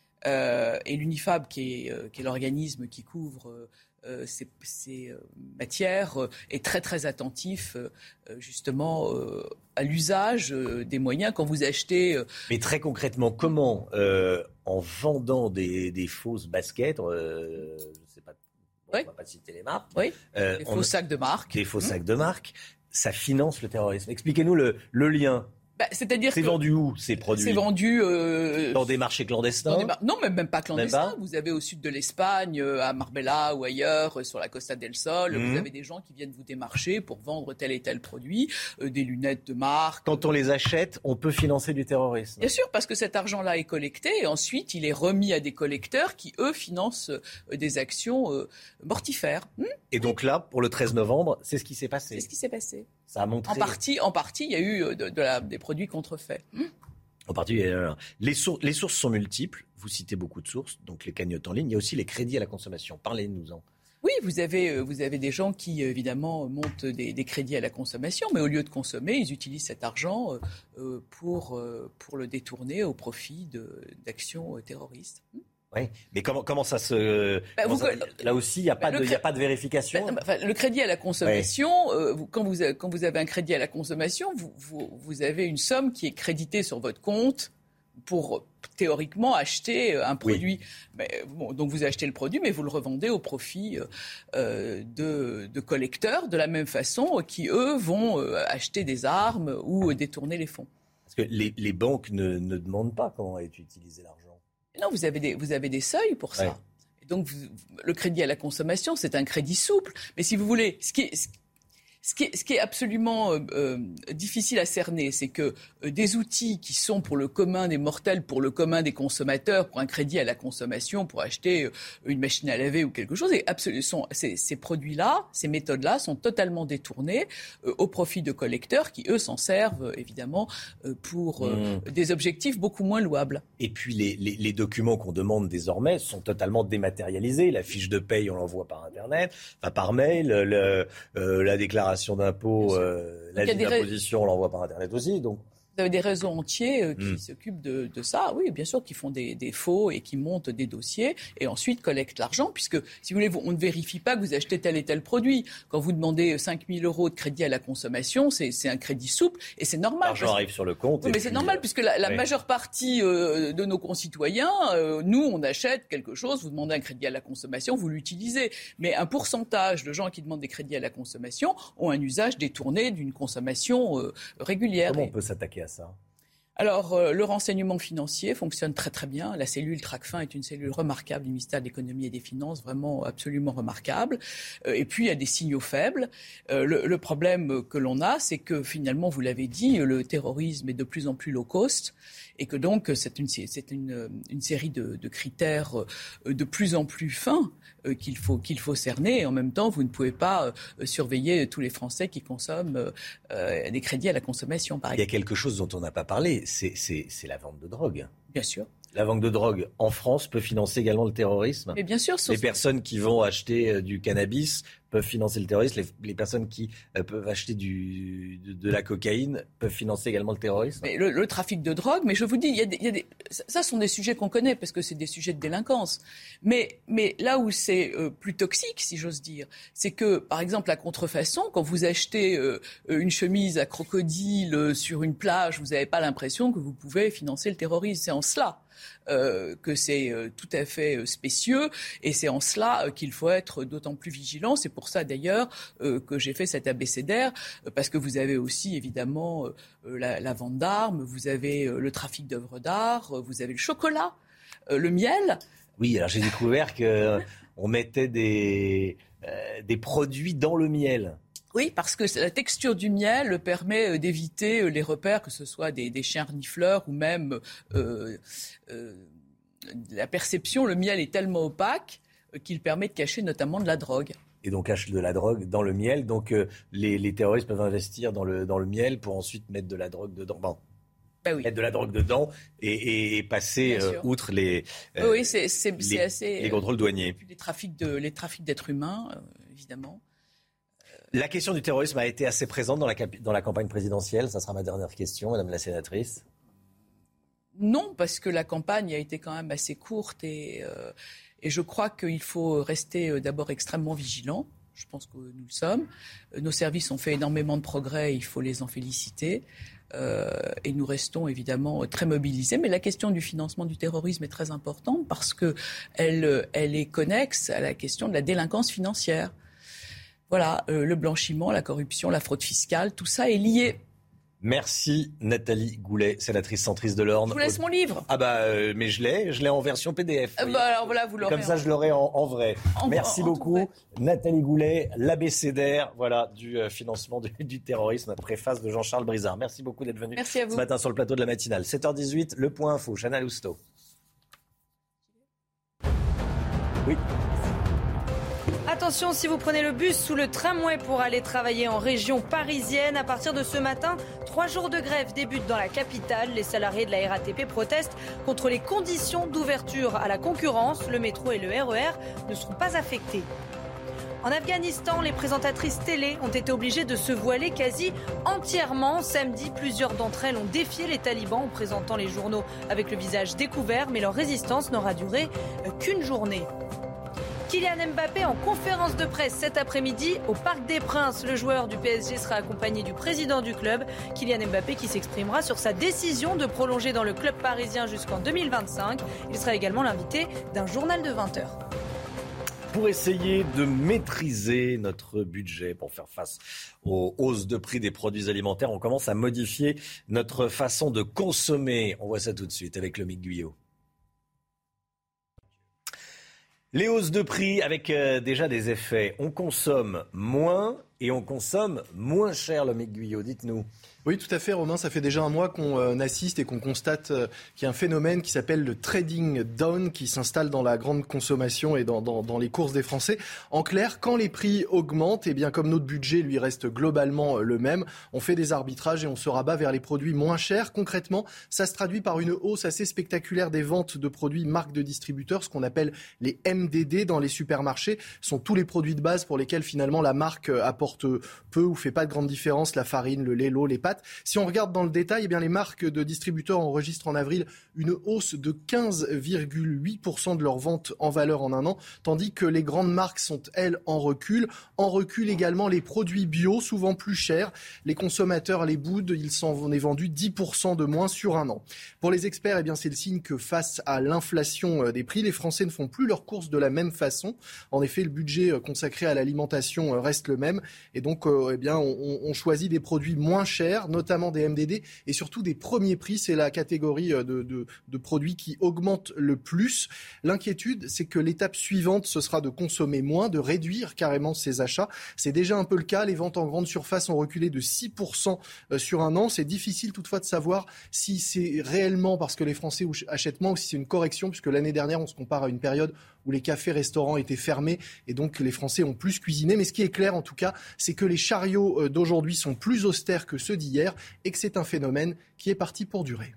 euh, et l'UNIFAB, qui est, euh, qui est l'organisme qui couvre euh, ces, ces euh, matières, euh, est très très attentif euh, justement euh, à l'usage euh, des moyens quand vous achetez. Euh... Mais très concrètement, comment euh, en vendant des, des fausses baskets, euh, je sais pas, bon, oui. on va pas citer les marques, oui. euh, des faux sacs de marque, des faux mmh. sacs de marque, ça finance le terrorisme. Expliquez-nous le, le lien. Bah, c'est-à-dire c'est que vendu où ces produits ? C'est vendu euh, dans des marchés clandestins. Des mar... Non, mais même pas clandestins. Même pas. Vous avez au sud de l'Espagne, à Marbella ou ailleurs, sur la Costa del Sol, mmh. vous avez des gens qui viennent vous démarcher pour vendre tel et tel produit, euh, des lunettes de marque. Quand on les achète, on peut financer du terrorisme. Bien sûr, parce que cet argent-là est collecté et ensuite il est remis à des collecteurs qui eux financent euh, des actions euh, mortifères. Mmh. Et donc là, pour le treize novembre, c'est ce qui s'est passé. C'est ce qui s'est passé. Ça a montré. En partie, en partie, il y a eu de, de la, des produits contrefaits. Mmh. En partie, les, sour- les sources sont multiples. Vous citez beaucoup de sources, donc les cagnottes en ligne. Il y a aussi les crédits à la consommation. Parlez-nous-en. Oui, vous avez, vous avez des gens qui, évidemment, montent des, des crédits à la consommation, mais au lieu de consommer, ils utilisent cet argent euh, pour, euh, pour le détourner au profit de, d'actions terroristes. Mmh. Oui, mais comment, comment ça se... Bah, comment vous, ça, là aussi, il n'y a, bah, cré... a pas de vérification. Bah, enfin, le crédit à la consommation, ouais. euh, vous, quand, vous avez, quand vous avez un crédit à la consommation, vous, vous, vous avez une somme qui est créditée sur votre compte pour théoriquement acheter un produit. Oui. Mais, bon, donc vous achetez le produit, mais vous le revendez au profit euh, de, de collecteurs, de la même façon, qui, eux, vont euh, acheter des armes ou euh, détourner les fonds. Parce que les, les banques ne, ne demandent pas comment est utilisé l'argent. Non, vous avez des, vous avez des seuils pour ça. Ouais. Et donc, vous, le crédit à la consommation, c'est un crédit souple. Mais si vous voulez, ce qui est, ce, Ce qui, est, ce qui est absolument euh, euh, difficile à cerner, c'est que euh, des outils qui sont pour le commun des mortels, pour le commun des consommateurs, pour un crédit à la consommation, pour acheter euh, une machine à laver ou quelque chose, et absolu- sont, ces, ces produits-là, ces méthodes-là sont totalement détournées euh, au profit de collecteurs qui, eux, s'en servent euh, évidemment euh, pour euh, mmh. des objectifs beaucoup moins louables. Et puis les, les, les documents qu'on demande désormais sont totalement dématérialisés. La fiche de paye, on l'envoie par Internet, enfin par mail, le, euh, la déclaration d'impôt, euh, la liste d'imposition, on l'envoie par Internet aussi. Donc. Vous avez des réseaux entiers euh, qui mmh. s'occupent de, de ça, oui, bien sûr, qui font des, des faux et qui montent des dossiers et ensuite collectent l'argent, puisque, si vous voulez, on ne vérifie pas que vous achetez tel et tel produit. Quand vous demandez cinq mille euros de crédit à la consommation, c'est, c'est un crédit souple et c'est normal. L'argent arrive sur le compte. Oui, mais c'est normal, puisque la, la oui. majeure partie euh, de nos concitoyens, euh, nous, on achète quelque chose, vous demandez un crédit à la consommation, vous l'utilisez. Mais un pourcentage de gens qui demandent des crédits à la consommation ont un usage détourné d'une consommation euh, régulière. Comment on peut s'attaquer à ça ? Alors, euh, le renseignement financier fonctionne très très bien. La cellule Tracfin est une cellule remarquable du ministère de l'économie et des finances, vraiment absolument remarquable. Euh, et puis, il y a des signaux faibles. Euh, le, le problème que l'on a, c'est que finalement, vous l'avez dit, le terrorisme est de plus en plus low cost. Et que donc, c'est une, c'est une, une série de, de critères de plus en plus fins euh, qu'il faut, qu'il faut cerner. Et en même temps, vous ne pouvez pas euh, surveiller tous les Français qui consomment euh, des crédits à la consommation, par exemple. Il y a quelque chose dont on n'a pas parlé, c'est, c'est, c'est la vente de drogue. Bien sûr. La vente de drogue en France peut financer également le terrorisme. Mais bien sûr. Sauf... Les personnes qui vont acheter euh, du cannabis peuvent financer le terrorisme. Les, les personnes qui euh, peuvent acheter du, de, de la cocaïne peuvent financer également le terrorisme. Mais le, le trafic de drogue, mais je vous dis, il y a des, il y a des, ça sont des sujets qu'on connaît parce que c'est des sujets de délinquance. Mais, mais là où c'est euh, plus toxique, si j'ose dire, c'est que, par exemple, la contrefaçon, quand vous achetez euh, une chemise à crocodile euh, sur une plage, vous n'avez pas l'impression que vous pouvez financer le terrorisme. C'est en cela. Euh, que c'est euh, tout à fait euh, spécieux et c'est en cela euh, qu'il faut être d'autant plus vigilant. C'est pour ça d'ailleurs euh, que j'ai fait cet abécédaire euh, parce que vous avez aussi évidemment euh, la, la vente d'armes, vous avez euh, le trafic d'œuvres d'art, euh, vous avez le chocolat, euh, le miel. Oui, alors j'ai découvert que on mettait des, euh, des produits dans le miel. Oui, parce que la texture du miel permet d'éviter les repères, que ce soit des, des chiens renifleurs ou même euh, euh, la perception. Le miel est tellement opaque qu'il permet de cacher notamment de la drogue. Et donc cache de la drogue dans le miel. Donc euh, les, les terroristes peuvent investir dans le, dans le miel pour ensuite mettre de la drogue dedans. Bon. Bah oui. Mettre de la drogue dedans et, et passer euh, outre les, euh, oui, c'est, c'est, les, c'est assez, les contrôles douaniers. Les trafics, de, les trafics d'êtres humains, euh, évidemment. La question du terrorisme a été assez présente dans la, cap- dans la campagne présidentielle. Ça sera ma dernière question, Madame la sénatrice. Non, parce que la campagne a été quand même assez courte et, euh, et je crois qu'il faut rester euh, d'abord extrêmement vigilant. Je pense que nous le sommes. Nos services ont fait énormément de progrès, il faut les en féliciter. Euh, et nous restons évidemment très mobilisés. Mais la question du financement du terrorisme est très importante parce qu'elle elle est connexe à la question de la délinquance financière. Voilà, euh, le blanchiment, la corruption, la fraude fiscale, tout ça est lié. Merci Nathalie Goulet, sénatrice centriste de l'Orne. Je vous laisse mon livre. Ah bah, euh, mais je l'ai, je l'ai en version P D F. Euh, bah alors voilà, vous l'aurez. Comme ça, en... je l'aurai en, en vrai. En, Merci en, en beaucoup, Nathalie Goulet, l'abécédaire, voilà, du euh, financement du, du terrorisme, préface de Jean-Charles Brizard. Merci beaucoup d'être venu. Merci à vous. Ce matin sur le plateau de la matinale, sept heures dix-huit, le point info, Chana Lousteau. Oui. Attention, si vous prenez le bus ou le tramway pour aller travailler en région parisienne, à partir de ce matin, trois jours de grève débutent dans la capitale. Les salariés de la R A T P protestent contre les conditions d'ouverture à la concurrence. Le métro et le R E R ne seront pas affectés. En Afghanistan, les présentatrices télé ont été obligées de se voiler quasi entièrement. Samedi, plusieurs d'entre elles ont défié les talibans en présentant les journaux avec le visage découvert, mais leur résistance n'aura duré qu'une journée. Kylian Mbappé en conférence de presse cet après-midi au Parc des Princes. Le joueur du P S G sera accompagné du président du club, Kylian Mbappé, qui s'exprimera sur sa décision de prolonger dans le club parisien jusqu'en deux mille vingt-cinq. Il sera également l'invité d'un journal de vingt heures. Pour essayer de maîtriser notre budget, pour faire face aux hausses de prix des produits alimentaires, on commence à modifier notre façon de consommer. On voit ça tout de suite avec Lomique Guyot. Les hausses de prix avec euh, déjà des effets. On consomme moins et on consomme moins cher, Lomique Guyot, dites-nous. Oui, tout à fait, Romain. Ça fait déjà un mois qu'on euh, assiste et qu'on constate euh, qu'il y a un phénomène qui s'appelle le trading down qui s'installe dans la grande consommation et dans, dans, dans les courses des Français. En clair, quand les prix augmentent, eh bien, comme notre budget lui reste globalement euh, le même, on fait des arbitrages et on se rabat vers les produits moins chers. Concrètement, ça se traduit par une hausse assez spectaculaire des ventes de produits marques de distributeurs, ce qu'on appelle les M D D dans les supermarchés. Ce sont tous les produits de base pour lesquels finalement la marque apporte peu ou fait pas de grande différence, la farine, le lait, l'eau, les pâtes. Si on regarde dans le détail, eh bien les marques de distributeurs enregistrent en avril une hausse de quinze virgule huit pour cent de leurs ventes en valeur en un an, tandis que les grandes marques sont, elles, en recul. En recul également les produits bio, souvent plus chers. Les consommateurs les boudent, ils s'en est vendu dix pour cent de moins sur un an. Pour les experts, eh bien c'est le signe que face à l'inflation des prix, les Français ne font plus leurs courses de la même façon. En effet, le budget consacré à l'alimentation reste le même et donc eh bien on, on choisit des produits moins chers, notamment des M D D et surtout des premiers prix. C'est la catégorie de, de, de produits qui augmente le plus. L'inquiétude, c'est que l'étape suivante, ce sera de consommer moins, de réduire carrément ses achats. C'est déjà un peu le cas. Les ventes en grande surface ont reculé de six pour cent sur un an. C'est difficile toutefois de savoir si c'est réellement parce que les Français achètent moins ou si c'est une correction, puisque l'année dernière, on se compare à une période où les cafés-restaurants étaient fermés et donc les Français ont plus cuisiné. Mais ce qui est clair, en tout cas, c'est que les chariots d'aujourd'hui sont plus austères que ceux d'hier et que c'est un phénomène qui est parti pour durer.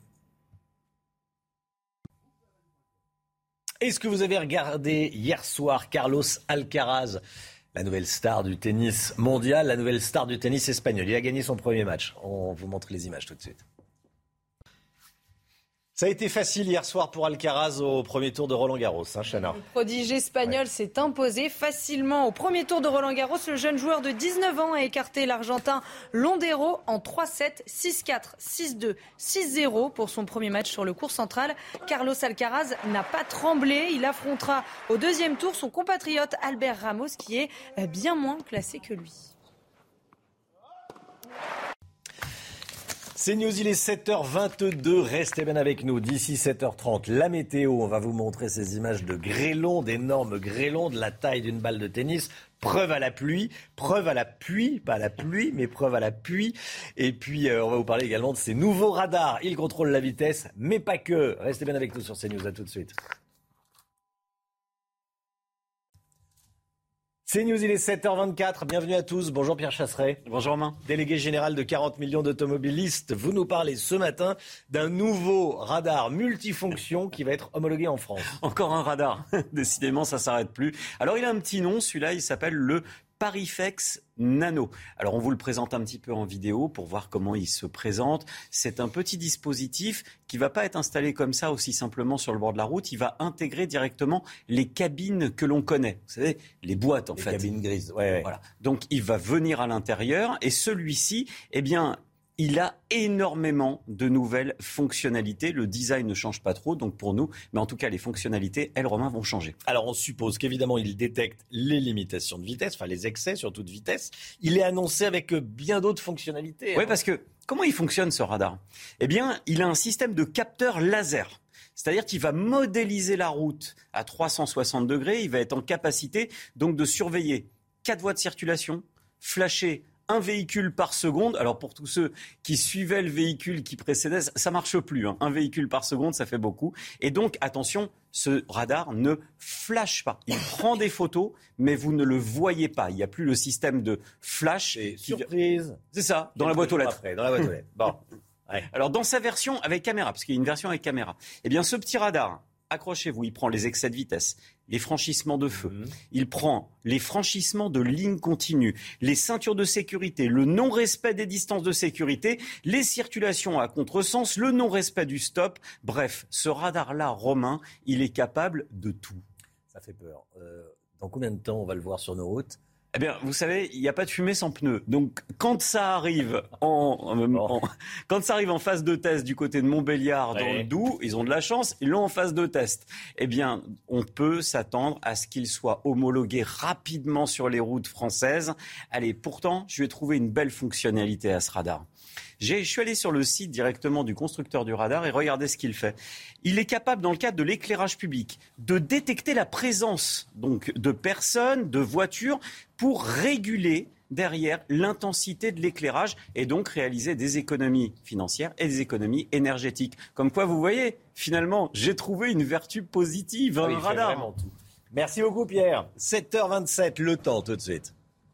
Est-ce que vous avez regardé hier soir Carlos Alcaraz, la nouvelle star du tennis mondial, la nouvelle star du tennis espagnol? Il a gagné son premier match. On vous montre les images tout de suite. Ça a été facile hier soir pour Alcaraz au premier tour de Roland-Garros, hein, Chana. Le prodige espagnol ouais. s'est imposé facilement au premier tour de Roland-Garros. Le jeune joueur de dix-neuf ans a écarté l'Argentin Londero en trois sept, six quatre, six deux, six zéro pour son premier match sur le court central. Carlos Alcaraz n'a pas tremblé. Il affrontera au deuxième tour son compatriote Albert Ramos qui est bien moins classé que lui. C'est News, il est sept heures vingt-deux, restez bien avec nous. D'ici sept heures trente, la météo, on va vous montrer ces images de grêlons, d'énormes grêlons, de la taille d'une balle de tennis. Preuve à la pluie, preuve à la pluie, pas à la pluie, mais preuve à la pluie. Et puis, euh, on va vous parler également de ces nouveaux radars. Ils contrôlent la vitesse, mais pas que. Restez bien avec nous sur CNews, à tout de suite. C'est News, il est sept heures vingt-quatre, bienvenue à tous, bonjour Pierre Chasseret. Bonjour Romain. Délégué général de quarante millions d'automobilistes, vous nous parlez ce matin d'un nouveau radar multifonction qui va être homologué en France. Encore un radar, décidément ça s'arrête plus. Alors il a un petit nom, celui-là il s'appelle le Parifex Nano. Alors on vous le présente un petit peu en vidéo pour voir comment il se présente. C'est un petit dispositif qui ne va pas être installé comme ça aussi simplement sur le bord de la route. Il va intégrer directement les cabines que l'on connaît. Vous savez, les boîtes en les fait. Les cabines grises, ouais, ouais. Voilà. Donc il va venir à l'intérieur et celui-ci, eh bien, il a énormément de nouvelles fonctionnalités. Le design ne change pas trop, donc pour nous, mais en tout cas, les fonctionnalités, elles, Romain, vont changer. Alors, on suppose qu'évidemment, il détecte les limitations de vitesse, enfin les excès surtout de vitesse. Il est annoncé avec bien d'autres fonctionnalités. Oui, hein. parce que comment il fonctionne ce radar ? Eh bien, il a un système de capteur laser. C'est-à-dire qu'il va modéliser la route à trois cent soixante degrés. Il va être en capacité donc de surveiller quatre voies de circulation, flasher un véhicule par seconde. Alors pour tous ceux qui suivaient le véhicule qui précédait, ça marche plus. Hein. Un véhicule par seconde, ça fait beaucoup. Et donc, attention, ce radar ne flash pas. Il prend des photos, mais vous ne le voyez pas. Il n'y a plus le système de flash. Et surprise. C'est ça, dans la boîte aux lettres. Après, dans la boîte aux lettres. Bon. Ouais. Alors dans sa version avec caméra, parce qu'il y a une version avec caméra, eh bien ce petit radar, accrochez-vous, il prend les excès de vitesse, les franchissements de feu, mmh. il prend les franchissements de lignes continues, les ceintures de sécurité, le non-respect des distances de sécurité, les circulations à contresens, le non-respect du stop. Bref, ce radar-là, Romain, il est capable de tout. Ça fait peur. Euh, dans combien de temps on va le voir sur nos routes ? Eh bien, vous savez, il n'y a pas de fumée sans pneus. Donc, quand ça arrive en, en, en, quand ça arrive en phase de test du côté de Montbéliard, ouais. dans le Doubs, ils ont de la chance, ils l'ont en phase de test. Eh bien, on peut s'attendre à ce qu'il soit homologué rapidement sur les routes françaises. Allez, pourtant, je vais trouver une belle fonctionnalité à ce radar. J'ai, je suis allé sur le site directement du constructeur du radar et regardez ce qu'il fait. Il est capable, dans le cadre de l'éclairage public, de détecter la présence donc de personnes, de voitures, pour réguler derrière l'intensité de l'éclairage et donc réaliser des économies financières et des économies énergétiques. Comme quoi, vous voyez, finalement, j'ai trouvé une vertu positive, un oui, radar. Vraiment tout. Merci beaucoup Pierre. sept heures vingt-sept, le temps tout de suite.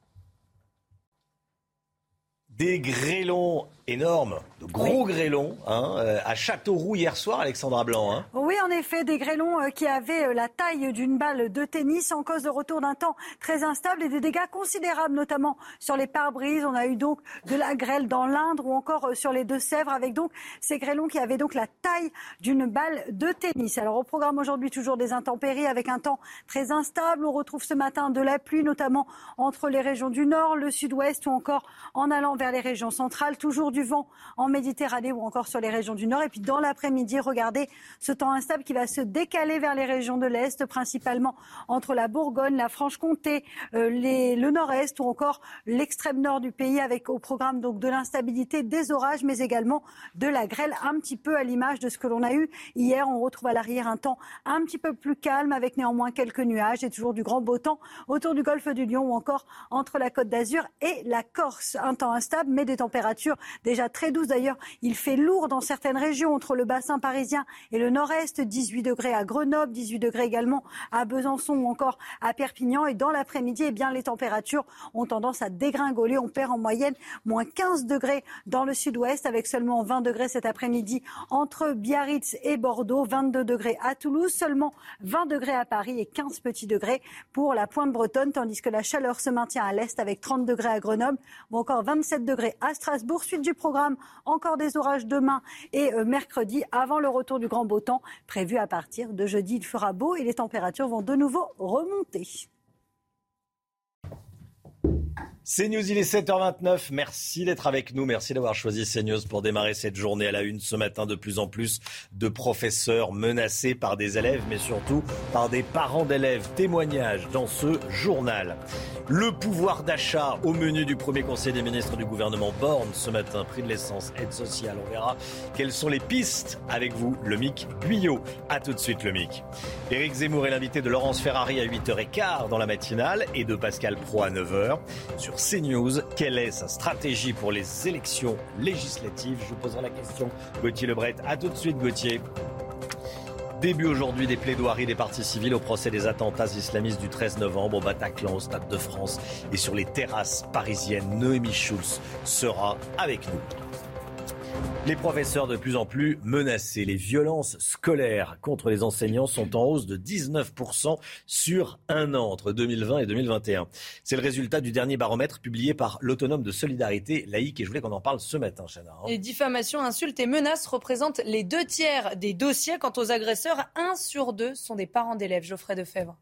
Des grêlons énormes, de gros oui. grêlons, hein, euh, à Châteauroux hier soir, Alexandra Blanc. Hein. Oui, en effet, des grêlons euh, qui avaient euh, la taille d'une balle de tennis en cause de retour d'un temps très instable et des dégâts considérables, notamment sur les pare-brises. On a eu donc de la grêle dans l'Indre ou encore euh, sur les Deux-Sèvres, avec donc ces grêlons qui avaient donc la taille d'une balle de tennis. Alors au programme aujourd'hui, toujours des intempéries avec un temps très instable. On retrouve ce matin de la pluie, notamment entre les régions du Nord, le Sud-Ouest ou encore en allant vers les régions centrales. Toujours du vent en Méditerranée ou encore sur les régions du Nord. Et puis dans l'après-midi, regardez ce temps instable qui va se décaler vers les régions de l'Est, principalement entre la Bourgogne, la Franche-Comté, euh, les, le Nord-Est ou encore l'extrême nord du pays, avec au programme donc de l'instabilité, des orages, mais également de la grêle, un petit peu à l'image de ce que l'on a eu hier. On retrouve à l'arrière un temps un petit peu plus calme, avec néanmoins quelques nuages et toujours du grand beau temps autour du golfe du Lion ou encore entre la Côte d'Azur et la Corse. Un temps instable, mais des températures déjà très douces. D'ailleurs, il fait lourd dans certaines régions entre le bassin parisien et le nord-est. dix-huit degrés à Grenoble, dix-huit degrés également à Besançon ou encore à Perpignan. Et dans l'après-midi, eh bien, les températures ont tendance à dégringoler. On perd en moyenne moins quinze degrés dans le sud-ouest, avec seulement vingt degrés cet après-midi entre Biarritz et Bordeaux, vingt-deux degrés à Toulouse, seulement vingt degrés à Paris et quinze petits degrés pour la pointe bretonne, tandis que la chaleur se maintient à l'est avec trente degrés à Grenoble ou encore vingt-sept degrés à Strasbourg. Suite du programme, encore des orages demain et euh, mercredi avant le retour du grand beau temps prévu à partir de jeudi. Il fera beau et les températures vont de nouveau remonter. CNews, il est sept heures vingt-neuf. Merci d'être avec nous. Merci d'avoir choisi CNews pour démarrer cette journée à la une. Ce matin, de plus en plus de professeurs menacés par des élèves, mais surtout par des parents d'élèves. Témoignage dans ce journal. Le pouvoir d'achat au menu du premier conseil des ministres du gouvernement Borne ce matin. Prix de l'essence, aide sociale. On verra quelles sont les pistes avec vous, Lomique Guyot. A tout de suite, Lomique. Éric Zemmour est l'invité de Laurence Ferrari à huit heures quinze dans la matinale et de Pascal Praud à neuf heures. Sur CNews, quelle est sa stratégie pour les élections législatives? Je vous poserai la question. Gauthier Lebret, à tout de suite, Gauthier. Début aujourd'hui des plaidoiries des parties civiles au procès des attentats islamistes du treize novembre au Bataclan, au Stade de France et sur les terrasses parisiennes. Noémie Schulz sera avec nous. Les professeurs de plus en plus menacés. Les violences scolaires contre les enseignants sont en hausse de dix-neuf pour cent sur un an entre deux mille vingt et deux mille vingt et un. C'est le résultat du dernier baromètre publié par l'Autonome de solidarité laïque. Et je voulais qu'on en parle ce matin, Chana. Hein. Les diffamations, insultes et menaces représentent les deux tiers des dossiers. Quant aux agresseurs, un sur deux sont des parents d'élèves. Geoffrey Defebvre.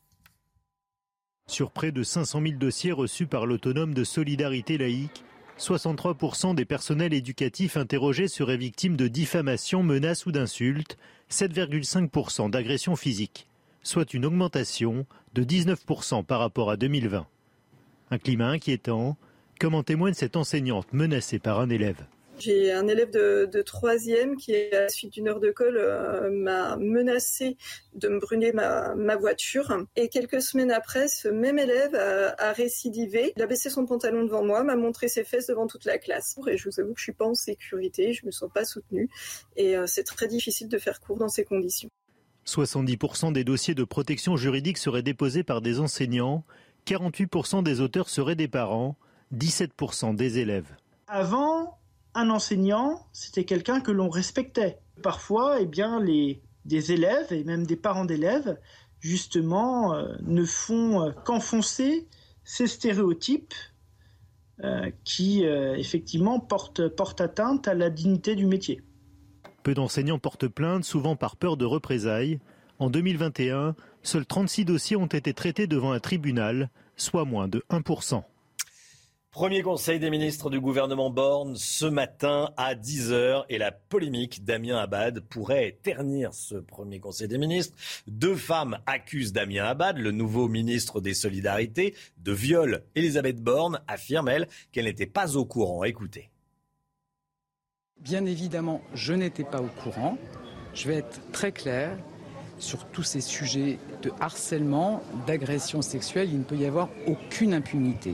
Sur près de cinq cent mille dossiers reçus par l'Autonome de solidarité laïque, soixante-trois pour cent des personnels éducatifs interrogés seraient victimes de diffamation, menaces ou d'insultes, sept virgule cinq pour cent d'agressions physiques, soit une augmentation de dix-neuf pour cent par rapport à deux mille vingt. Un climat inquiétant, comme en témoigne cette enseignante menacée par un élève. J'ai un élève de, de troisième qui, à la suite d'une heure de colle, euh, m'a menacé de me brûler ma, ma voiture. Et quelques semaines après, ce même élève a, a récidivé. Il a baissé son pantalon devant moi, m'a montré ses fesses devant toute la classe. Et je vous avoue que je suis pas en sécurité, je me sens pas soutenue. Et euh, c'est très difficile de faire cours dans ces conditions. soixante-dix pour cent des dossiers de protection juridique seraient déposés par des enseignants, quarante-huit pour cent des auteurs seraient des parents, dix-sept pour cent des élèves. Avant, un enseignant, c'était quelqu'un que l'on respectait. Parfois, eh bien, les, des élèves et même des parents d'élèves, justement, euh, ne font euh, qu'enfoncer ces stéréotypes euh, qui, euh, effectivement, portent, portent atteinte à la dignité du métier. Peu d'enseignants portent plainte, souvent par peur de représailles. En deux mille vingt et un, seuls trente-six dossiers ont été traités devant un tribunal, soit moins de un pour cent. Premier conseil des ministres du gouvernement Borne ce matin à dix heures et la polémique Damien Abad pourrait ternir ce premier conseil des ministres. Deux femmes accusent Damien Abad, le nouveau ministre des Solidarités, de viol. Elisabeth Borne affirme, elle, qu'elle n'était pas au courant. Écoutez. Bien évidemment, je n'étais pas au courant. Je vais être très clair. Sur tous ces sujets de harcèlement, d'agression sexuelle, il ne peut y avoir aucune impunité.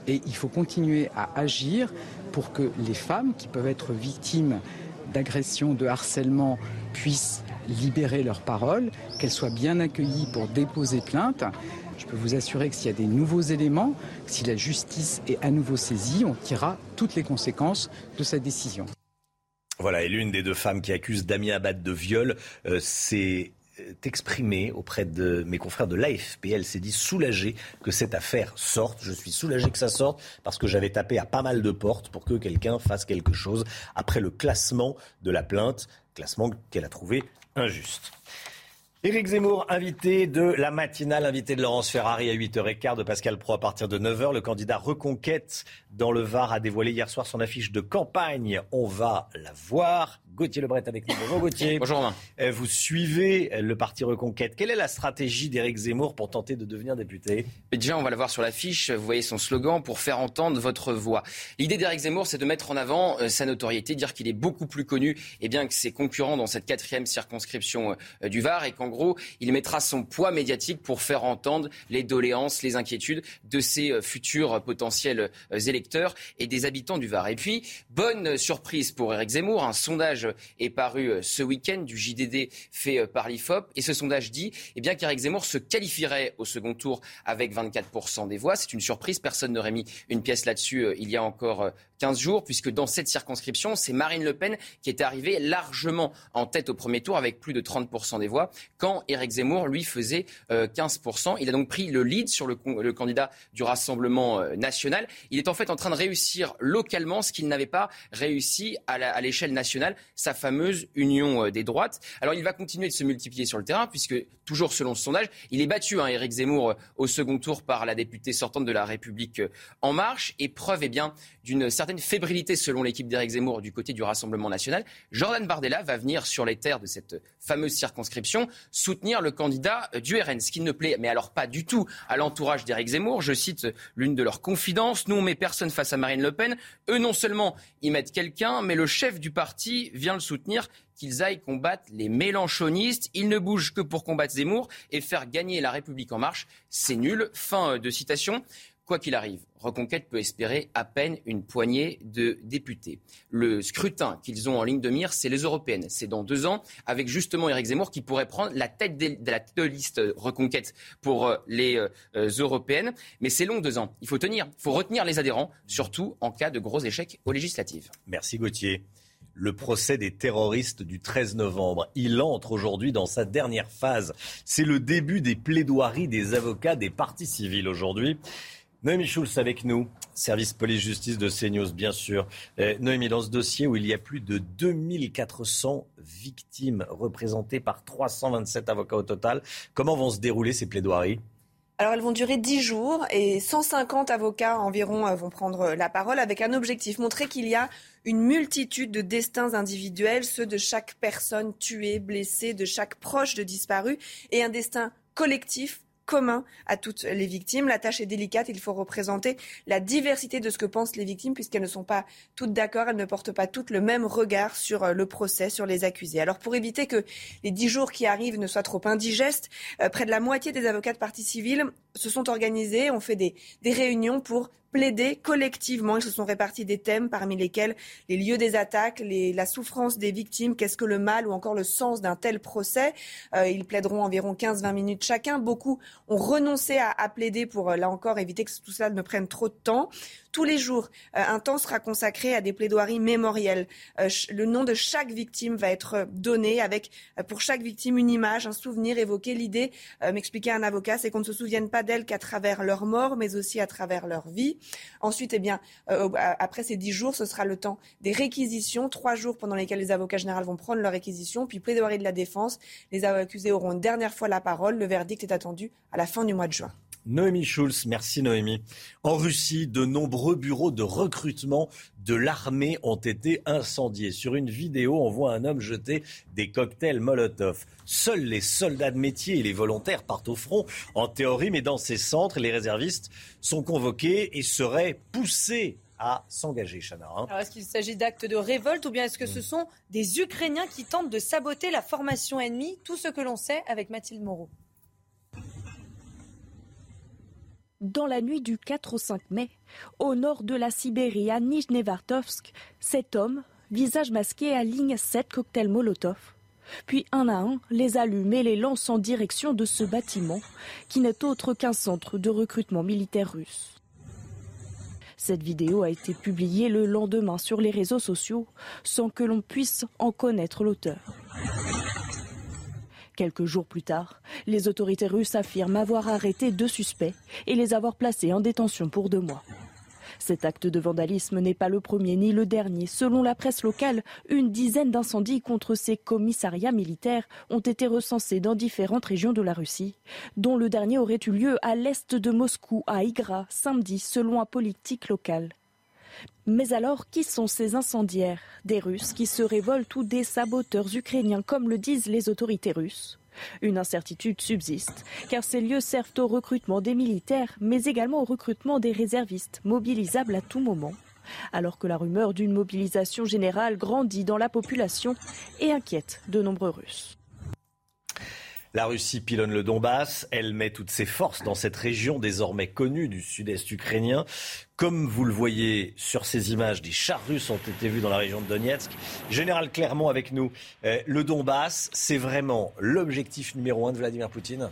Et il faut continuer à agir pour que les femmes qui peuvent être victimes d'agressions, de harcèlement, puissent libérer leur parole, qu'elles soient bien accueillies pour déposer plainte. Je peux vous assurer que s'il y a des nouveaux éléments, si la justice est à nouveau saisie, on tirera toutes les conséquences de cette décision. Voilà, et l'une des deux femmes qui accuse Damien Abad de viol euh, s'est exprimée auprès de mes confrères de l'A F P. Elle s'est dit soulagée que cette affaire sorte. Je suis soulagée que ça sorte parce que j'avais tapé à pas mal de portes pour que quelqu'un fasse quelque chose après le classement de la plainte, classement qu'elle a trouvé injuste. Éric Zemmour, invité de la matinale, invité de Laurence Ferrari à huit heures quinze, de Pascal Praud à partir de neuf heures. Le candidat Reconquête dans le Var a dévoilé hier soir son affiche de campagne. On va la voir. Gauthier Lebret avec nous. Bonjour Gauthier. Bonjour Romain. Vous suivez le parti Reconquête. Quelle est la stratégie d'Éric Zemmour pour tenter de devenir député ? Et déjà, on va la voir sur l'affiche. Vous voyez son slogan, pour faire entendre votre voix. L'idée d'Éric Zemmour, c'est de mettre en avant euh, sa notoriété, dire qu'il est beaucoup plus connu et bien que ses concurrents dans cette quatrième circonscription euh, du Var, et qu'en gros, il mettra son poids médiatique pour faire entendre les doléances, les inquiétudes de ses euh, futurs euh, potentiels euh, électeurs et des habitants du Var. Et puis, bonne surprise pour Éric Zemmour, un sondage est paru ce week-end du J D D fait par l'I F O P. Et ce sondage dit eh bien, qu'Éric Zemmour se qualifierait au second tour avec vingt-quatre pour cent des voix. C'est une surprise, personne n'aurait mis une pièce là-dessus il y a encore quinze jours, puisque dans cette circonscription, c'est Marine Le Pen qui est arrivée largement en tête au premier tour avec plus de trente pour cent des voix, quand Éric Zemmour, lui, faisait quinze pour cent. Il a donc pris le lead sur le, le candidat du Rassemblement national. Il est en fait en train de réussir localement ce qu'il n'avait pas réussi à, la, à l'échelle nationale, sa fameuse union des droites. Alors il va continuer de se multiplier sur le terrain, puisque toujours selon ce sondage, il est battu, hein, Éric Zemmour, au second tour par la députée sortante de La République En Marche. Et preuve eh bien, d'une certaine fébrilité selon l'équipe d'Éric Zemmour du côté du Rassemblement national, Jordan Bardella va venir sur les terres de cette fameuse circonscription soutenir le candidat du R N, ce qui ne plaît mais alors pas du tout à l'entourage d'Éric Zemmour. Je cite l'une de leurs confidences: nous on met personne face à Marine Le Pen, eux non seulement ils mettent quelqu'un, mais le chef du parti vient le soutenir, qu'ils aillent combattre les mélenchonistes. Ils ne bougent que pour combattre Zemmour et faire gagner La République En Marche. C'est nul. Fin de citation. Quoi qu'il arrive, Reconquête peut espérer à peine une poignée de députés. Le scrutin qu'ils ont en ligne de mire, c'est les européennes. C'est dans deux ans, avec justement Éric Zemmour qui pourrait prendre la tête de la tête de liste Reconquête pour les euh, européennes. Mais c'est long, deux ans. Il faut tenir, il faut retenir les adhérents, surtout en cas de gros échecs aux législatives. Merci Gauthier. Le procès des terroristes du treize novembre, il entre aujourd'hui dans sa dernière phase. C'est le début des plaidoiries des avocats des parties civiles aujourd'hui. Noémie Schulz avec nous, service police-justice de CNews bien sûr. Euh, Noémie, dans ce dossier où il y a plus de deux mille quatre cents victimes représentées par trois cent vingt-sept avocats au total, comment vont se dérouler ces plaidoiries ? Alors elles vont durer dix jours et cent cinquante avocats environ vont prendre la parole avec un objectif, montrer qu'il y a une multitude de destins individuels, ceux de chaque personne tuée, blessée, de chaque proche de disparu, et un destin collectif commun à toutes les victimes. La tâche est délicate, il faut représenter la diversité de ce que pensent les victimes puisqu'elles ne sont pas toutes d'accord, elles ne portent pas toutes le même regard sur le procès, sur les accusés. Alors pour éviter que les dix jours qui arrivent ne soient trop indigestes, euh, près de la moitié des avocats de partie civile se sont organisés, ont fait des, des réunions pour plaider collectivement. Ils se sont répartis des thèmes parmi lesquels les lieux des attaques, les, la souffrance des victimes, qu'est-ce que le mal ou encore le sens d'un tel procès. Euh, ils plaideront environ quinze à vingt minutes chacun. Beaucoup ont renoncé à, à plaider pour, là encore, éviter que tout cela ne prenne trop de temps. Tous les jours, euh, un temps sera consacré à des plaidoiries mémorielles. Euh, ch- le nom de chaque victime va être donné avec, euh, pour chaque victime, une image, un souvenir évoqué. L'idée, euh, m'expliquait un avocat, c'est qu'on ne se souvienne pas d'elles qu'à travers leur mort, mais aussi à travers leur vie. Ensuite, eh bien, euh, après ces dix jours, ce sera le temps des réquisitions, trois jours pendant lesquels les avocats généraux vont prendre leur réquisition, puis plaidoirie de la défense. Les accusés auront une dernière fois la parole. Le verdict est attendu à la fin du mois de juin. Noémie Schulz, merci Noémie. En Russie, de nombreux bureaux de recrutement de l'armée ont été incendiés. Sur une vidéo, on voit un homme jeter des cocktails Molotov. Seuls les soldats de métier et les volontaires partent au front, en théorie, mais dans ces centres, les réservistes sont convoqués et seraient poussés à s'engager, Chana. Hein. Alors, est-ce qu'il s'agit d'actes de révolte ou bien est-ce que ce sont des Ukrainiens qui tentent de saboter la formation ennemie ? Tout ce que l'on sait avec Mathilde Moreau. Dans la nuit du quatre au cinq mai, au nord de la Sibérie, à Nijnevartovsk, cet homme, visage masqué, aligne sept cocktails Molotov. Puis un à un, les allume et les lance en direction de ce bâtiment, qui n'est autre qu'un centre de recrutement militaire russe. Cette vidéo a été publiée le lendemain sur les réseaux sociaux, sans que l'on puisse en connaître l'auteur. Quelques jours plus tard, les autorités russes affirment avoir arrêté deux suspects et les avoir placés en détention pour deux mois. Cet acte de vandalisme n'est pas le premier ni le dernier. Selon la presse locale, une dizaine d'incendies contre ces commissariats militaires ont été recensés dans différentes régions de la Russie, dont le dernier aurait eu lieu à l'est de Moscou, à Igra, samedi, selon un politique local. Mais alors, qui sont ces incendiaires? Des Russes qui se révoltent ou des saboteurs ukrainiens, comme le disent les autorités russes? Une incertitude subsiste, car ces lieux servent au recrutement des militaires, mais également au recrutement des réservistes, mobilisables à tout moment. Alors que la rumeur d'une mobilisation générale grandit dans la population et inquiète de nombreux Russes. La Russie pilonne le Donbass, elle met toutes ses forces dans cette région désormais connue du sud-est ukrainien. Comme vous le voyez sur ces images, des chars russes ont été vus dans la région de Donetsk. Général Clermont avec nous, euh, le Donbass, c'est vraiment l'objectif numéro un de Vladimir Poutine?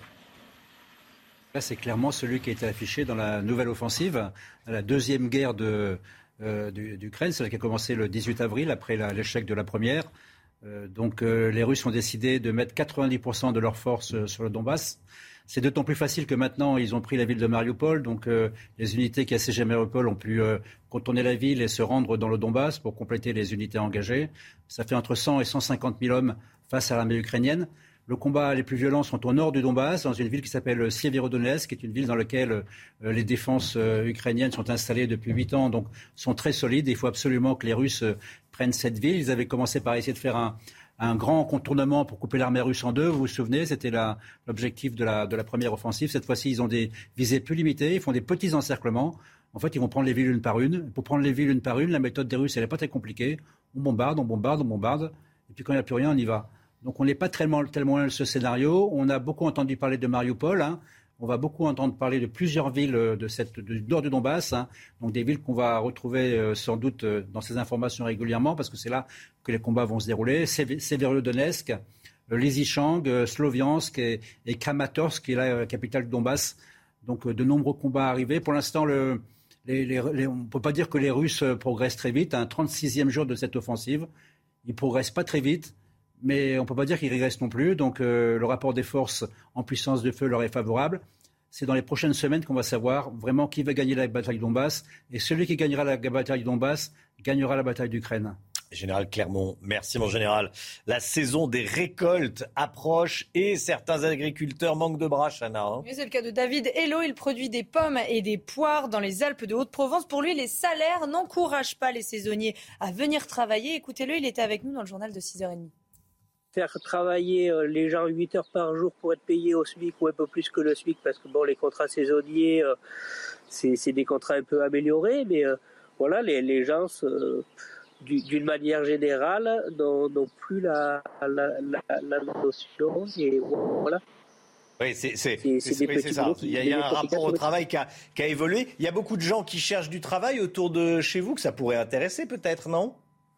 Là, c'est clairement celui qui a été affiché dans la nouvelle offensive, la deuxième guerre de, euh, d'Ukraine, celle qui a commencé le dix-huit avril, après la, l'échec de la première. Euh, donc euh, les Russes ont décidé de mettre quatre-vingt-dix pour cent de leurs forces euh, sur le Donbass. C'est d'autant plus facile que maintenant ils ont pris la ville de Mariupol, donc euh, les unités qui assiégeaient Mariupol ont pu euh, contourner la ville et se rendre dans le Donbass pour compléter les unités engagées. Ça fait entre cent et cent cinquante mille hommes face à l'armée ukrainienne. Le combat les plus violents sont au nord du Donbass, dans une ville qui s'appelle Sieverodonetsk, qui est une ville dans laquelle euh, les défenses euh, ukrainiennes sont installées depuis huit ans, donc sont très solides. Il faut absolument que les Russes euh, prennent cette ville. Ils avaient commencé par essayer de faire un, un grand contournement pour couper l'armée russe en deux. Vous vous souvenez, c'était la, l'objectif de la, de la première offensive. Cette fois-ci, ils ont des visées plus limitées. Ils font des petits encerclements. En fait, ils vont prendre les villes une par une. Pour prendre les villes une par une, la méthode des Russes, elle n'est pas très compliquée. On bombarde, on bombarde, on bombarde. Et puis quand il n'y a plus rien, on y va. Donc on n'est pas tellement, tellement loin de ce scénario. On a beaucoup entendu parler de Mariupol. Hein. On va beaucoup entendre parler de plusieurs villes de cette, du nord du Donbass. Hein. Donc des villes qu'on va retrouver euh, sans doute euh, dans ces informations régulièrement, parce que c'est là que les combats vont se dérouler. Severodonetsk, euh, Lysychansk, euh, Sloviansk et, et Kramatorsk, qui est la euh, capitale du Donbass. Donc euh, de nombreux combats arrivés. Pour l'instant, le, les, les, les, on ne peut pas dire que les Russes progressent très vite. Hein. trente-sixième jour de cette offensive. Ils ne progressent pas très vite. Mais on ne peut pas dire qu'ils régressent non plus. Donc euh, le rapport des forces en puissance de feu leur est favorable. C'est dans les prochaines semaines qu'on va savoir vraiment qui va gagner la bataille du Donbass. Et celui qui gagnera la bataille du Donbass gagnera la bataille d'Ukraine. Général Clermont, merci mon général. La saison des récoltes approche et certains agriculteurs manquent de bras, Chana. Hein. Oui, c'est le cas de David Hello. Il produit des pommes et des poires dans les Alpes de Haute-Provence. Pour lui, les salaires n'encouragent pas les saisonniers à venir travailler. Écoutez-le, il était avec nous dans le journal de six heures trente. Faire travailler les gens huit heures par jour pour être payés au SMIC ou un peu plus que le SMIC, parce que bon, les contrats saisonniers, c'est, c'est des contrats un peu améliorés, mais euh, voilà, les, les gens, euh, d'une manière générale, n'ont, n'ont plus la, la, la, la notion, et voilà. Oui, c'est, c'est, c'est, c'est, c'est, oui, c'est ça. Il y a, il y a un rapport au travail qui a, qui a évolué. Il y a beaucoup de gens qui cherchent du travail autour de chez vous, que ça pourrait intéresser peut-être, non ?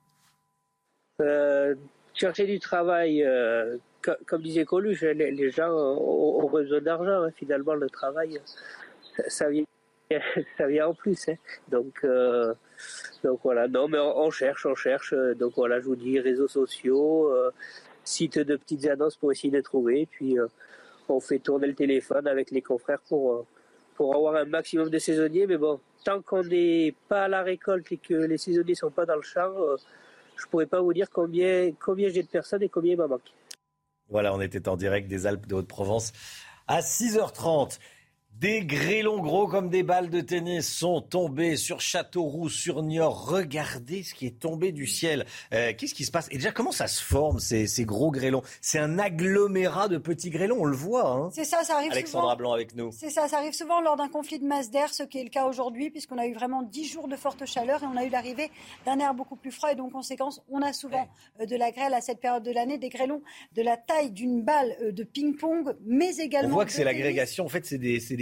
euh, Chercher du travail, euh, comme, comme disait Coluche, les, les gens ont, ont besoin d'argent. Hein. Finalement, le travail, ça vient, ça vient en plus. Hein. Donc, euh, donc voilà. Non, mais on, on cherche, on cherche. Donc voilà, je vous dis, réseaux sociaux, euh, sites de petites annonces pour essayer de trouver. Puis euh, on fait tourner le téléphone avec les confrères pour euh, pour avoir un maximum de saisonniers. Mais bon, tant qu'on n'est pas à la récolte et que les saisonniers sont pas dans le champ. Euh, Je ne pourrais pas vous dire combien, combien j'ai de personnes et combien il m'en manque. Voilà, on était en direct des Alpes de Haute-Provence à six heures trente. Des grêlons gros comme des balles de tennis sont tombés sur Châteauroux, sur Niort. Regardez ce qui est tombé du ciel. Euh, qu'est-ce qui se passe ? Et déjà, comment ça se forme, ces, ces gros grêlons ? C'est un agglomérat de petits grêlons, on le voit. Hein. C'est ça, ça arrive Alexandra souvent. Blanc avec nous. C'est ça, ça arrive souvent lors d'un conflit de masse d'air, ce qui est le cas aujourd'hui, puisqu'on a eu vraiment dix jours de forte chaleur et on a eu l'arrivée d'un air beaucoup plus froid. Et donc, conséquence, on a souvent ouais. de la grêle à cette période de l'année, des grêlons de la taille d'une balle de ping-pong, mais également. On voit que c'est tennis. l'agrégation. En fait, c'est des, c'est des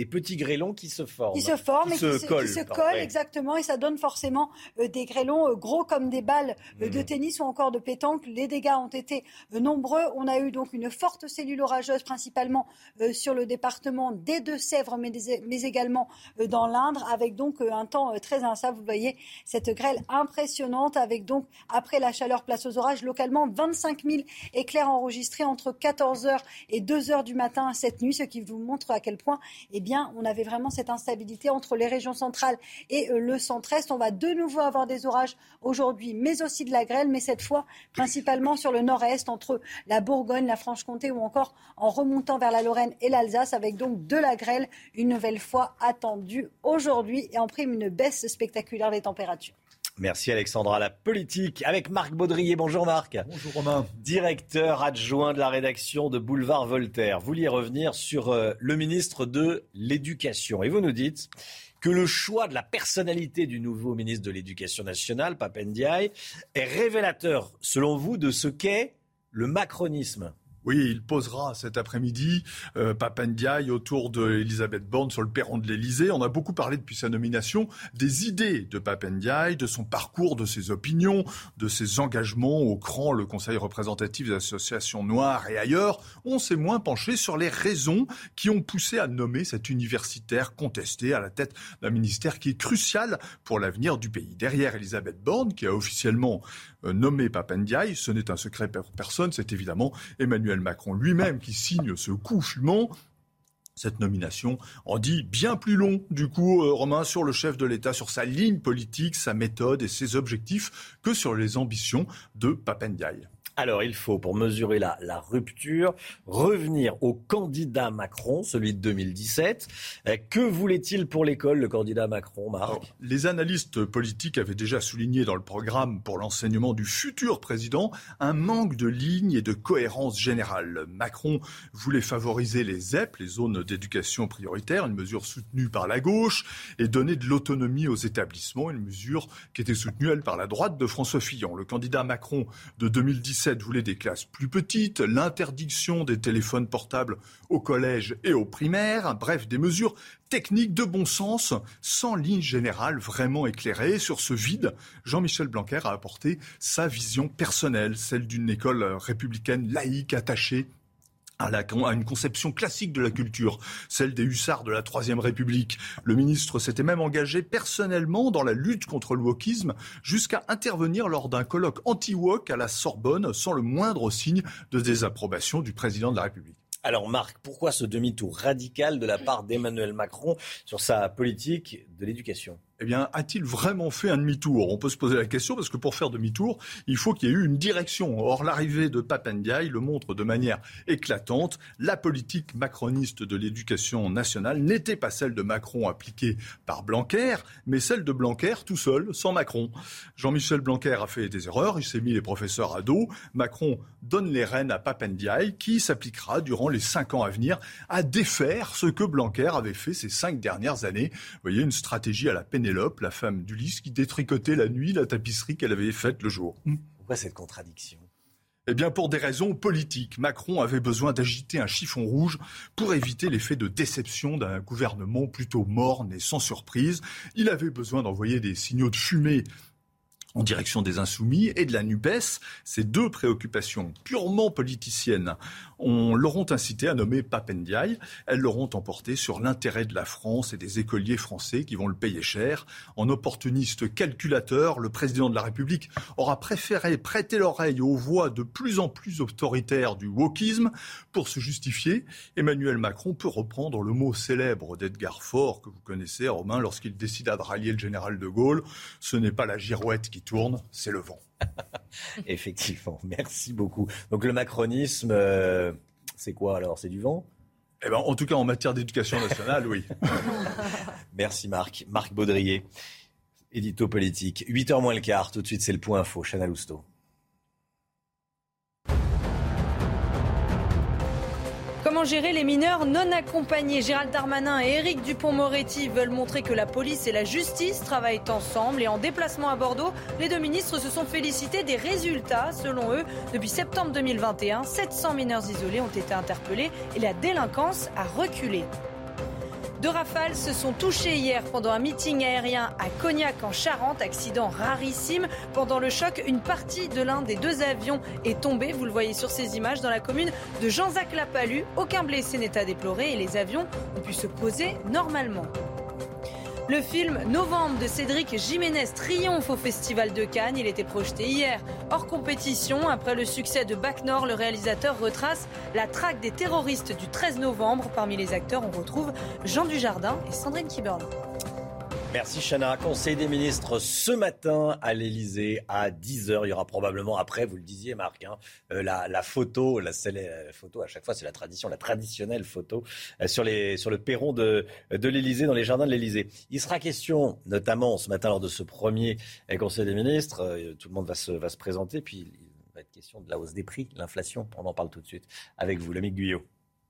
des petits grêlons qui se forment. Qui se forment qui et se qui, collent, qui se pardon, collent, ouais. exactement, et ça donne forcément euh, des grêlons euh, gros comme des balles euh, Mmh. de tennis ou encore de pétanque. Les dégâts ont été euh, nombreux. On a eu donc une forte cellule orageuse, principalement euh, sur le département des Deux-Sèvres, mais, des, mais également euh, dans l'Indre, avec donc euh, un temps euh, très instable. Vous voyez cette grêle impressionnante, avec donc, après la chaleur, place aux orages, localement vingt-cinq mille éclairs enregistrés entre quatorze heures et deux heures du matin cette nuit, ce qui vous montre à quel point eh bien, on avait vraiment cette instabilité entre les régions centrales et euh, le centre-est. On va de nouveau avoir des orages aujourd'hui, mais aussi de la grêle, mais cette fois principalement sur le nord-est, entre la Bourgogne, la Franche-Comté ou encore en remontant vers la Lorraine et l'Alsace, avec donc de la grêle une nouvelle fois attendue aujourd'hui et en prime une baisse spectaculaire des températures. Merci Alexandra. La politique avec Marc Baudrier. Bonjour Marc. Bonjour Romain. Directeur adjoint de la rédaction de Boulevard Voltaire. Vous vouliez revenir sur euh, le ministre de l'Éducation. Et vous nous dites que le choix de la personnalité du nouveau ministre de l'Éducation nationale, Pap Ndiaye, est révélateur, selon vous, de ce qu'est le macronisme. Oui, il posera cet après-midi euh, Pap Ndiaye autour d'Elisabeth Borne sur le perron de l'Élysée. On a beaucoup parlé depuis sa nomination des idées de Pap Ndiaye, de son parcours, de ses opinions, de ses engagements au C R A N, le Conseil représentatif des associations noires et ailleurs. On s'est moins penché sur les raisons qui ont poussé à nommer cet universitaire contesté à la tête d'un ministère qui est crucial pour l'avenir du pays. Derrière Elisabeth Borne, qui a officiellement euh, nommé Pap Ndiaye, ce n'est un secret pour personne, c'est évidemment Emmanuel Macron lui-même qui signe ce coup fumant. Cette nomination en dit bien plus long, du coup, euh, Romain, sur le chef de l'État, sur sa ligne politique, sa méthode et ses objectifs, que sur les ambitions de Pap Ndiaye. Alors, il faut, pour mesurer la, la rupture, revenir au candidat Macron, celui de deux mille dix-sept. Euh, que voulait-il pour l'école, le candidat Macron, Marc ? Alors, les analystes politiques avaient déjà souligné dans le programme pour l'enseignement du futur président un manque de ligne et de cohérence générale. Macron voulait favoriser les Z E P, les zones d'éducation prioritaire, une mesure soutenue par la gauche, et donner de l'autonomie aux établissements, une mesure qui était soutenue, elle, par la droite de François Fillon. Le candidat Macron de deux mille dix-sept voulait des classes plus petites, l'interdiction des téléphones portables au collège et au primaire, bref, des mesures techniques de bon sens, sans ligne générale vraiment éclairée. Sur ce vide, Jean-Michel Blanquer a apporté sa vision personnelle, celle d'une école républicaine laïque attachée À, la, à une conception classique de la culture, celle des hussards de la Troisième République. Le ministre s'était même engagé personnellement dans la lutte contre le wokisme, jusqu'à intervenir lors d'un colloque anti-wok à la Sorbonne, sans le moindre signe de désapprobation du président de la République. Alors Marc, pourquoi ce demi-tour radical de la part d'Emmanuel Macron sur sa politique de l'éducation ? Eh bien, a-t-il vraiment fait un demi-tour ? On peut se poser la question parce que pour faire demi-tour, il faut qu'il y ait eu une direction. Or, l'arrivée de Pap Ndiaye le montre de manière éclatante. La politique macroniste de l'éducation nationale n'était pas celle de Macron appliquée par Blanquer, mais celle de Blanquer tout seul, sans Macron. Jean-Michel Blanquer a fait des erreurs, il s'est mis les professeurs à dos. Macron donne les rênes à Pap Ndiaye qui s'appliquera durant les cinq ans à venir à défaire ce que Blanquer avait fait ces cinq dernières années. Vous voyez, une stratégie à la Pénélope, la femme d'Ulysse, qui détricotait la nuit la tapisserie qu'elle avait faite le jour. Pourquoi cette contradiction ? Eh bien, pour des raisons politiques. Macron avait besoin d'agiter un chiffon rouge pour éviter l'effet de déception d'un gouvernement plutôt morne et sans surprise. Il avait besoin d'envoyer des signaux de fumée en direction des Insoumis et de la NUPES. Ces deux préoccupations purement politiciennes on, l'auront incité à nommer Pap Ndiaye. Elles l'auront emporté sur l'intérêt de la France et des écoliers français qui vont le payer cher. En opportuniste calculateur, le président de la République aura préféré prêter l'oreille aux voix de plus en plus autoritaires du wokisme. Pour se justifier, Emmanuel Macron peut reprendre le mot célèbre d'Edgar Faure, que vous connaissez, Romain, lorsqu'il décida de rallier le général de Gaulle. Ce n'est pas la girouette qui tourne, c'est le vent. Effectivement, merci beaucoup. Donc le macronisme, euh, c'est quoi alors ? C'est du vent ? Eh ben, en tout cas, en matière d'éducation nationale, oui. Merci Marc. Marc Baudrier, édito politique. huit heures moins le quart, tout de suite c'est le point info. Chana Lousteau. Comment gérer les mineurs non accompagnés ? Gérald Darmanin et Éric Dupond-Moretti veulent montrer que la police et la justice travaillent ensemble. Et en déplacement à Bordeaux, les deux ministres se sont félicités des résultats. Selon eux, depuis septembre deux mille vingt et un, sept cents mineurs isolés ont été interpellés et la délinquance a reculé. Deux rafales se sont touchées hier pendant un meeting aérien à Cognac en Charente. Accident rarissime. Pendant le choc, une partie de l'un des deux avions est tombée. Vous le voyez sur ces images dans la commune de Jean-Zac-Lapalu. Aucun blessé n'est à déplorer et les avions ont pu se poser normalement. Le film Novembre de Cédric Jiménez triomphe au Festival de Cannes. Il était projeté hier hors compétition. Après le succès de Bac Nord, le réalisateur retrace la traque des terroristes du treize novembre. Parmi les acteurs, on retrouve Jean Dujardin et Sandrine Kiberlin. Merci Chana. Conseil des ministres ce matin à l'Elysée à dix heures. Il y aura probablement après, vous le disiez Marc, hein, euh, la, la photo, la, la photo à chaque fois c'est la tradition, la traditionnelle photo euh, sur, les, sur le perron de, de l'Elysée, dans les jardins de l'Elysée. Il sera question, notamment ce matin lors de ce premier euh, Conseil des ministres, euh, tout le monde va se, va se présenter, puis il va être question de la hausse des prix, l'inflation. On en parle tout de suite avec vous, Lomique Guyot.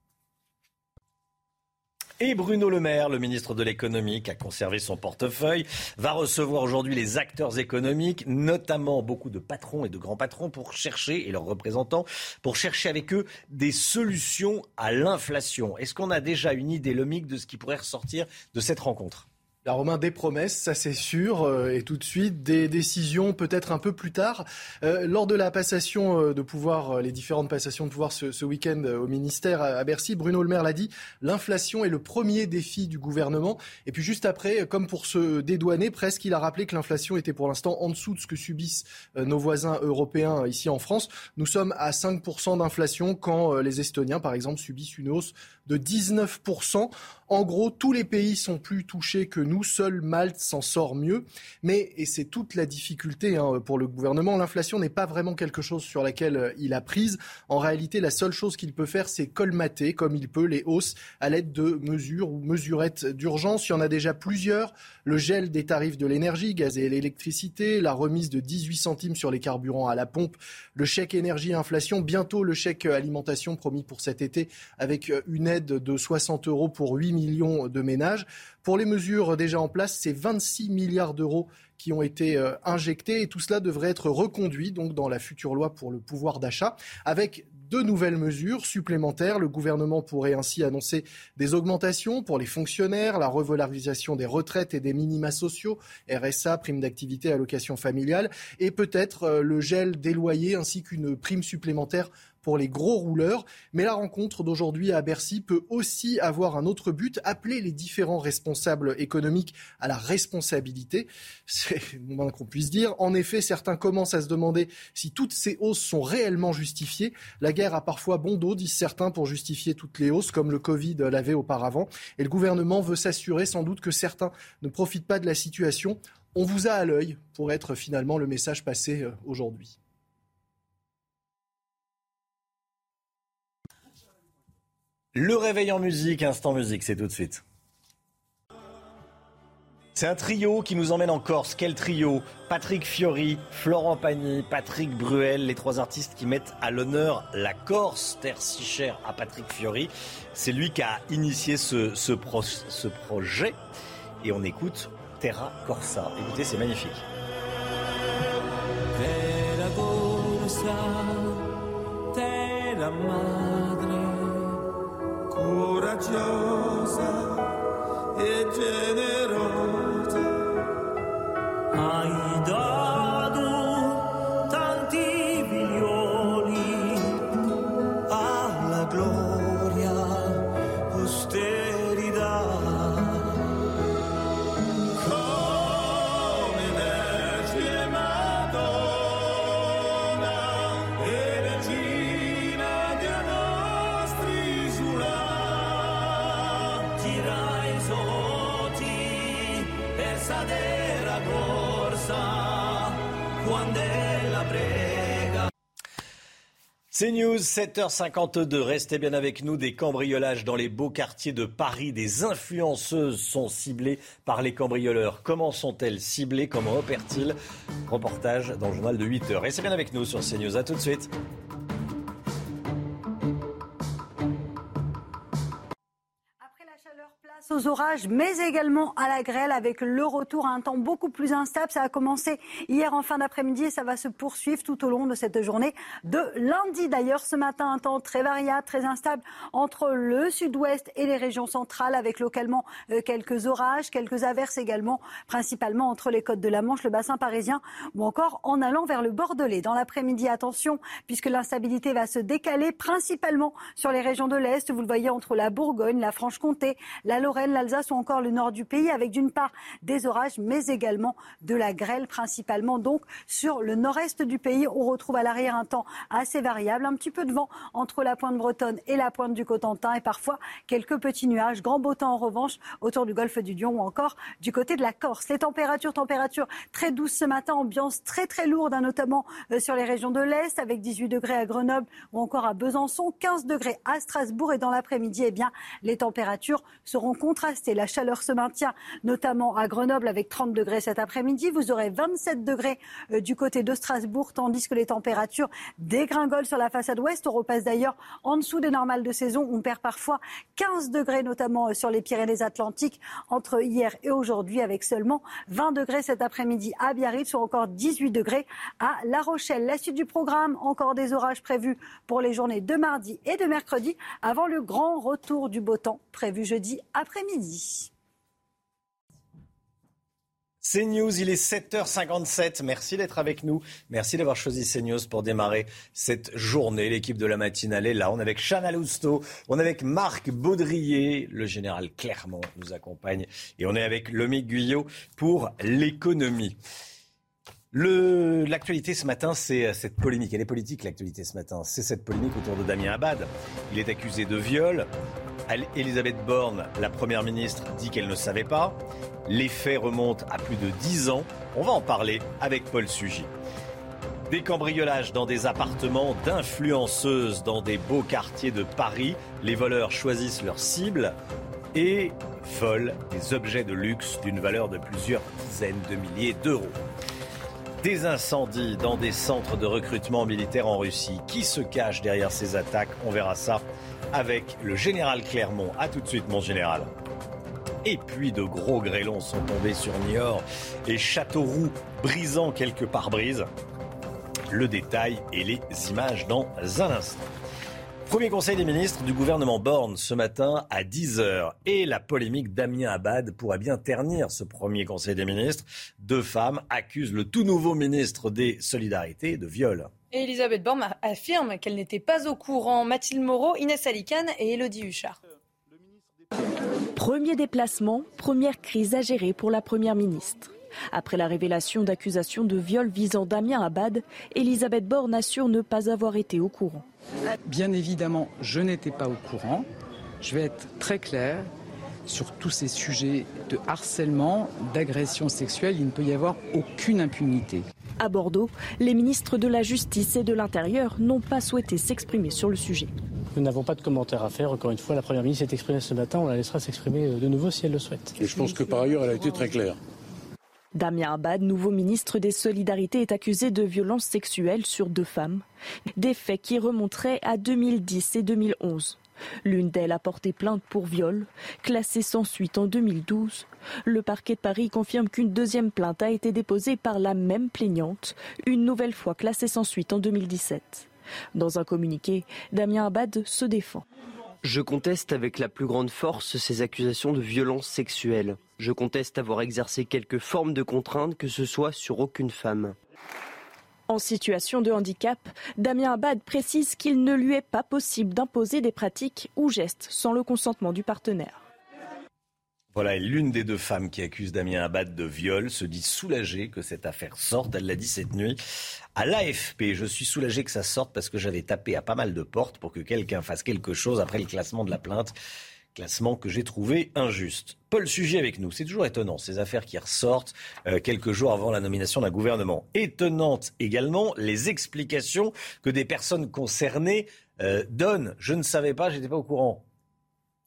Et Bruno Le Maire, le ministre de l'économie, qui a conservé son portefeuille, va recevoir aujourd'hui les acteurs économiques, notamment beaucoup de patrons et de grands patrons, pour chercher, et leurs représentants, pour chercher avec eux des solutions à l'inflation. Est-ce qu'on a déjà une idée, Lomique, de ce qui pourrait ressortir de cette rencontre ? La Romain, des promesses, ça c'est sûr, euh, et tout de suite des décisions peut-être un peu plus tard. Euh, lors de la passation euh, de pouvoir, euh, les différentes passations de pouvoir ce, ce week-end euh, au ministère à, à Bercy, Bruno Le Maire l'a dit, l'inflation est le premier défi du gouvernement. Et puis juste après, comme pour se dédouaner presque, il a rappelé que l'inflation était pour l'instant en dessous de ce que subissent euh, nos voisins européens ici en France. Nous sommes à cinq pour cent d'inflation quand euh, les Estoniens, par exemple, subissent une hausse de dix-neuf pour cent. En gros, tous les pays sont plus touchés que nous. Seul Malte s'en sort mieux. Mais, et c'est toute la difficulté hein, pour le gouvernement, l'inflation n'est pas vraiment quelque chose sur laquelle il a prise. En réalité, la seule chose qu'il peut faire, c'est colmater, comme il peut, les hausses à l'aide de mesures ou mesurettes d'urgence. Il y en a déjà plusieurs. Le gel des tarifs de l'énergie, gaz et l'électricité, la remise de dix-huit centimes sur les carburants à la pompe, le chèque énergie-inflation, bientôt le chèque alimentation promis pour cet été avec une aide de soixante euros pour huit millions de ménages. Pour les mesures déjà en place, c'est vingt-six milliards d'euros qui ont été euh, injectés et tout cela devrait être reconduit donc dans la future loi pour le pouvoir d'achat avec de nouvelles mesures supplémentaires. Le gouvernement pourrait ainsi annoncer des augmentations pour les fonctionnaires, la revalorisation des retraites et des minima sociaux, R S A, prime d'activité, allocation familiale et peut-être euh, le gel des loyers ainsi qu'une prime supplémentaire pour les gros rouleurs. Mais la rencontre d'aujourd'hui à Bercy peut aussi avoir un autre but, appeler les différents responsables économiques à la responsabilité. C'est le moins qu'on puisse dire. En effet, certains commencent à se demander si toutes ces hausses sont réellement justifiées. La guerre a parfois bon dos, disent certains, pour justifier toutes les hausses, comme le Covid l'avait auparavant. Et le gouvernement veut s'assurer sans doute que certains ne profitent pas de la situation. On vous a à l'œil pour être finalement le message passé aujourd'hui. Le réveil en musique, Instant Musique, c'est tout de suite. C'est un trio qui nous emmène en Corse. Quel trio ? Patrick Fiori, Florent Pagny, Patrick Bruel, les trois artistes qui mettent à l'honneur la Corse, terre si chère à Patrick Fiori. C'est lui qui a initié ce, ce, pro, ce projet. Et on écoute Terra Corsa. Écoutez, c'est magnifique. Terra Corsa, terra madre, coraggiosa e generosa, hai dato tanti figlioli alla gloria, posterità. Come Vergine Madonna e regina dei nostri giurati, tirai soti per sadera corsa quando è la prega. C'est News, sept heures cinquante-deux. Restez bien avec nous. Des cambriolages dans les beaux quartiers de Paris. Des influenceuses sont ciblées par les cambrioleurs. Comment sont-elles ciblées ? Comment opèrent-ils ? Reportage dans le journal de huit heures. Restez bien avec nous sur CNews. À tout de suite. aux orages, mais également à la grêle avec le retour à un temps beaucoup plus instable. Ça a commencé hier en fin d'après-midi et ça va se poursuivre tout au long de cette journée de lundi. D'ailleurs, ce matin, un temps très variable, très instable entre le sud-ouest et les régions centrales avec localement euh, quelques orages, quelques averses également, principalement entre les côtes de la Manche, le bassin parisien ou encore en allant vers le Bordelais. Dans l'après-midi, attention, puisque l'instabilité va se décaler principalement sur les régions de l'Est. Vous le voyez entre la Bourgogne, la Franche-Comté, la Lorraine, l'Alsace ou encore le nord du pays avec d'une part des orages mais également de la grêle principalement. Donc sur le nord-est du pays, on retrouve à l'arrière un temps assez variable, un petit peu de vent entre la pointe bretonne et la pointe du Cotentin et parfois quelques petits nuages. Grand beau temps en revanche autour du golfe du Lion ou encore du côté de la Corse. Les températures, températures très douces ce matin, ambiance très très lourde, hein, notamment euh, sur les régions de l'Est avec dix-huit degrés à Grenoble ou encore à Besançon, quinze degrés à Strasbourg et dans l'après-midi, eh bien, les températures seront contrastées. La chaleur se maintient notamment à Grenoble avec trente degrés cet après-midi. Vous aurez vingt-sept degrés euh, du côté de Strasbourg, tandis que les températures dégringolent sur la façade ouest. On repasse d'ailleurs en dessous des normales de saison. On perd parfois quinze degrés, notamment euh, sur les Pyrénées-Atlantiques entre hier et aujourd'hui, avec seulement vingt degrés cet après-midi à Biarritz ou encore dix-huit degrés à La Rochelle. La suite du programme, encore des orages prévus pour les journées de mardi et de mercredi avant le grand retour du beau temps prévu jeudi après-midi. CNews, il est sept heures cinquante-sept. Merci d'être avec nous. Merci d'avoir choisi CNews pour démarrer cette journée. L'équipe de la matinale est là. On est avec Chana Lousteau, on est avec Marc Baudrier, le général Clermont nous accompagne et on est avec Lomique Guyot pour l'économie. Le, l'actualité ce matin, c'est cette polémique. Elle est politique, l'actualité ce matin. C'est cette polémique autour de Damien Abad. Il est accusé de viol. Elisabeth Borne, la première ministre, dit qu'elle ne savait pas. Les faits remontent à plus de dix ans. On va en parler avec Paul Sugy. Des cambriolages dans des appartements d'influenceuses dans des beaux quartiers de Paris. Les voleurs choisissent leur cible et volent des objets de luxe d'une valeur de plusieurs dizaines de milliers d'euros. Des incendies dans des centres de recrutement militaire en Russie. Qui se cache derrière ces attaques? On verra ça avec le général Clermont. A tout de suite, mon général. Et puis de gros grêlons sont tombés sur Niort et Châteauroux, brisant quelques pare-brises. Le détail et les images dans un instant. Premier conseil des ministres du gouvernement Borne ce matin à dix heures. Et la polémique Damien Abad pourrait bien ternir ce premier conseil des ministres. Deux femmes accusent le tout nouveau ministre des Solidarités de viol. Et Elisabeth Borne affirme qu'elle n'était pas au courant. Mathilde Moreau, Inès Alicane et Élodie Huchard. Premier déplacement, première crise à gérer pour la première ministre. Après la révélation d'accusations de viol visant Damien Abad, Elisabeth Borne assure ne pas avoir été au courant. Bien évidemment, je n'étais pas au courant. Je vais être très clair. Sur tous ces sujets de harcèlement, d'agression sexuelle, il ne peut y avoir aucune impunité. À Bordeaux, les ministres de la Justice et de l'Intérieur n'ont pas souhaité s'exprimer sur le sujet. Nous n'avons pas de commentaires à faire. Encore une fois, la Première ministre s'est exprimée ce matin. On la laissera s'exprimer de nouveau si elle le souhaite. Et je pense que par ailleurs, elle a été très claire. Damien Abad, nouveau ministre des Solidarités, est accusé de violences sexuelles sur deux femmes. Des faits qui remonteraient à deux mille dix et deux mille onze. L'une d'elles a porté plainte pour viol, classée sans suite en deux mille douze. Le parquet de Paris confirme qu'une deuxième plainte a été déposée par la même plaignante, une nouvelle fois classée sans suite en deux mille dix-sept. Dans un communiqué, Damien Abad se défend. Je conteste avec la plus grande force ces accusations de violence sexuelle. Je conteste avoir exercé quelque forme de contrainte, que ce soit sur aucune femme. En situation de handicap, Damien Abad précise qu'il ne lui est pas possible d'imposer des pratiques ou gestes sans le consentement du partenaire. Voilà, et l'une des deux femmes qui accuse Damien Abad de viol se dit soulagée que cette affaire sorte. Elle l'a dit cette nuit à l'A F P. Je suis soulagée que ça sorte parce que j'avais tapé à pas mal de portes pour que quelqu'un fasse quelque chose après le classement de la plainte. Classement que j'ai trouvé injuste. Paul Sugy avec nous. C'est toujours étonnant, ces affaires qui ressortent euh, quelques jours avant la nomination d'un gouvernement. Étonnante également les explications que des personnes concernées euh, donnent. Je ne savais pas, j'étais pas au courant.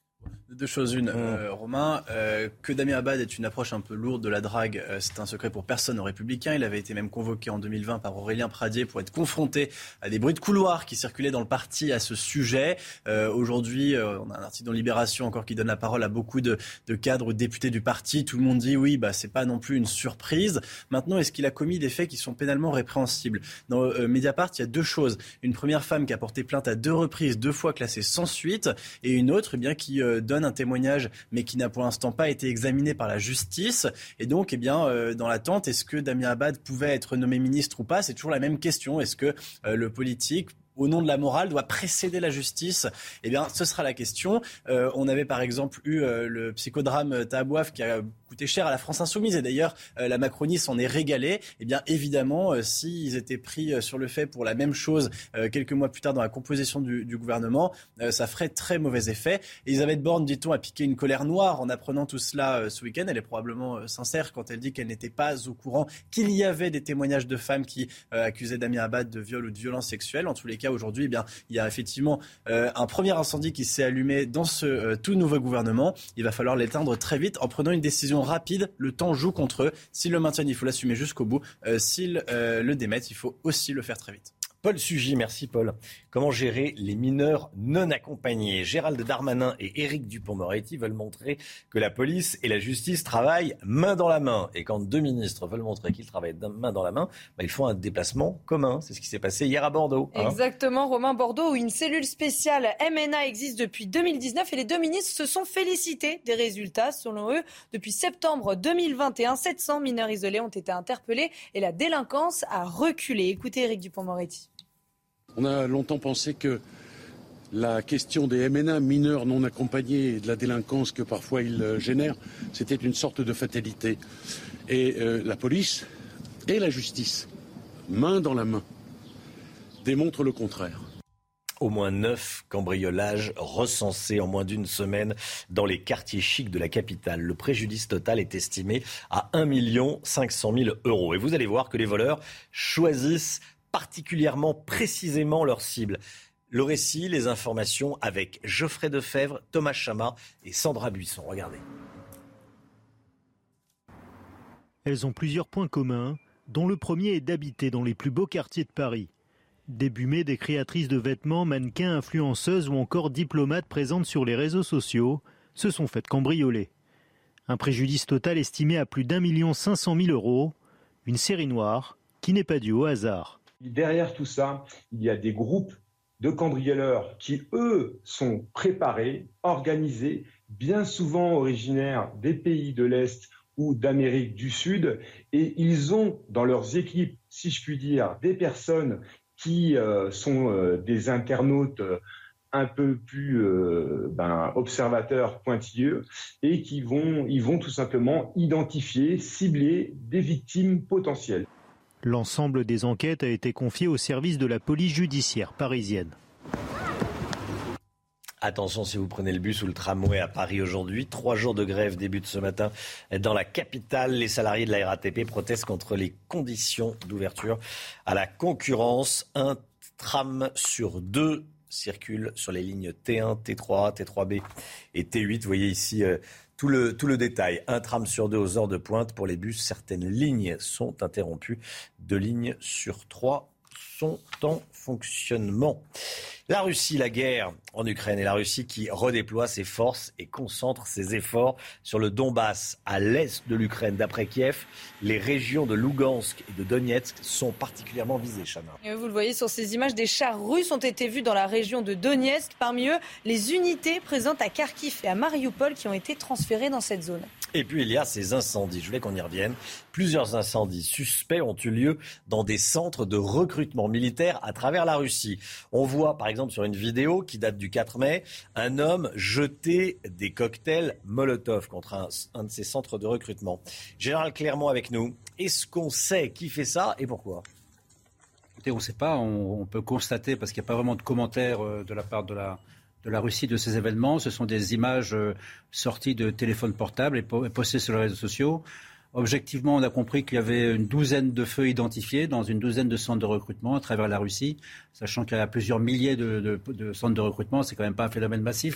Deux choses. Une, euh, Romain, euh, que Damien Abad est une approche un peu lourde de la drague, euh, c'est un secret pour personne aux Républicains. Il avait été même convoqué en deux mille vingt par Aurélien Pradier pour être confronté à des bruits de couloir qui circulaient dans le parti à ce sujet. Euh, aujourd'hui, euh, on a un article dans Libération encore qui donne la parole à beaucoup de, de cadres ou de députés du parti. Tout le monde dit oui, bah, c'est pas non plus une surprise. Maintenant, est-ce qu'il a commis des faits qui sont pénalement répréhensibles ? Dans euh, Mediapart, il y a deux choses. Une première femme qui a porté plainte à deux reprises, deux fois classée sans suite, et une autre eh bien, qui euh, donne un témoignage, mais qui n'a pour l'instant pas été examiné par la justice. Et donc, eh bien, euh, dans l'attente, est-ce que Damien Abad pouvait être nommé ministre ou pas ? C'est toujours la même question. Est-ce que euh, le politique, au nom de la morale, doit précéder la justice ? Eh bien, ce sera la question. Euh, on avait par exemple eu euh, le psychodrame Tahabouaf qui a coûté cher à la France Insoumise. Et d'ailleurs, euh, la Macronie s'en est régalée. Eh bien, évidemment, euh, s'ils étaient pris euh, sur le fait pour la même chose euh, quelques mois plus tard dans la composition du, du gouvernement, euh, ça ferait très mauvais effet. Elisabeth Borne, dit-on, a piqué une colère noire en apprenant tout cela euh, ce week-end. Elle est probablement euh, sincère quand elle dit qu'elle n'était pas au courant qu'il y avait des témoignages de femmes qui euh, accusaient Damien Abad de viol ou de violence sexuelle. En tous les cas, aujourd'hui, eh bien, il y a effectivement euh, un premier incendie qui s'est allumé dans ce euh, tout nouveau gouvernement. Il va falloir l'éteindre très vite en prenant une décision rapide. Le temps joue contre eux. S'ils le maintiennent, il faut l'assumer jusqu'au bout. Euh, s'ils euh, le démettent, il faut aussi le faire très vite. Paul Sugy, merci Paul. Comment gérer les mineurs non accompagnés ? Gérald Darmanin et Éric Dupond-Moretti veulent montrer que la police et la justice travaillent main dans la main. Et quand deux ministres veulent montrer qu'ils travaillent main dans la main, bah, ils font un déplacement commun. C'est ce qui s'est passé hier à Bordeaux. Hein. Exactement, Romain. Bordeaux, où une cellule spéciale M N A existe depuis deux mille dix-neuf et les deux ministres se sont félicités des résultats. Selon eux, depuis septembre deux mille vingt et un, sept cents mineurs isolés ont été interpellés et la délinquance a reculé. Écoutez Éric Dupond-Moretti. On a longtemps pensé que la question des M N A, mineurs non accompagnés, et de la délinquance que parfois ils génèrent, c'était une sorte de fatalité. Et euh, la police et la justice, main dans la main, démontrent le contraire. Au moins neuf cambriolages recensés en moins d'une semaine dans les quartiers chics de la capitale. Le préjudice total est estimé à un million cinq cent mille euros. Et vous allez voir que les voleurs choisissent particulièrement précisément leur cible. Le récit, les informations avec Geoffrey Defebvre, Thomas Chama et Sandra Buisson. Regardez. Elles ont plusieurs points communs, dont le premier est d'habiter dans les plus beaux quartiers de Paris. Début mai, des créatrices de vêtements, mannequins, influenceuses ou encore diplomates présentes sur les réseaux sociaux se sont faites cambrioler. Un préjudice total estimé à plus d'un million cinq cent mille euros. Une série noire qui n'est pas due au hasard. Derrière tout ça, il y a des groupes de cambrioleurs qui, eux, sont préparés, organisés, bien souvent originaires des pays de l'Est ou d'Amérique du Sud. Et ils ont dans leurs équipes, si je puis dire, des personnes qui euh, sont euh, des internautes euh, un peu plus euh, ben, observateurs pointilleux et qui vont, ils vont tout simplement identifier, cibler des victimes potentielles. L'ensemble des enquêtes a été confié au service de la police judiciaire parisienne. Attention si vous prenez le bus ou le tramway à Paris aujourd'hui. Trois jours de grève débutent ce matin dans la capitale. Les salariés de la R A T P protestent contre les conditions d'ouverture à la concurrence. Un tram sur deux circule sur les lignes T un, T trois, T trois B et T huit. Vous voyez ici euh, tout le, tout le détail. Un tram sur deux aux heures de pointe pour les bus. Certaines lignes sont interrompues. Deux lignes sur trois sont en fonctionnement. La Russie, la guerre en Ukraine et la Russie qui redéploie ses forces et concentre ses efforts sur le Donbass, à l'est de l'Ukraine. D'après Kiev, les régions de Lougansk et de Donetsk sont particulièrement visées, Chana. Et vous le voyez sur ces images, des chars russes ont été vus dans la région de Donetsk. Parmi eux, les unités présentes à Kharkiv et à Mariupol qui ont été transférées dans cette zone. Et puis il y a ces incendies, je voulais qu'on y revienne. Plusieurs incendies suspects ont eu lieu dans des centres de recrutement militaire à travers la Russie. On voit par exemple sur une vidéo qui date du quatre mai, un homme jeter des cocktails Molotov contre un, un de ces centres de recrutement. Général Clermont avec nous, est-ce qu'on sait qui fait ça et pourquoi ? Écoutez, on ne sait pas, on, on peut constater, parce qu'il n'y a pas vraiment de commentaires euh, de la part de la... de la Russie de ces événements. Ce sont des images euh, sorties de téléphones portables et, po- et postées sur les réseaux sociaux. Objectivement, on a compris qu'il y avait une douzaine de feux identifiés dans une douzaine de centres de recrutement à travers la Russie, sachant qu'il y a plusieurs milliers de, de, de centres de recrutement. C'est quand même pas un phénomène massif.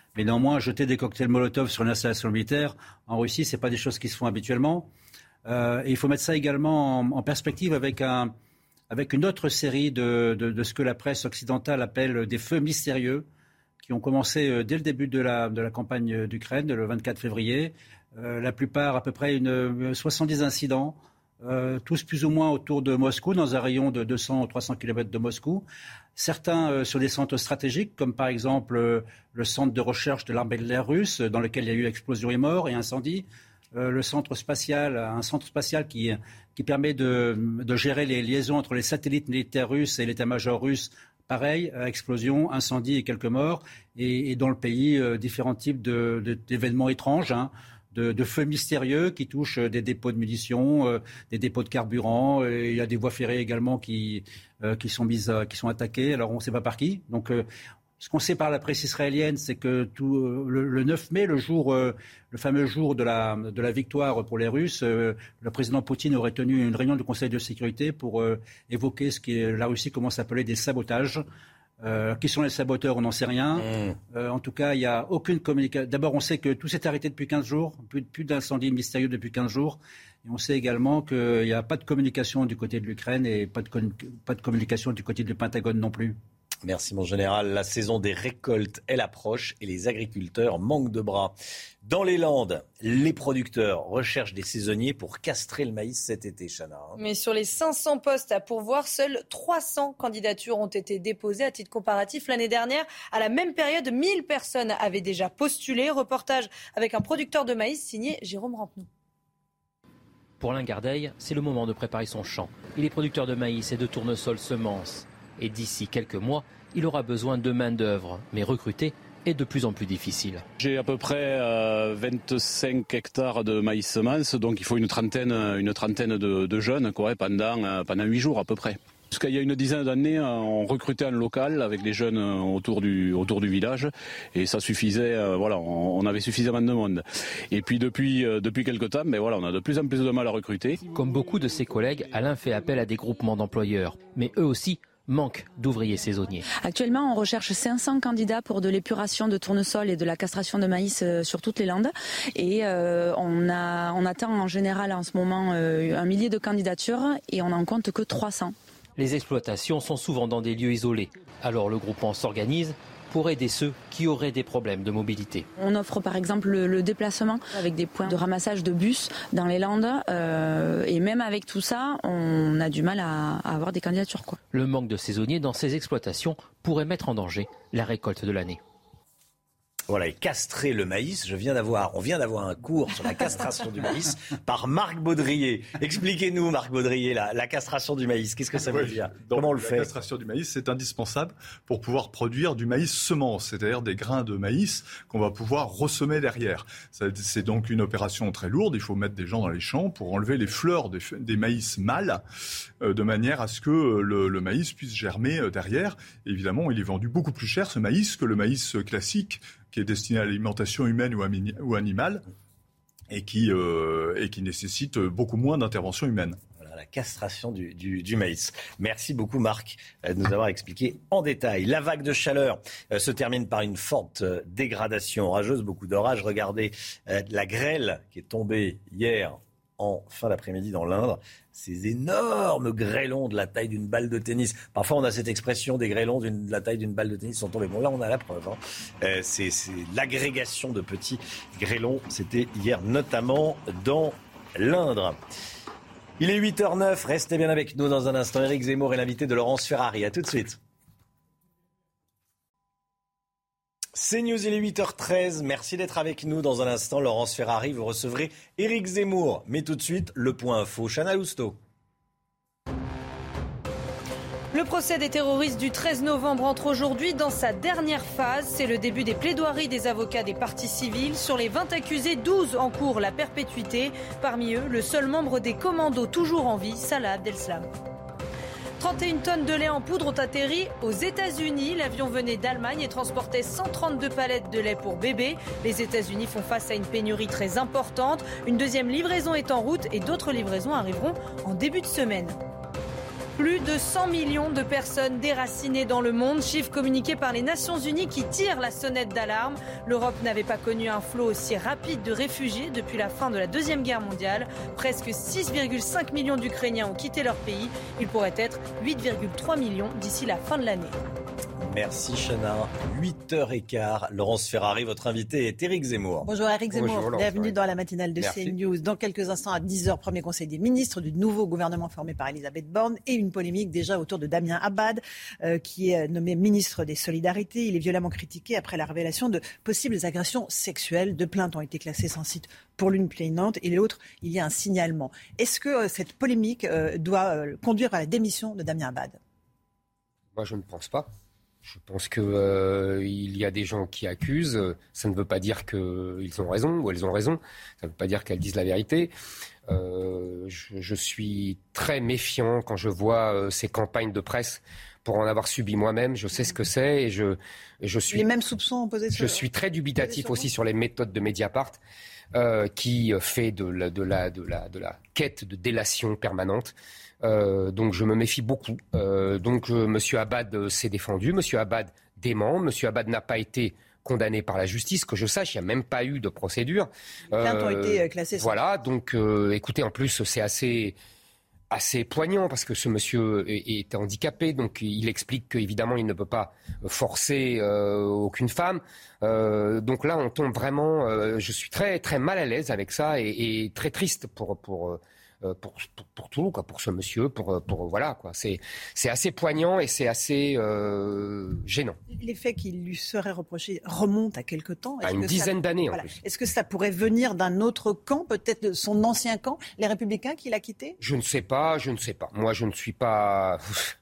Mais néanmoins, jeter des cocktails Molotov sur une installation militaire en Russie, c'est pas des choses qui se font habituellement. Euh, et il faut mettre ça également en, en perspective avec un, avec une autre série de, de, de ce que la presse occidentale appelle des feux mystérieux, qui ont commencé dès le début de la, de la campagne d'Ukraine, le vingt-quatre février. Euh, la plupart, à peu près une, soixante-dix incidents, euh, tous plus ou moins autour de Moscou, dans un rayon de deux cents à trois cents kilomètres de Moscou. Certains euh, sur des centres stratégiques, comme par exemple euh, le centre de recherche de l'armée de l'air russe, dans lequel il y a eu explosion et mort et incendie. Euh, le centre spatial, un centre spatial qui, qui permet de, de gérer les liaisons entre les satellites militaires russes et l'état-major russe. Pareil, explosion, incendie et quelques morts. Et, et dans le pays, euh, différents types de, de, d'événements étranges, hein, de, de feux mystérieux qui touchent des dépôts de munitions, euh, des dépôts de carburant. Et il y a des voies ferrées également qui, euh, qui, sont, mises, qui sont attaquées. Alors on ne sait pas par qui. Donc euh, ce qu'on sait par la presse israélienne, c'est que tout, euh, le, le neuf mai, le, jour, euh, le fameux jour de la, de la victoire pour les Russes, euh, le président Poutine aurait tenu une réunion du Conseil de sécurité pour euh, évoquer ce que la Russie commence à appeler des sabotages. Euh, qui sont les saboteurs, on n'en sait rien. Mmh. Euh, en tout cas, il n'y a aucune communication. D'abord, on sait que tout s'est arrêté depuis quinze jours, plus, plus d'incendies mystérieux depuis quinze jours. Et on sait également qu'il n'y a pas de communication du côté de l'Ukraine et pas de, con... pas de communication du côté du Pentagone non plus. Merci mon général. La saison des récoltes, elle approche et les agriculteurs manquent de bras. Dans les Landes, les producteurs recherchent des saisonniers pour castrer le maïs cet été, Chana. Mais sur les cinq cents postes à pourvoir, seules trois cents candidatures ont été déposées. À titre comparatif, l'année dernière, à la même période, mille personnes avaient déjà postulé. Reportage avec un producteur de maïs signé Jérôme Rampenou. Pour Alain Gardeil, c'est le moment de préparer son champ. Il est producteur de maïs et de tournesol semences. Et d'ici quelques mois, il aura besoin de main-d'œuvre. Mais recruter est de plus en plus difficile. J'ai à peu près euh, vingt-cinq hectares de maïs semences, donc il faut une trentaine, une trentaine de, de jeunes quoi, pendant, euh, pendant huit jours à peu près. Jusqu'à il y a une dizaine d'années, on recrutait en local avec les jeunes autour du, autour du village et ça suffisait, euh, voilà, on, on avait suffisamment de monde. Et puis depuis, euh, depuis quelques temps, mais voilà, on a de plus en plus de mal à recruter. Comme beaucoup de ses collègues, Alain fait appel à des groupements d'employeurs, mais eux aussi manque d'ouvriers saisonniers. Actuellement, on recherche cinq cents candidats pour de l'épuration de tournesol et de la castration de maïs sur toutes les Landes. Et euh, on, a, on attend en général en ce moment euh, un millier de candidatures et on n'en compte que trois cents. Les exploitations sont souvent dans des lieux isolés. Alors le groupement s'organise pour aider ceux qui auraient des problèmes de mobilité. On offre par exemple le, le déplacement avec des points de ramassage de bus dans les Landes. Euh, et même avec tout ça, on a du mal à, à avoir des candidatures, quoi. Le manque de saisonniers dans ces exploitations pourrait mettre en danger la récolte de l'année. Voilà, et castrer le maïs, je viens d'avoir, on vient d'avoir un cours sur la castration du maïs par Marc Baudrier. Expliquez-nous, Marc Baudrier, la, la castration du maïs, qu'est-ce que ça veut oui, dire? donc, Comment on le fait? La castration du maïs, c'est indispensable pour pouvoir produire du maïs semence, c'est-à-dire des grains de maïs qu'on va pouvoir ressemer derrière. Ça, c'est donc une opération très lourde, il faut mettre des gens dans les champs pour enlever les fleurs des, des maïs mâles, euh, de manière à ce que le, le maïs puisse germer euh, derrière. Et évidemment, il est vendu beaucoup plus cher, ce maïs, que le maïs classique, qui est destiné à l'alimentation humaine ou, amini- ou animale et qui, euh, et qui nécessite beaucoup moins d'intervention humaine. Voilà, la castration du, du, du maïs. Merci beaucoup Marc de nous avoir expliqué en détail. La vague de chaleur euh, se termine par une forte euh, dégradation orageuse, beaucoup d'orages. Regardez euh, la grêle qui est tombée hier en fin d'après-midi dans l'Indre. Ces énormes grêlons de la taille d'une balle de tennis. Parfois, on a cette expression des grêlons d'une, de la taille d'une balle de tennis sont tombés. Bon, là, on a la preuve. Hein. Euh, c'est, c'est l'agrégation de petits grêlons. C'était hier, notamment dans l'Indre. Il est huit heures neuf. Restez bien avec nous dans un instant. Éric Zemmour est l'invité de Laurence Ferrari. À tout de suite. C'est News, il est huit heures treize. Merci d'être avec nous. Dans un instant, Laurence Ferrari, vous recevrez Éric Zemmour. Mais tout de suite, le point info. Chana Lousteau. Le procès des terroristes du treize novembre entre aujourd'hui dans sa dernière phase. C'est le début des plaidoiries des avocats des parties civiles. Sur les vingt accusés, douze encourent la perpétuité. Parmi eux, le seul membre des commandos toujours en vie, Salah Abdeslam. trente et une tonnes de lait en poudre ont atterri aux États-Unis. L'avion venait d'Allemagne et transportait cent trente-deux palettes de lait pour bébés. Les États-Unis font face à une pénurie très importante. Une deuxième livraison est en route et d'autres livraisons arriveront en début de semaine. Plus de cent millions de personnes déracinées dans le monde, chiffre communiqué par les Nations Unies qui tire la sonnette d'alarme. L'Europe n'avait pas connu un flot aussi rapide de réfugiés depuis la fin de la Deuxième Guerre mondiale. Presque six virgule cinq millions d'Ukrainiens ont quitté leur pays. Il pourrait être huit virgule trois millions d'ici la fin de l'année. Merci Chana. huit heures quinze. Laurence Ferrari, votre invité est Éric Zemmour. Bonjour Éric Zemmour, Bonjour, bienvenue dans la matinale de Merci. CNews. Dans quelques instants, à dix heures, premier conseil des ministres du nouveau gouvernement formé par Elisabeth Borne et une polémique déjà autour de Damien Abad, euh, qui est nommé ministre des Solidarités. Il est violemment critiqué après la révélation de possibles agressions sexuelles. Deux plaintes ont été classées sans suite pour l'une plaignante et l'autre, il y a un signalement. Est-ce que euh, cette polémique euh, doit euh, conduire à la démission de Damien Abad ? Moi, je ne pense pas. Je pense qu'il euh, y a des gens qui accusent. Ça ne veut pas dire qu'ils ont raison ou elles ont raison. Ça ne veut pas dire qu'elles disent la vérité. Euh, je, je suis très méfiant quand je vois euh, ces campagnes de presse. Pour en avoir subi moi-même, je sais ce que c'est et je, et je suis. Les mêmes soupçons posés sur. Je suis très dubitatif aussi sur les méthodes de Mediapart, euh, qui fait de la, de la, de la, de la quête de délation permanente. Euh, donc je me méfie beaucoup. Euh, donc euh, Monsieur Abad euh, s'est défendu, Monsieur Abad dément, Monsieur Abad n'a pas été condamné par la justice, que je sache, il n'y a même pas eu de procédure. Les plaintes ont été classées. Voilà, donc euh, écoutez, en plus c'est assez assez poignant parce que ce monsieur est, est handicapé, donc il explique qu'évidemment il ne peut pas forcer euh, aucune femme. Euh, donc là on tombe vraiment. Euh, je suis très très mal à l'aise avec ça et, et très triste pour pour. Pour, pour, pour tout, quoi, pour ce monsieur, pour, pour voilà, quoi. C'est, c'est assez poignant et c'est assez euh, gênant. Les faits qui lui seraient reprochés remontent à quelque temps. À une dizaine ça, d'années, voilà. en plus. Est-ce que ça pourrait venir d'un autre camp, peut-être de son ancien camp, les Républicains, qu'il a quitté ? Je ne sais pas, je ne sais pas. Moi, je ne suis pas...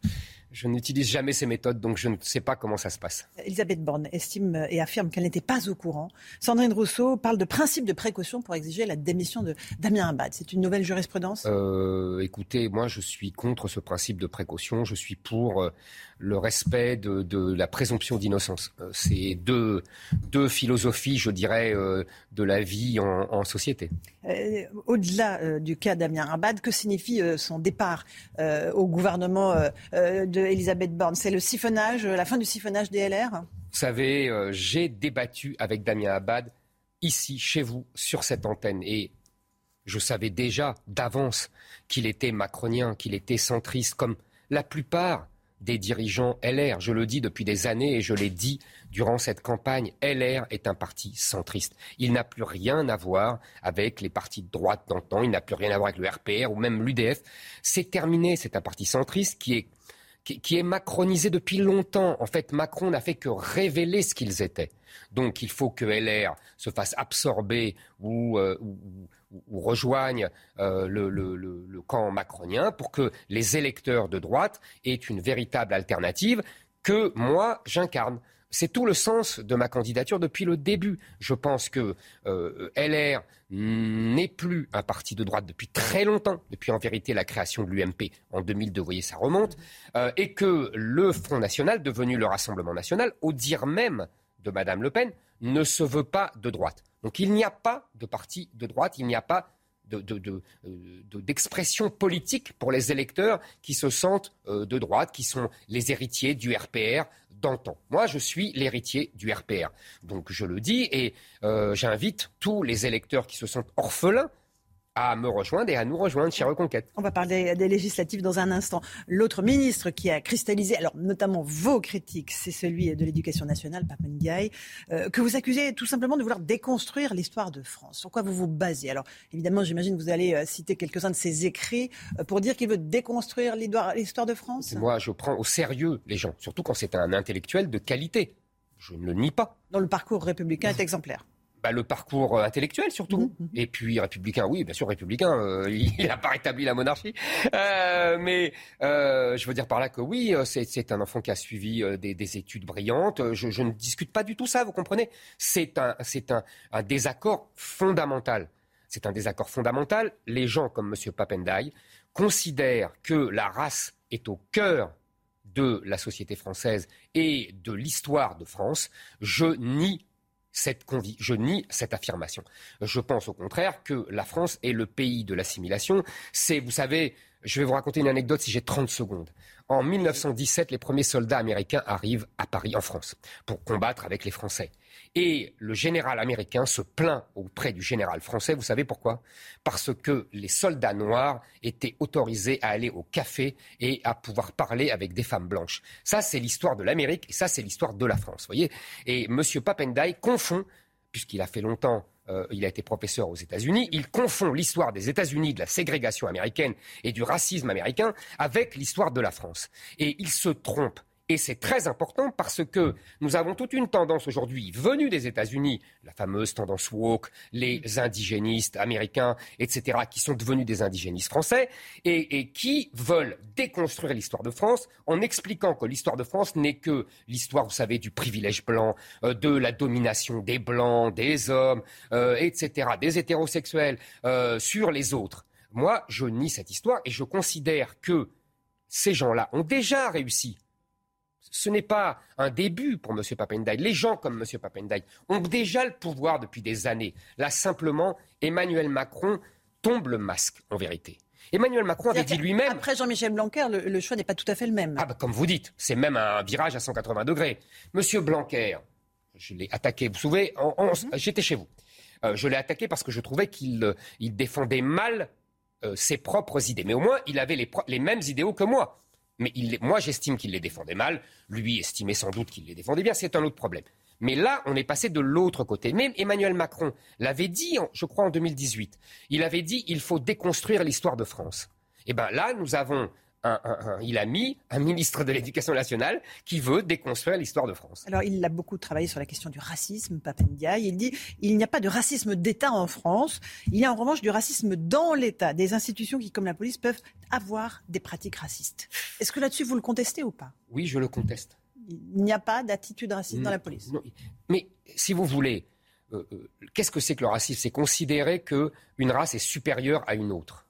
Je n'utilise jamais ces méthodes, donc je ne sais pas comment ça se passe. Elisabeth Borne estime et affirme qu'elle n'était pas au courant. Sandrine Rousseau parle de principe de précaution pour exiger la démission de Damien Abad. C'est une nouvelle jurisprudence ? euh, Écoutez, moi je suis contre ce principe de précaution. Je suis pour euh, le respect de, de la présomption d'innocence. Euh, c'est deux, deux philosophies, je dirais, euh, de la vie en, en société. Euh, au-delà euh, du cas Damien Abad, que signifie euh, son départ euh, au gouvernement euh, euh, de Elisabeth Borne ? C'est le siphonnage, euh, la fin du siphonnage des L R ? Vous savez, euh, j'ai débattu avec Damien Abad ici, chez vous, sur cette antenne. Et je savais déjà d'avance qu'il était macronien, qu'il était centriste, comme la plupart des dirigeants L R. Je le dis depuis des années et je l'ai dit durant cette campagne. L R est un parti centriste. Il n'a plus rien à voir avec les partis de droite d'antan. Il n'a plus rien à voir avec le R P R ou même l'U D F. C'est terminé. C'est un parti centriste qui est qui, qui est macronisé depuis longtemps. En fait, Macron n'a fait que révéler ce qu'ils étaient. Donc, il faut que L R se fasse absorber ou, euh, ou, ou rejoigne euh, le, le, le, le camp macronien pour que les électeurs de droite aient une véritable alternative que moi, j'incarne. C'est tout le sens de ma candidature depuis le début. Je pense que euh, L R n'est plus un parti de droite depuis très longtemps, depuis en vérité la création de l'U M P en deux mille deux, vous voyez, ça remonte, euh, et que le Front National, devenu le Rassemblement National, au dire même de Madame Le Pen, ne se veut pas de droite. Donc il n'y a pas de parti de droite, il n'y a pas de, de, de, de, d'expression politique pour les électeurs qui se sentent euh, de droite, qui sont les héritiers du R P R d'antan. Moi, je suis l'héritier du R P R. Donc je le dis et euh, j'invite tous les électeurs qui se sentent orphelins à me rejoindre et à nous rejoindre chez Reconquête. On va parler des législatives dans un instant. L'autre ministre qui a cristallisé, alors notamment vos critiques, c'est celui de l'Éducation nationale, Pape Ndiaye, euh, que vous accusez tout simplement de vouloir déconstruire l'histoire de France. Sur quoi vous vous basez ? Alors évidemment, j'imagine que vous allez euh, citer quelques-uns de ses écrits euh, pour dire qu'il veut déconstruire l'histoire de France. Moi, je prends au sérieux les gens, surtout quand c'est un intellectuel de qualité. Je ne le nie pas. Dont le parcours républicain est exemplaire. Bah, le parcours intellectuel surtout, mmh, mmh. Et puis républicain, oui, bien sûr républicain, euh, il n'a pas rétabli la monarchie, euh, mais euh, je veux dire par là que oui, c'est, c'est un enfant qui a suivi euh, des, des études brillantes, je, je ne discute pas du tout ça, vous comprenez, c'est un, c'est un, un désaccord fondamental, c'est un désaccord fondamental, les gens comme M. Pape Ndiaye considèrent que la race est au cœur de la société française et de l'histoire de France, je nie Cette convi- je nie cette affirmation. Je pense au contraire que la France est le pays de l'assimilation. C'est, vous savez, Je vais vous raconter une anecdote si j'ai trente secondes. En mille neuf cent dix-sept, les premiers soldats américains arrivent à Paris, en France, pour combattre avec les Français. Et le général américain se plaint auprès du général français. Vous savez pourquoi ? Parce que les soldats noirs étaient autorisés à aller au café et à pouvoir parler avec des femmes blanches. Ça, c'est l'histoire de l'Amérique et ça, c'est l'histoire de la France. Voyez ? Et M. Papendiaï confond, puisqu'il a fait longtemps... Euh, il a été professeur aux États-Unis. Il confond l'histoire des États-Unis, de la ségrégation américaine et du racisme américain avec l'histoire de la France. Et il se trompe. Et c'est très important parce que nous avons toute une tendance aujourd'hui venue des États-Unis, la fameuse tendance woke, les indigénistes américains, et cetera, qui sont devenus des indigénistes français et, et qui veulent déconstruire l'histoire de France en expliquant que l'histoire de France n'est que l'histoire, vous savez, du privilège blanc, euh, de la domination des blancs, des hommes, euh, et cetera, des hétérosexuels euh, sur les autres. Moi, je nie cette histoire et je considère que ces gens-là ont déjà réussi. Ce n'est pas un début pour M. Papendiaï. Les gens comme M. Papendiaï ont déjà le pouvoir depuis des années. Là, simplement, Emmanuel Macron tombe le masque, en vérité. Emmanuel Macron avait dit lui-même... Après Jean-Michel Blanquer, le, le choix n'est pas tout à fait le même. Ah bah, comme vous dites, c'est même un virage à cent quatre-vingts degrés. M. Blanquer, je l'ai attaqué, vous vous souvenez, en, en, mm-hmm. j'étais chez vous. Euh, je l'ai attaqué parce que je trouvais qu'il euh, il défendait mal euh, ses propres idées. Mais au moins, il avait les, les mêmes idéaux que moi. Mais il, moi, j'estime qu'il les défendait mal. Lui estimait sans doute qu'il les défendait bien. C'est un autre problème. Mais là, on est passé de l'autre côté. Même Emmanuel Macron l'avait dit, je crois, en deux mille dix-huit. Il avait dit il faut déconstruire l'histoire de France. Et bien là, nous avons... Un, un, un, il a mis un ministre de l'Éducation nationale qui veut déconstruire l'histoire de France. Alors, il a beaucoup travaillé sur la question du racisme, Papendiaï. Il dit il n'y a pas de racisme d'État en France. Il y a en revanche du racisme dans l'État. Des institutions qui, comme la police, peuvent avoir des pratiques racistes. Est-ce que là-dessus, vous le contestez ou pas ? Oui, je le conteste. Il n'y a pas d'attitude raciste non, dans la police. Non. Mais si vous voulez, euh, euh, qu'est-ce que c'est que le racisme ? C'est considérer qu'une race est supérieure à une autre.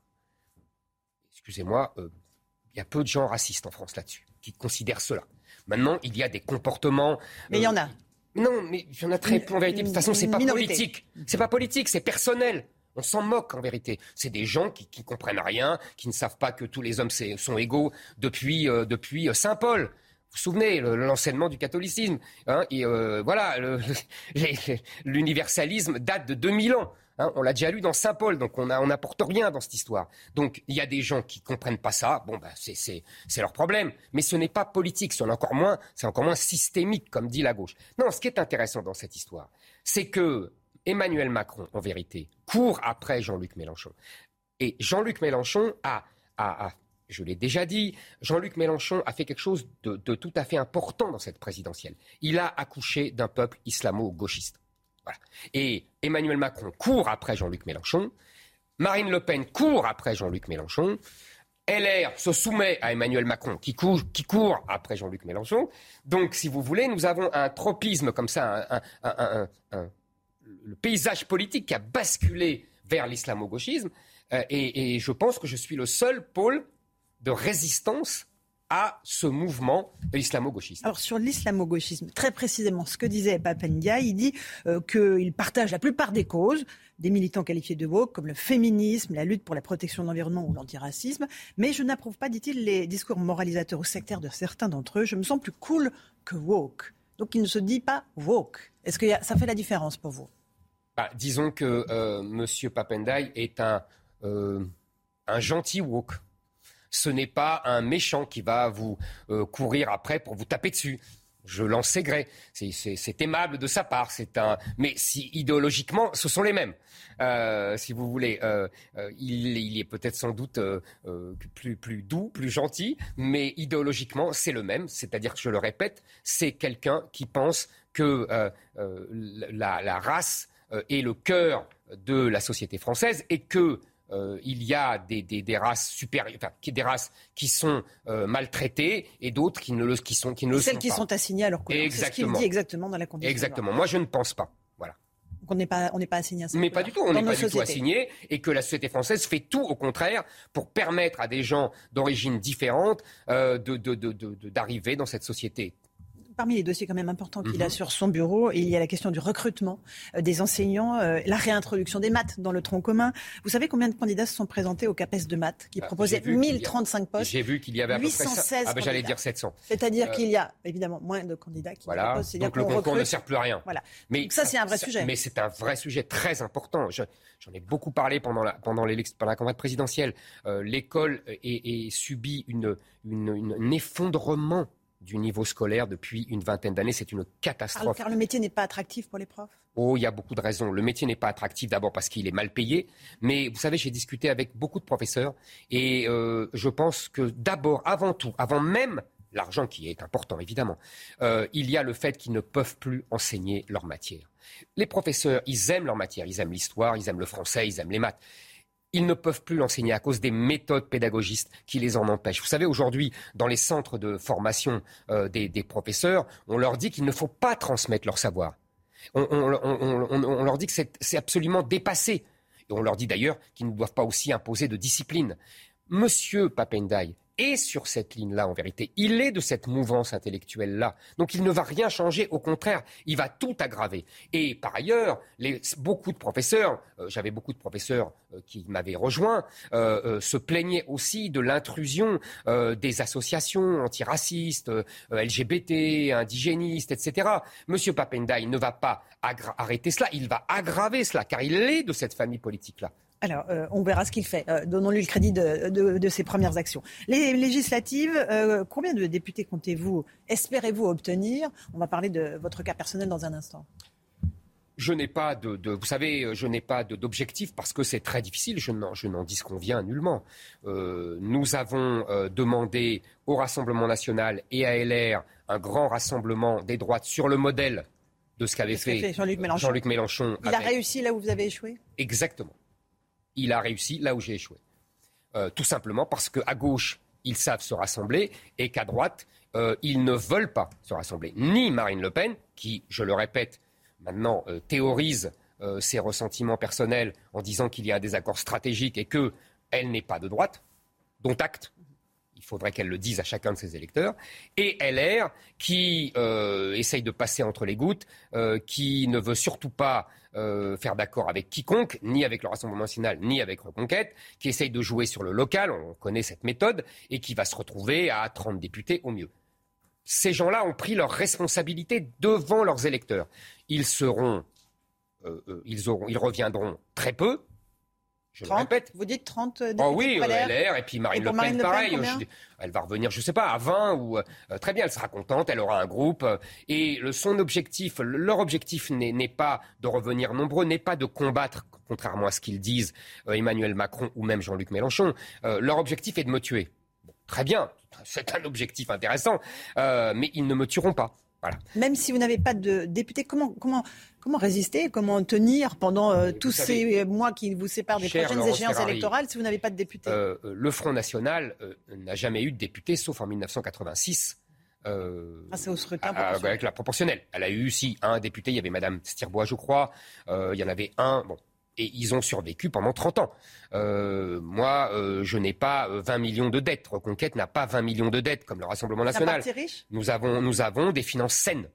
Excusez-moi... Euh, Il y a peu de gens racistes en France là-dessus, qui considèrent cela. Maintenant, il y a des comportements... Mais il euh, y en a. Non, mais il y en a très peu en vérité. De toute façon, c'est pas minorité. politique. C'est pas politique, c'est personnel. On s'en moque en vérité. C'est des gens qui ne comprennent rien, qui ne savent pas que tous les hommes sont égaux depuis, euh, depuis Saint-Paul. Vous vous souvenez, le, l'enseignement du catholicisme. Hein, et euh, voilà, le, les, l'universalisme date de deux mille ans. Hein, on l'a déjà lu dans Saint-Paul, donc on n'apporte rien dans cette histoire. Donc il y a des gens qui ne comprennent pas ça, bon, bah, c'est, c'est, c'est leur problème. Mais ce n'est pas politique, c'est encore, moins, c'est encore moins systémique, comme dit la gauche. Non, ce qui est intéressant dans cette histoire, c'est que Emmanuel Macron, en vérité, court après Jean-Luc Mélenchon. Et Jean-Luc Mélenchon a... a, a je l'ai déjà dit, Jean-Luc Mélenchon a fait quelque chose de, de tout à fait important dans cette présidentielle. Il a accouché d'un peuple islamo-gauchiste. Voilà. Et Emmanuel Macron court après Jean-Luc Mélenchon. Marine Le Pen court après Jean-Luc Mélenchon. L R se soumet à Emmanuel Macron qui court, qui court après Jean-Luc Mélenchon. Donc, si vous voulez, nous avons un tropisme comme ça, un, un, un, un, un, le paysage politique qui a basculé vers l'islamo-gauchisme. Euh, et, et je pense que je suis le seul pôle de résistance à ce mouvement islamo-gauchiste. Alors sur l'islamo-gauchisme, très précisément, ce que disait Papendiaï, il dit euh, qu'il partage la plupart des causes des militants qualifiés de woke, comme le féminisme, la lutte pour la protection de l'environnement ou l'antiracisme, mais je n'approuve pas, dit-il, les discours moralisateurs ou sectaires de certains d'entre eux. Je me sens plus cool que woke. Donc il ne se dit pas woke. Est-ce que y a, ça fait la différence pour vous ? Bah, disons que euh, M. Papendiaï est un, euh, un gentil woke. Ce n'est pas un méchant qui va vous euh, courir après pour vous taper dessus. Je l'en sais gré. C'est, c'est, c'est aimable de sa part. C'est un... Mais si idéologiquement, ce sont les mêmes. Euh, si vous voulez, euh, euh, il, il est peut-être sans doute euh, euh, plus, plus doux, plus gentil, mais idéologiquement, c'est le même. C'est-à-dire que, je le répète, c'est quelqu'un qui pense que euh, euh, la, la race euh, est le cœur de la société française et que Euh, il y a des, des, des races supérieures, enfin, des races qui sont euh, maltraitées et d'autres qui ne le, qui sont, qui ne le sont pas. Celles qui sont assignées à leur couleur. Exactement. C'est ce qu'il dit exactement dans la condition. Exactement. Moi, je ne pense pas. Voilà. Donc on n'est pas, on n'est pas assigné à ça. Mais pas du tout. On n'est pas du tout assigné et que la société française fait tout au contraire pour permettre à des gens d'origine différente euh, de, de, de, de, de, d'arriver dans cette société. parmi les dossiers quand même importants qu'il mm-hmm. a sur son bureau, il y a la question du recrutement euh, des enseignants, euh, la réintroduction des maths dans le tronc commun. Vous savez combien de candidats se sont présentés au CAPES de maths qui ah, proposait mille trente-cinq postes? J'ai vu qu'il y avait à peu près huit cent seize ah, ben, j'allais dire sept cents. C'est-à-dire euh, qu'il y a évidemment moins de candidats qui voilà. proposent. Donc le concours recrute. ne sert plus à rien. Voilà. Mais Donc ça, c'est un vrai ça, sujet. Mais c'est un vrai sujet très important. Je, j'en ai beaucoup parlé pendant la, pendant, pendant la campagne présidentielle. Euh, l'école est, est subit une, une, une, un effondrement du niveau scolaire depuis une vingtaine d'années. C'est une catastrophe. Car le métier n'est pas attractif pour les profs? Oh, il y a beaucoup de raisons. Le métier n'est pas attractif d'abord parce qu'il est mal payé. Mais vous savez, j'ai discuté avec beaucoup de professeurs et euh, je pense que d'abord, avant tout, avant même l'argent qui est important évidemment, euh, il y a le fait qu'ils ne peuvent plus enseigner leur matière. Les professeurs, ils aiment leur matière. Ils aiment l'histoire, ils aiment le français, ils aiment les maths. Ils ne peuvent plus l'enseigner à cause des méthodes pédagogistes qui les en empêchent. Vous savez, aujourd'hui, dans les centres de formation euh, des, des professeurs, on leur dit qu'il ne faut pas transmettre leur savoir. On, on, on, on, on leur dit que c'est, c'est absolument dépassé. Et on leur dit d'ailleurs qu'ils ne doivent pas aussi imposer de discipline. Monsieur Pap Ndiaye est sur cette ligne-là, en vérité. Il est de cette mouvance intellectuelle-là. Donc il ne va rien changer, au contraire, il va tout aggraver. Et par ailleurs, les, beaucoup de professeurs, euh, j'avais beaucoup de professeurs euh, qui m'avaient rejoint, euh, euh, se plaignaient aussi de l'intrusion euh, des associations antiracistes, euh, L G B T, indigénistes, et cetera. Monsieur Pap Ndiaye ne va pas agra- arrêter cela, il va aggraver cela, car il est de cette famille politique-là. Alors, euh, on verra ce qu'il fait. Euh, donnons-lui le crédit de, de, de ses premières actions. Les législatives, euh, combien de députés comptez-vous, espérez-vous obtenir? On va parler de votre cas personnel dans un instant. Je n'ai pas de, de vous savez, je n'ai pas de, d'objectif parce que c'est très difficile. Je n'en, je n'en disconviens nullement. Euh, nous avons euh, demandé au Rassemblement national et à L R un grand rassemblement des droites sur le modèle de ce qu'avait fait, fait Jean-Luc Mélenchon. Jean-Luc Mélenchon. Il avec... a réussi là où vous avez échoué? Exactement. Il a réussi là où j'ai échoué. Euh, tout simplement parce qu'à gauche, ils savent se rassembler et qu'à droite, euh, ils ne veulent pas se rassembler. Ni Marine Le Pen, qui, je le répète, maintenant euh, théorise euh, ses ressentiments personnels en disant qu'il y a un désaccord stratégique et qu'elle n'est pas de droite, dont acte. Il faudrait qu'elle le dise à chacun de ses électeurs. Et L R, qui euh, essaye de passer entre les gouttes, euh, qui ne veut surtout pas euh, faire d'accord avec quiconque, ni avec le Rassemblement national, ni avec Reconquête, qui essaye de jouer sur le local, on connaît cette méthode, et qui va se retrouver à trente députés au mieux. Ces gens-là ont pris leurs responsabilités devant leurs électeurs. Ils seront, euh, euh, ils auront, ils reviendront très peu. Je trente, le répète. Vous dites trente députés? Oh oui, L R, L R et puis Marine, et Le, Pen, Marine Le Pen, pareil. combien? Je, elle va revenir, je ne sais pas, à vingt ou euh, très bien. Elle sera contente, elle aura un groupe. Euh, et le, son objectif, le, leur objectif n'est, n'est pas de revenir nombreux, n'est pas de combattre, contrairement à ce qu'ils disent euh, Emmanuel Macron ou même Jean-Luc Mélenchon. Euh, leur objectif est de me tuer. Bon, très bien, c'est un objectif intéressant, euh, mais ils ne me tueront pas. Voilà. Même si vous n'avez pas de député, comment, comment, comment résister, comment tenir pendant euh, tous savez, ces mois qui vous séparent des prochaines Laurence échéances Ferrari, électorales si vous n'avez pas de député? euh, Le Front National euh, n'a jamais eu de député, sauf en dix-neuf cent quatre-vingt-six. Euh, ah, c'est au scrutin à, avec la proportionnelle. Elle a eu, si, un député, il y avait Madame Stirbois, je crois, euh, il y en avait un, bon. Et ils ont survécu pendant trente ans. Euh, moi, euh, je n'ai pas vingt millions de dettes. Reconquête n'a pas vingt millions de dettes, comme le Rassemblement national. C'est un parti riche ? Nous avons, nous avons des finances saines.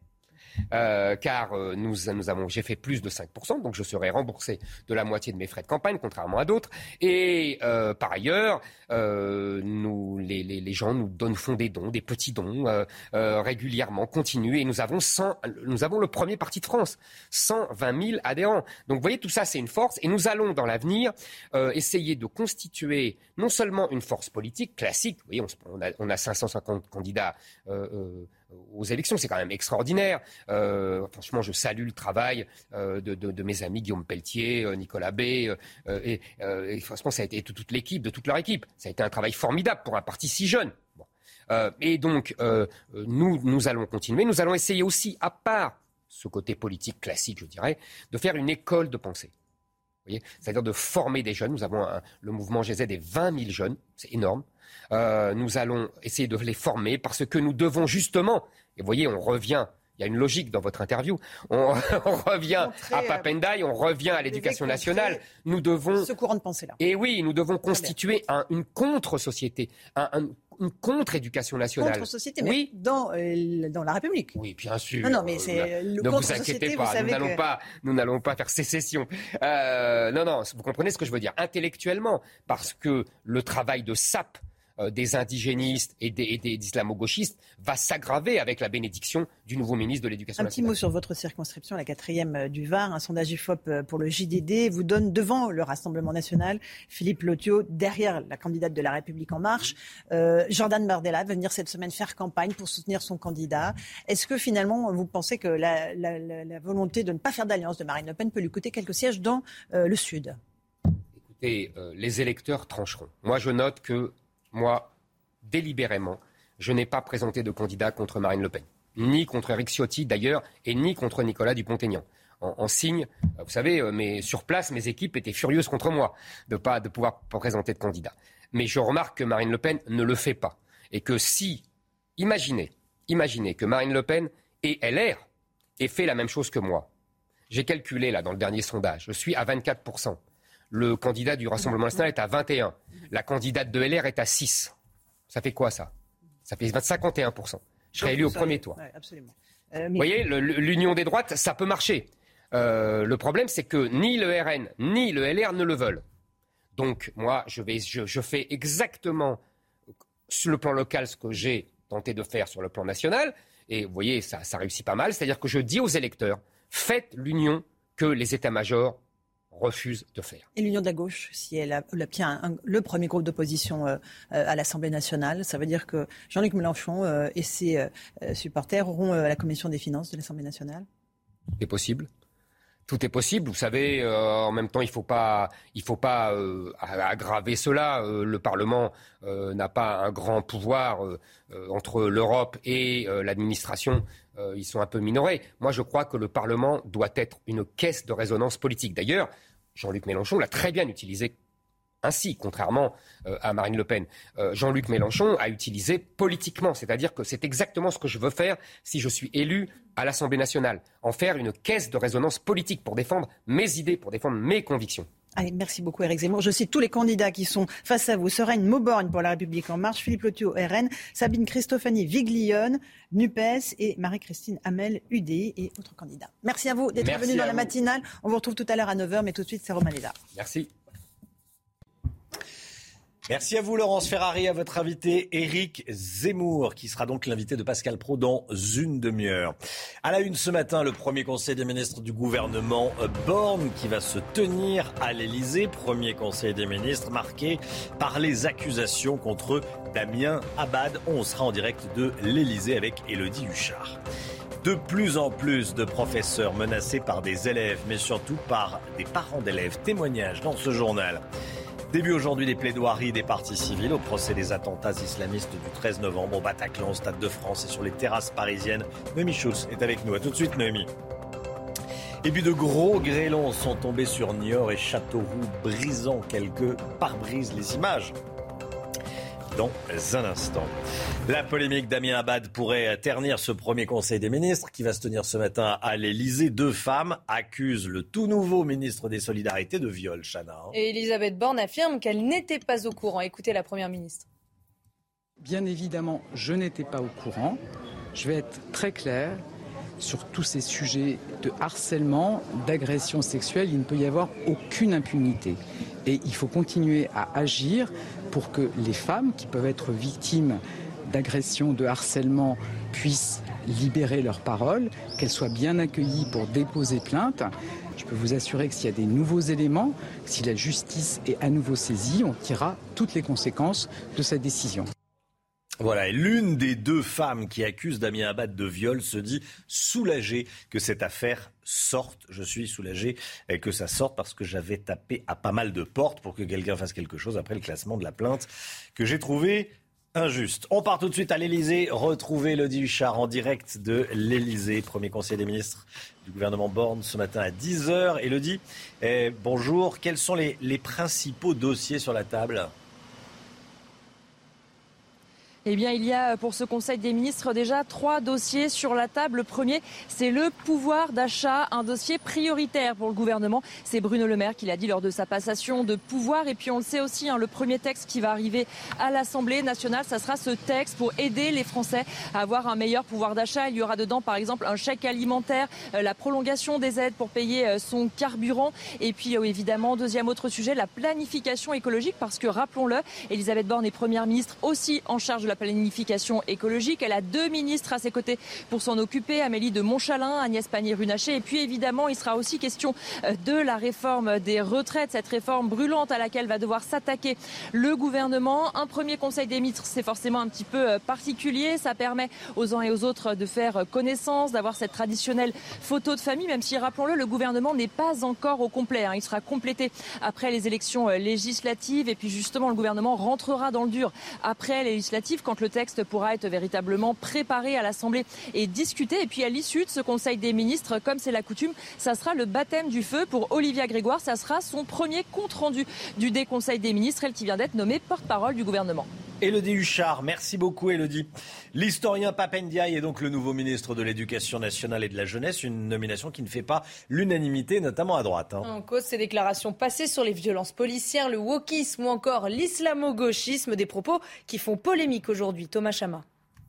Euh, car euh, nous, nous avons, j'ai fait plus de cinq pour cent, donc je serai remboursé de la moitié de mes frais de campagne, contrairement à d'autres. Et euh, par ailleurs, euh, nous, les, les, les gens nous donnent, font des dons, des petits dons euh, euh, régulièrement, continus. Et nous avons, cent, nous avons le premier parti de France, cent vingt mille adhérents. Donc vous voyez, tout ça, c'est une force. Et nous allons, dans l'avenir, euh, essayer de constituer non seulement une force politique classique. Vous voyez, on, on, a, on a cinq cent cinquante candidats euh, euh, aux élections, c'est quand même extraordinaire. Euh, franchement, je salue le travail euh, de, de, de mes amis Guillaume Pelletier, euh, Nicolas Bay, euh, et, euh, et franchement, ça a été toute, toute l'équipe, de toute leur équipe. Ça a été un travail formidable pour un parti si jeune. Bon. Euh, et donc, euh, nous, nous allons continuer. Nous allons essayer aussi, à part ce côté politique classique, je dirais, de faire une école de pensée. Vous voyez, c'est-à-dire de former des jeunes. Nous avons un, le mouvement G Z des vingt mille jeunes, c'est énorme. Euh, nous allons essayer de les former parce que nous devons justement, et vous voyez, on revient, il y a une logique dans votre interview, on, on revient Contrer, à Pap Ndiaye, on revient à l'éducation nationale. Nous devons... Ce courant de pensée-là. Et oui, nous devons constituer un, une contre-société, un, un, une contre-éducation nationale. Contre-société, mais oui. dans, euh, dans la République. Oui, bien sûr. Non, non, mais c'est le ne vous contre-société, inquiétez pas, vous savez nous n'allons que... pas, nous n'allons pas faire sécession. Euh, non, non, vous comprenez ce que je veux dire. Intellectuellement, parce que le travail de sape euh, des indigénistes et des, et des islamo-gauchistes va s'aggraver avec la bénédiction du nouveau ministre de l'Éducation Un nationale. petit mot sur votre circonscription, la quatrième du Var. Un sondage I F O P pour le J D D vous donne devant le Rassemblement national Philippe Lotiot, derrière la candidate de La République En Marche. Euh, Jordan Bardella va venir cette semaine faire campagne pour soutenir son candidat. Est-ce que finalement vous pensez que la, la, la, la volonté de ne pas faire d'alliance de Marine Le Pen peut lui coûter quelques sièges dans euh, le Sud ? Écoutez, euh, les électeurs trancheront. Moi, je note que, moi, délibérément, je n'ai pas présenté de candidat contre Marine Le Pen, ni contre Éric Ciotti d'ailleurs, et ni contre Nicolas Dupont-Aignan. En, en signe, vous savez, euh, mais sur place, mes équipes étaient furieuses contre moi de pas de pouvoir présenter de candidat. Mais je remarque que Marine Le Pen ne le fait pas, et que si, imaginez, imaginez que Marine Le Pen et L R aient fait la même chose que moi. J'ai calculé là dans le dernier sondage, je suis à vingt-quatre pour cent. Le candidat du Rassemblement national est à vingt et un pour cent. La candidate de L R est à six pour cent. Ça fait quoi, ça ? Ça fait cinquante et un pour cent. Je serai élu au premier tour. Ouais, absolument. Euh, mais... Vous voyez, le, l'union des droites, ça peut marcher. Euh, le problème, c'est que ni le R N, ni le L R ne le veulent. Donc, moi, je, vais, je, je fais exactement, sur le plan local, ce que j'ai tenté de faire sur le plan national. Et vous voyez, ça, ça réussit pas mal. C'est-à-dire que je dis aux électeurs, faites l'union que les états-majors refuse de faire. Et l'Union de la gauche, si elle obtient un, un, le premier groupe d'opposition euh, à l'Assemblée nationale, ça veut dire que Jean-Luc Mélenchon euh, et ses euh, supporters auront euh, la commission des finances de l'Assemblée nationale ? Tout est possible. Tout est possible. Vous savez, euh, en même temps, il ne faut pas, il faut pas euh, aggraver cela. Euh, le Parlement euh, n'a pas un grand pouvoir euh, euh, entre l'Europe et euh, l'administration. Euh, ils sont un peu minorés. Moi, je crois que le Parlement doit être une caisse de résonance politique. D'ailleurs, Jean-Luc Mélenchon l'a très bien utilisé ainsi, contrairement euh, à Marine Le Pen. Euh, Jean-Luc Mélenchon a utilisé politiquement, c'est-à-dire que c'est exactement ce que je veux faire si je suis élu à l'Assemblée nationale, en faire une caisse de résonance politique pour défendre mes idées, pour défendre mes convictions. Allez, merci beaucoup Éric Zemmour. Je cite tous les candidats qui sont face à vous. Sereine Mauborgne pour La République En Marche, Philippe Lotiot, R N, Sabine Cristofani, Viglione, NUPES et Marie-Christine Hamel, U D et autres candidats. Merci à vous d'être venus dans la matinale. On vous retrouve tout à l'heure à neuf heures, mais tout de suite, c'est Romain Lézard. Merci. Merci à vous Laurence Ferrari, à votre invité Éric Zemmour, qui sera donc l'invité de Pascal Praud dans une demi-heure. À la une ce matin, le premier conseil des ministres du gouvernement Borne qui va se tenir à l'Elysée. Premier conseil des ministres marqué par les accusations contre Damien Abad. On sera en direct de l'Elysée avec Élodie Huchard. De plus en plus de professeurs menacés par des élèves, mais surtout par des parents d'élèves. Témoignage dans ce journal. Début aujourd'hui des plaidoiries des parties civiles au procès des attentats islamistes du treize novembre au Bataclan, au Stade de France et sur les terrasses parisiennes. Noémie Schulz est avec nous. À tout de suite, Noémie. Et puis de gros grêlons sont tombés sur Niort et Châteauroux, brisant quelques pare-brises. Les images dans un instant. La polémique Damien Abad pourrait ternir ce premier conseil des ministres qui va se tenir ce matin à l'Elysée. Deux femmes accusent le tout nouveau ministre des Solidarités de viol, Chana. Et Elisabeth Borne affirme qu'elle n'était pas au courant. Écoutez la première ministre. Bien évidemment, je n'étais pas au courant. Je vais être très clair. Sur tous ces sujets de harcèlement, d'agression sexuelle, il ne peut y avoir aucune impunité. Et il faut continuer à agir pour que les femmes qui peuvent être victimes d'agression, de harcèlement, puissent libérer leur parole, qu'elles soient bien accueillies pour déposer plainte. Je peux vous assurer que s'il y a des nouveaux éléments, si la justice est à nouveau saisie, on tirera toutes les conséquences de cette décision. Voilà, et l'une des deux femmes qui accuse Damien Abad de viol se dit soulagée que cette affaire sorte. Je suis soulagée que ça sorte parce que j'avais tapé à pas mal de portes pour que quelqu'un fasse quelque chose après le classement de la plainte que j'ai trouvé injuste. On part tout de suite à l'Elysée, retrouver Élodie Huchard en direct de l'Elysée, premier conseil des ministres du gouvernement Borne ce matin à dix heures. Élodie, eh, bonjour, quels sont les, les principaux dossiers sur la table ? Eh bien, il y a pour ce Conseil des ministres déjà trois dossiers sur la table. Le premier, c'est le pouvoir d'achat, un dossier prioritaire pour le gouvernement. C'est Bruno Le Maire qui l'a dit lors de sa passation de pouvoir. Et puis on le sait aussi, hein, le premier texte qui va arriver à l'Assemblée nationale, ça sera ce texte pour aider les Français à avoir un meilleur pouvoir d'achat. Il y aura dedans, par exemple, un chèque alimentaire, euh, la prolongation des aides pour payer euh, son carburant. Et puis euh, évidemment, deuxième autre sujet, la planification écologique, parce que rappelons-le, Elisabeth Borne est première ministre aussi en charge de la planification écologique. Elle a deux ministres à ses côtés pour s'en occuper, Amélie de Montchalin, Agnès Pannier-Runacher. Et puis évidemment, il sera aussi question de la réforme des retraites, cette réforme brûlante à laquelle va devoir s'attaquer le gouvernement. Un premier Conseil des ministres, c'est forcément un petit peu particulier. Ça permet aux uns et aux autres de faire connaissance, d'avoir cette traditionnelle photo de famille, même si, rappelons-le, le gouvernement n'est pas encore au complet. Il sera complété après les élections législatives. Et puis justement, le gouvernement rentrera dans le dur après les législatives, quand le texte pourra être véritablement préparé à l'Assemblée et discuté. Et puis à l'issue de ce Conseil des ministres, comme c'est la coutume, ça sera le baptême du feu pour Olivia Grégoire. Ça sera son premier compte-rendu du Déconseil des ministres, elle qui vient d'être nommée porte-parole du gouvernement. Élodie Huchard, merci beaucoup Élodie. L'historien Pape Ndiaye est donc le nouveau ministre de l'Éducation nationale et de la jeunesse, une nomination qui ne fait pas l'unanimité, notamment à droite. Hein. En cause, ces déclarations passées sur les violences policières, le wokisme ou encore l'islamo-gauchisme, des propos qui font polémique aujourd'hui. Thomas Chama.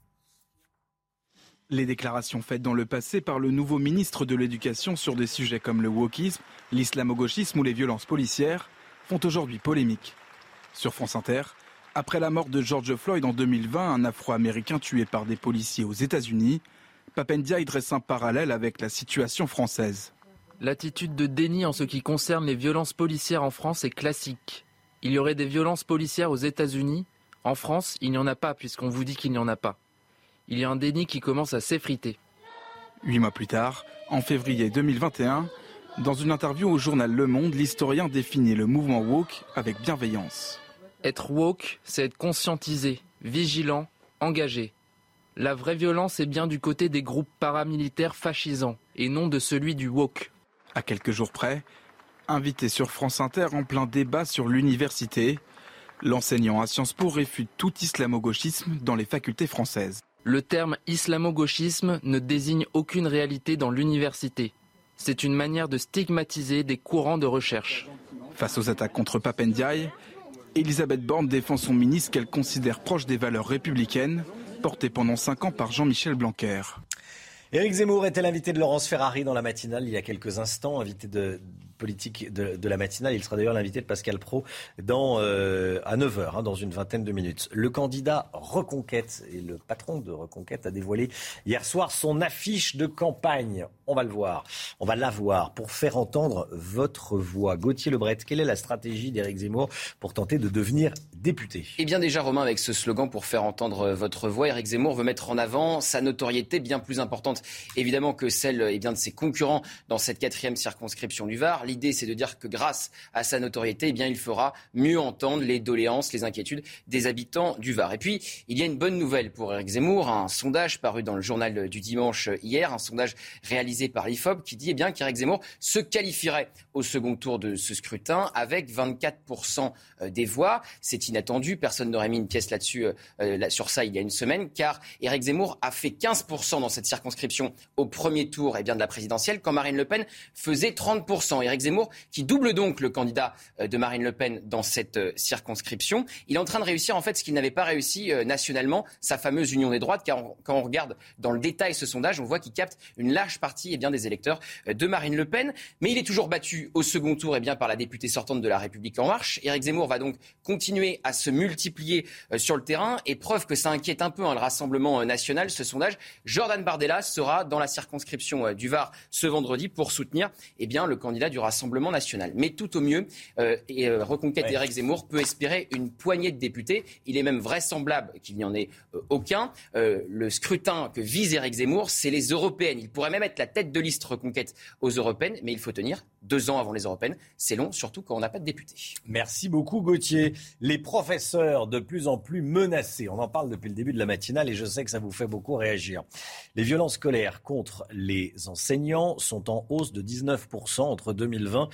Les déclarations faites dans le passé par le nouveau ministre de l'Éducation sur des sujets comme le wokisme, l'islamo-gauchisme ou les violences policières font aujourd'hui polémique. Sur France Inter, après la mort de George Floyd en deux mille vingt, un Afro-Américain tué par des policiers aux États-Unis, Pape Ndiaye dresse un parallèle avec la situation française. L'attitude de déni en ce qui concerne les violences policières en France est classique. Il y aurait des violences policières aux États-Unis. En France, il n'y en a pas puisqu'on vous dit qu'il n'y en a pas. Il y a un déni qui commence à s'effriter. Huit mois plus tard, en février deux mille vingt et un, dans une interview au journal Le Monde, l'historien définit le mouvement woke avec bienveillance. Être woke, c'est être conscientisé, vigilant, engagé. La vraie violence est bien du côté des groupes paramilitaires fascisants et non de celui du woke. À quelques jours près, invité sur France Inter en plein débat sur l'université, l'enseignant à Sciences Po réfute tout islamo-gauchisme dans les facultés françaises. Le terme islamo-gauchisme ne désigne aucune réalité dans l'université. C'est une manière de stigmatiser des courants de recherche. Face aux attaques contre Pape Ndiaye, Elisabeth Borne défend son ministre qu'elle considère proche des valeurs républicaines, portées pendant cinq ans par Jean-Michel Blanquer. Éric Zemmour était l'invité de Laurence Ferrari dans la matinale il y a quelques instants, invité de politique de, de la matinale. Il sera d'ailleurs l'invité de Pascal Praud dans, euh, à neuf heures, hein, dans une vingtaine de minutes. Le candidat Reconquête et le patron de Reconquête a dévoilé hier soir son affiche de campagne. On va le voir, on va la voir pour faire entendre votre voix. Gauthier Lebret, quelle est la stratégie d'Éric Zemmour pour tenter de devenir député ? Eh bien déjà, Romain, avec ce slogan pour faire entendre votre voix, Éric Zemmour veut mettre en avant sa notoriété bien plus importante évidemment que celle eh bien, de ses concurrents dans cette quatrième circonscription du Var. L'idée, c'est de dire que grâce à sa notoriété, eh bien, il fera mieux entendre les doléances, les inquiétudes des habitants du Var. Et puis, il y a une bonne nouvelle pour Éric Zemmour, un sondage paru dans le journal du dimanche hier, un sondage réalisé par l'I F O P qui dit eh bien, qu'Éric Zemmour se qualifierait au second tour de ce scrutin avec vingt-quatre pour cent des voix. C'est inattendu, personne n'aurait mis une pièce là-dessus, euh, là, sur ça il y a une semaine, car Éric Zemmour a fait quinze pour cent dans cette circonscription au premier tour eh bien, de la présidentielle, quand Marine Le Pen faisait trente pour cent. Éric Zemmour, qui double donc le candidat de Marine Le Pen dans cette circonscription, il est en train de réussir en fait ce qu'il n'avait pas réussi nationalement, sa fameuse union des droites, car on, quand on regarde dans le détail ce sondage, on voit qu'il capte une large partie eh bien, des électeurs de Marine Le Pen, mais il est toujours battu au second tour eh bien, par la députée sortante de La République En Marche. Éric Zemmour va donc continuer à se multiplier sur le terrain, et preuve que ça inquiète un peu hein, le Rassemblement national, ce sondage, Jordan Bardella sera dans la circonscription du Var ce vendredi pour soutenir eh bien, le candidat du Rassemblement national. Mais tout au mieux, euh, et, euh, Reconquête d'Éric Zemmour peut espérer une poignée de députés. Il est même vraisemblable qu'il n'y en ait euh, aucun. Euh, le scrutin que vise Éric Zemmour, c'est les européennes. Il pourrait même être la tête de liste Reconquête aux européennes, mais il faut tenir deux ans avant les européennes. C'est long, surtout quand on n'a pas de députés. Merci beaucoup Gauthier. Les professeurs de plus en plus menacés. On en parle depuis le début de la matinale et je sais que ça vous fait beaucoup réagir. Les violences scolaires contre les enseignants sont en hausse de dix-neuf pour cent entre deux mille vingt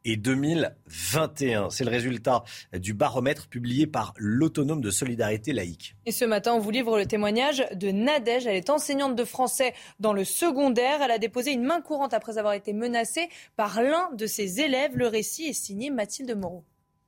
et deux mille vingt et un. C'est le résultat du baromètre publié par l'Autonome de solidarité laïque. Et ce matin, on vous livre le témoignage de Nadège. Elle est enseignante de français dans le secondaire. Elle a déposé une main courante après avoir été menacée par l'un de ses élèves. Le récit est signé Mathilde Moreau.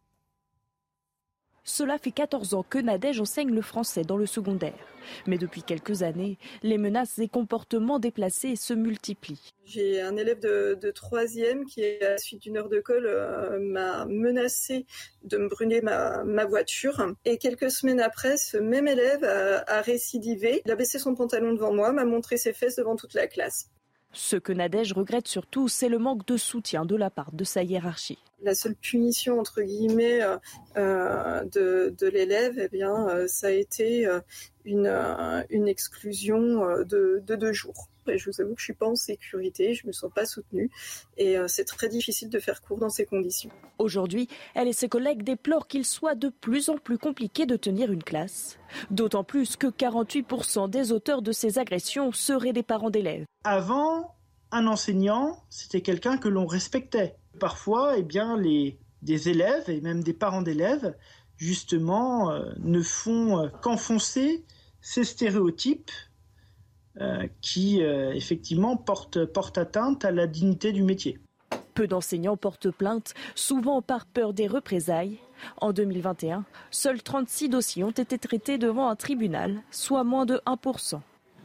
Cela fait quatorze ans que Nadège enseigne le français dans le secondaire. Mais depuis quelques années, les menaces et comportements déplacés se multiplient. J'ai un élève de, de troisième qui, à la suite d'une heure de colle, euh, m'a menacé de me brûler ma, ma voiture. Et quelques semaines après, ce même élève a, a récidivé. Il a baissé son pantalon devant moi, m'a montré ses fesses devant toute la classe. Ce que Nadège regrette surtout, c'est le manque de soutien de la part de sa hiérarchie. La seule punition, entre guillemets, euh, de, de l'élève, eh bien, euh, ça a été euh, une, euh, une exclusion euh, de, de deux jours. Et je vous avoue que je ne suis pas en sécurité, je ne me sens pas soutenue et euh, c'est très difficile de faire cours dans ces conditions. Aujourd'hui, elle et ses collègues déplorent qu'il soit de plus en plus compliqué de tenir une classe. D'autant plus que quarante-huit pour cent des auteurs de ces agressions seraient des parents d'élèves. Avant, un enseignant, c'était quelqu'un que l'on respectait. Parfois, eh bien, les, des élèves et même des parents d'élèves, justement, euh, ne font euh, qu'enfoncer ces stéréotypes euh, qui, euh, effectivement, portent, portent atteinte à la dignité du métier. Peu d'enseignants portent plainte, souvent par peur des représailles. En deux mille vingt et un, seuls trente-six dossiers ont été traités devant un tribunal, soit moins de un pour cent.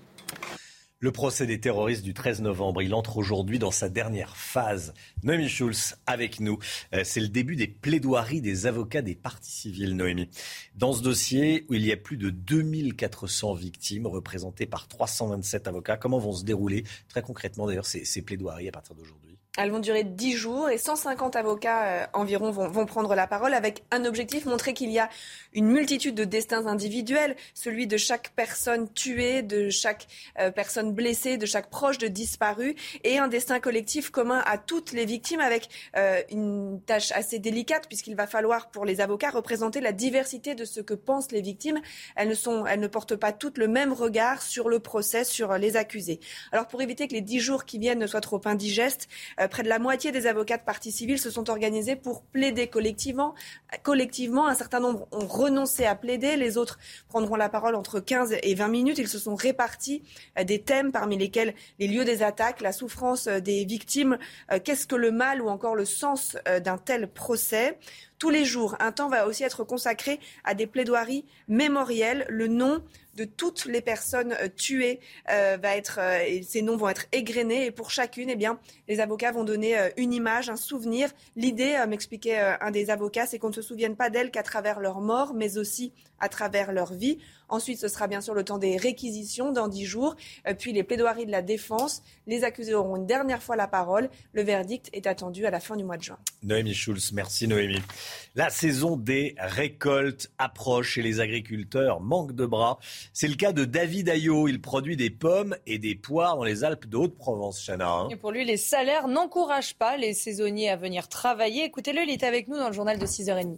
Le procès des terroristes du treize novembre, il entre aujourd'hui dans sa dernière phase. Noémie Schulz avec nous. C'est le début des plaidoiries des avocats des parties civiles, Noémie. Dans ce dossier où il y a plus de deux mille quatre cents victimes représentées par trois cent vingt-sept avocats, comment vont se dérouler très concrètement d'ailleurs ces, ces plaidoiries à partir d'aujourd'hui ? Elles vont durer dix jours et cent cinquante avocats euh, environ vont, vont prendre la parole avec un objectif, montrer qu'il y a une multitude de destins individuels, celui de chaque personne tuée, de chaque euh, personne blessée, de chaque proche de disparu et un destin collectif commun à toutes les victimes avec euh, une tâche assez délicate puisqu'il va falloir pour les avocats représenter la diversité de ce que pensent les victimes. Elles ne, sont, elles ne portent pas toutes le même regard sur le procès, sur les accusés. Alors pour éviter que les dix jours qui viennent ne soient trop indigestes, près de la moitié des avocats de partie civile se sont organisés pour plaider collectivement. Collectivement, un certain nombre ont renoncé à plaider. Les autres prendront la parole entre quinze et vingt minutes. Ils se sont répartis des thèmes parmi lesquels les lieux des attaques, la souffrance des victimes, qu'est-ce que le mal ou encore le sens d'un tel procès. Tous les jours, un temps va aussi être consacré à des plaidoiries mémorielles. Le nom de toutes les personnes tuées euh, va être, euh, et ces noms vont être égrenés. Et pour chacune, eh bien, les avocats vont donner euh, une image, un souvenir. L'idée, euh, m'expliquait euh, un des avocats, c'est qu'on ne se souvienne pas d'elles qu'à travers leur mort, mais aussi à travers leur vie. Ensuite, ce sera bien sûr le temps des réquisitions dans dix jours, euh, puis les plaidoiries de la défense. Les accusés auront une dernière fois la parole. Le verdict est attendu à la fin du mois de juin. Noémie Schulz, merci Noémie. La saison des récoltes approche et les agriculteurs manquent de bras. C'est le cas de David Ayot. Il produit des pommes et des poires dans les Alpes de Haute-Provence, Chana. Hein. Et pour lui, les salaires n'encouragent pas les saisonniers à venir travailler. Écoutez-le, il est avec nous dans le journal de six heures trente.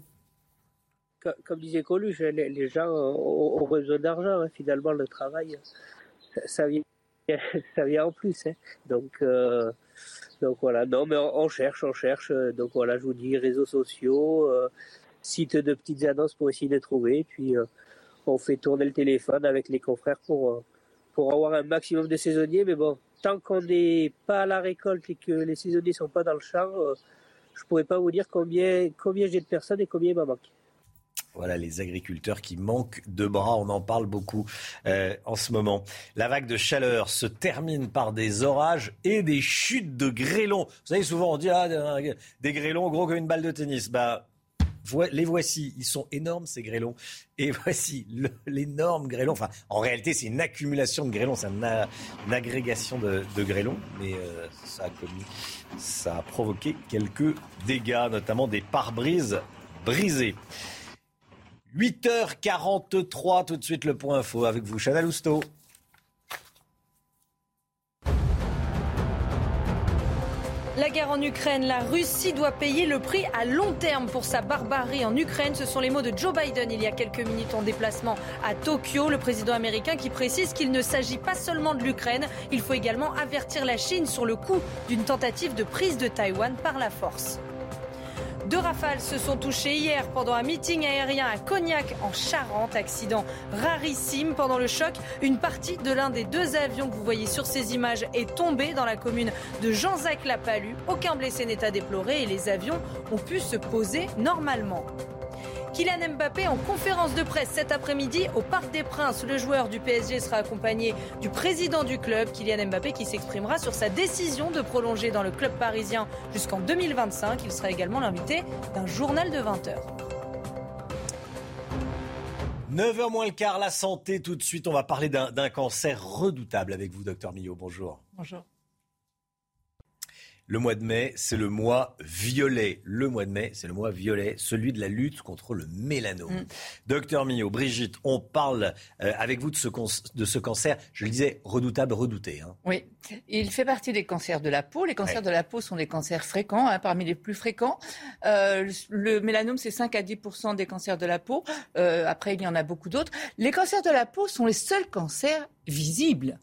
Comme disait Coluche, les, les gens ont, ont besoin d'argent. Hein. Finalement, le travail, ça, ça, vient, ça vient en plus. Hein. Donc, euh, donc voilà, non, mais on, on cherche, on cherche. Donc voilà, je vous dis, réseaux sociaux, euh, sites de petites annonces pour essayer de trouver. Puis euh, on fait tourner le téléphone avec les confrères pour, euh, pour avoir un maximum de saisonniers. Mais bon, tant qu'on n'est pas à la récolte et que les saisonniers ne sont pas dans le champ, euh, je ne pourrais pas vous dire combien, combien j'ai de personnes et combien il m'en manque. Voilà les agriculteurs qui manquent de bras, on en parle beaucoup euh, en ce moment. La vague de chaleur se termine par des orages et des chutes de grêlons. Vous savez, souvent on dit ah, des grêlons gros comme une balle de tennis. Bah, les voici, ils sont énormes ces grêlons. Et voici le, l'énorme grêlon. Enfin, en réalité, c'est une accumulation de grêlons, c'est une, une agrégation de, de grêlons. Mais euh, ça, a commis, ça a provoqué quelques dégâts, notamment des pare-brises brisés. huit heures quarante-trois, tout de suite le point info avec vous, Chana Lousteau. La guerre en Ukraine, la Russie doit payer le prix à long terme pour sa barbarie en Ukraine. Ce sont les mots de Joe Biden il y a quelques minutes en déplacement à Tokyo. Le président américain qui précise qu'il ne s'agit pas seulement de l'Ukraine. Il faut également avertir la Chine sur le coût d'une tentative de prise de Taïwan par la force. Deux rafales se sont touchées hier pendant un meeting aérien à Cognac en Charente. Accident rarissime. Pendant le choc, une partie de l'un des deux avions que vous voyez sur ces images est tombée dans la commune de Jean-Zac-la-Palud. Aucun blessé n'est à déplorer et les avions ont pu se poser normalement. Kylian Mbappé en conférence de presse cet après-midi au Parc des Princes. Le joueur du P S G sera accompagné du président du club, Kylian Mbappé, qui s'exprimera sur sa décision de prolonger dans le club parisien jusqu'en deux mille vingt-cinq. Il sera également l'invité d'un journal de vingt heures. neuf heures moins le quart, la santé tout de suite. On va parler d'un, d'un cancer redoutable avec vous, docteur Millot. Bonjour. Bonjour. Le mois de mai, c'est le mois violet. Le mois de mai, c'est le mois violet, celui de la lutte contre le mélanome. Mm. Docteur Millot, Brigitte, on parle euh, avec vous de ce, con- de ce cancer, je le disais, redoutable, redouté. Hein. Oui, il fait partie des cancers de la peau. Les cancers ouais. de la peau sont des cancers fréquents, hein, parmi les plus fréquents. Euh, le, le mélanome, c'est cinq à dix pour cent des cancers de la peau. Euh, après, il y en a beaucoup d'autres. Les cancers de la peau sont les seuls cancers visibles.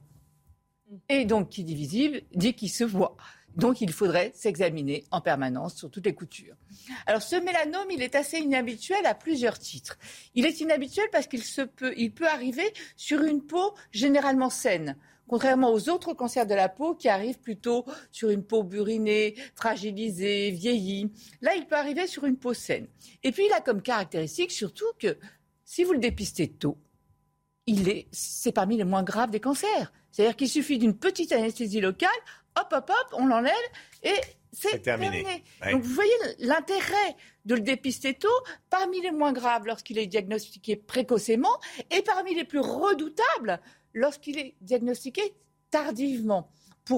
Et donc, qui dit visible, dit qu'il se voit. Donc, il faudrait s'examiner en permanence sur toutes les coutures. Alors, ce mélanome, il est assez inhabituel à plusieurs titres. Il est inhabituel parce qu'il se peut, il peut arriver sur une peau généralement saine, contrairement aux autres cancers de la peau qui arrivent plutôt sur une peau burinée, fragilisée, vieillie. Là, il peut arriver sur une peau saine. Et puis, il a comme caractéristique surtout que si vous le dépistez tôt, il est, c'est parmi les moins graves des cancers. C'est-à-dire qu'il suffit d'une petite anesthésie locale, hop, hop, hop, on l'enlève et c'est, c'est terminé. terminé. Ouais. Donc vous voyez l'intérêt de le dépister tôt, parmi les moins graves lorsqu'il est diagnostiqué précocement et parmi les plus redoutables lorsqu'il est diagnostiqué tardivement. Pourquoi ?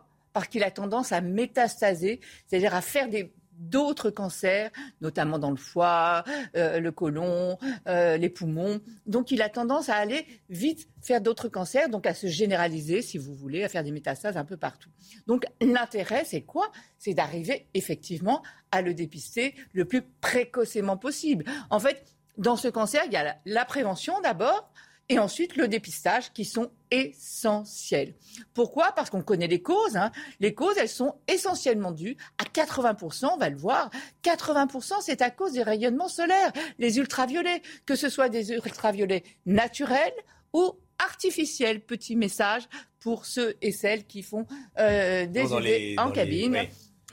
Parce qu'il a tendance à métastaser, c'est-à-dire à faire des d'autres cancers, notamment dans le foie, euh, le côlon, euh, les poumons. Donc, il a tendance à aller vite faire d'autres cancers, donc à se généraliser, si vous voulez, à faire des métastases un peu partout. Donc, l'intérêt, c'est quoi ? C'est d'arriver effectivement à le dépister le plus précocement possible. En fait, dans ce cancer, il y a la, la prévention d'abord, et ensuite le dépistage qui sont essentiels. Pourquoi ? Parce qu'on connaît les causes. Hein. Les causes, elles sont essentiellement dues à quatre-vingts pour cent, on va le voir. quatre-vingts pour cent, c'est à cause des rayonnements solaires, les ultraviolets, que ce soit des ultraviolets naturels ou artificiels. Petit message pour ceux et celles qui font euh, des U V les, en cabine. Les, oui.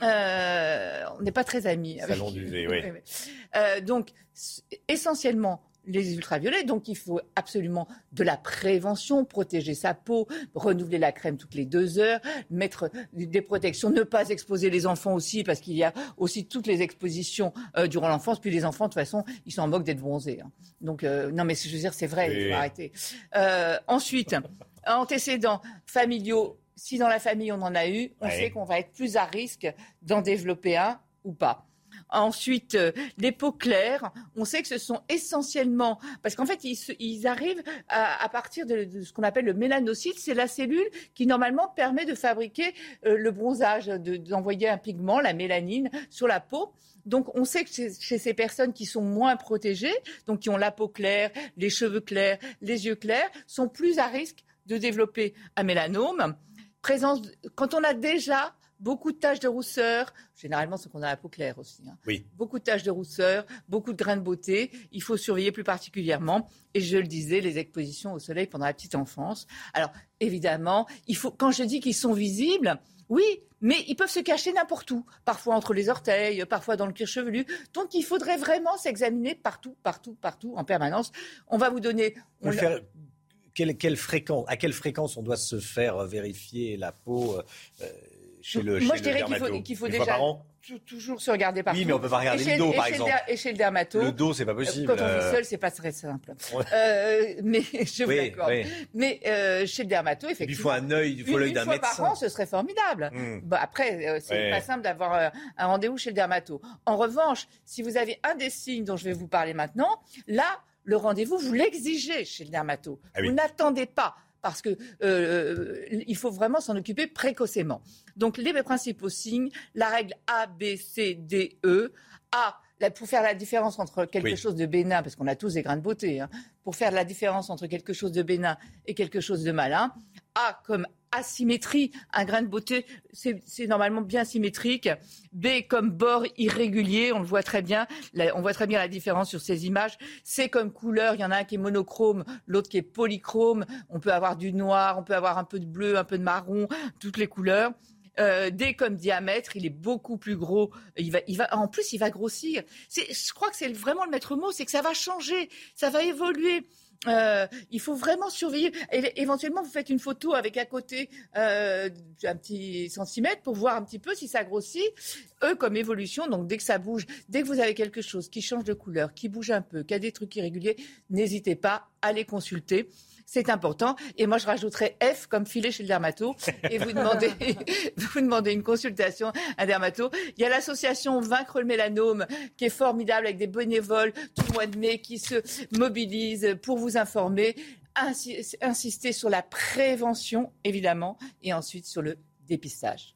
euh, on n'est pas très amis. Salon d'U V, oui. euh, donc, essentiellement, les ultraviolets, donc il faut absolument de la prévention, protéger sa peau, renouveler la crème toutes les deux heures, mettre des protections, ne pas exposer les enfants aussi, parce qu'il y a aussi toutes les expositions euh, durant l'enfance, puis les enfants, de toute façon, ils s'en moquent d'être bronzés. Hein. Donc, euh, non mais je veux dire, c'est vrai, oui. Il faut arrêter. Euh, ensuite, antécédents familiaux, si dans la famille on en a eu, on oui. sait qu'on va être plus à risque d'en développer un ou pas. Ensuite, euh, les peaux claires, on sait que ce sont essentiellement... Parce qu'en fait, ils, ils arrivent à, à partir de, de ce qu'on appelle le mélanocyte. C'est la cellule qui, normalement, permet de fabriquer euh, le bronzage, de, d'envoyer un pigment, la mélanine, sur la peau. Donc, on sait que chez, chez ces personnes qui sont moins protégées, donc qui ont la peau claire, les cheveux clairs, les yeux clairs, sont plus à risque de développer un mélanome. Présence, quand on a déjà... beaucoup de taches de rousseur, généralement ceux qu'on a la peau claire aussi. Hein. Oui. Beaucoup de taches de rousseur, beaucoup de grains de beauté. Il faut surveiller plus particulièrement. Et je le disais, les expositions au soleil pendant la petite enfance. Alors, évidemment, il faut, quand je dis qu'ils sont visibles, oui, mais ils peuvent se cacher n'importe où. Parfois entre les orteils, parfois dans le cuir chevelu. Donc, il faudrait vraiment s'examiner partout, partout, partout, en permanence. On va vous donner... On faire... quelle, quelle fréquence, à quelle fréquence on doit se faire vérifier la peau euh... Chez le, Moi, chez je dirais le qu'il faut, qu'il faut déjà t- toujours se regarder partout. Oui, mais on peut pas regarder chez, le dos, par chez exemple. Le, et chez le dermato. Le dos, c'est pas possible. Quand on vit seul, c'est pas très simple. Ouais. Euh, mais je vous oui, l'accorde. Oui. Mais euh, chez le dermato, effectivement. Il faut un œil, il faut l'œil d'un médecin. Une fois par an, ce serait formidable. Mm. Bah, après, euh, c'est ouais. pas simple d'avoir euh, un rendez-vous chez le dermato. En revanche, si vous avez un des signes dont je vais vous parler maintenant, là, le rendez-vous, vous l'exigez chez le dermato. Ah oui. Vous n'attendez pas. Parce qu'il euh, faut vraiment s'en occuper précocement. Donc, les principaux signes, la règle A, B, C, D, E. A, pour faire la différence entre quelque oui. chose de bénin, parce qu'on a tous des grains de beauté, hein, pour faire la différence entre quelque chose de bénin et quelque chose de malin. A comme asymétrie. Un grain de beauté, c'est, c'est normalement bien symétrique. B comme bord irrégulier, on le voit très bien. Là, on voit très bien la différence sur ces images. C comme couleur, il y en a un qui est monochrome, l'autre qui est polychrome. On peut avoir du noir, on peut avoir un peu de bleu, un peu de marron, toutes les couleurs. Euh, D comme diamètre, il est beaucoup plus gros. Il va, il va, en plus, il va grossir. C'est, je crois que c'est vraiment le maître mot, c'est que ça va changer, ça va évoluer. Euh, il faut vraiment surveiller. Et, éventuellement, vous faites une photo avec à côté euh, un petit centimètre pour voir un petit peu si ça grossit. Eux, comme évolution, donc dès que ça bouge, dès que vous avez quelque chose qui change de couleur, qui bouge un peu, qui a des trucs irréguliers, n'hésitez pas à les consulter. C'est important. Et moi, je rajouterais F comme filet chez le dermato. Et vous demandez, vous demandez une consultation à un dermato. Il y a l'association Vaincre le mélanome qui est formidable avec des bénévoles tout le mois de mai qui se mobilisent pour vous informer. Insister sur la prévention, évidemment, et ensuite sur le dépistage.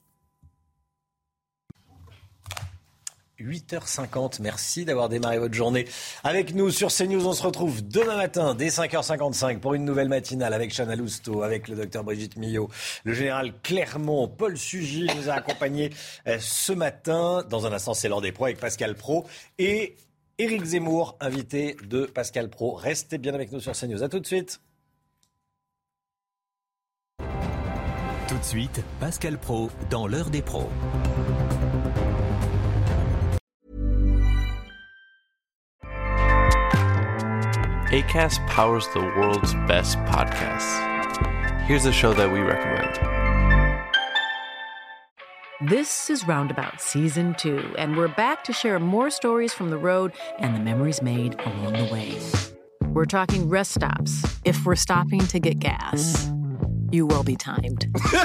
huit heures cinquante, merci d'avoir démarré votre journée avec nous sur CNews. On se retrouve demain matin dès cinq heures cinquante-cinq pour une nouvelle matinale avec Chana Lousteau, avec le docteur Brigitte Millot, le général Clermont. Paul Sugy nous a accompagnés ce matin. Dans un instant, c'est l'heure des pros avec Pascal Praud et Éric Zemmour, invité de Pascal Praud. Restez bien avec nous sur CNews. À tout de suite. Tout de suite, Pascal Praud dans l'heure des pros. Acast powers the world's best podcasts. Here's a show that we recommend. This is Roundabout Season two, and we're back to share more stories from the road and the memories made along the way. We're talking rest stops. If we're stopping to get gas, you will be timed.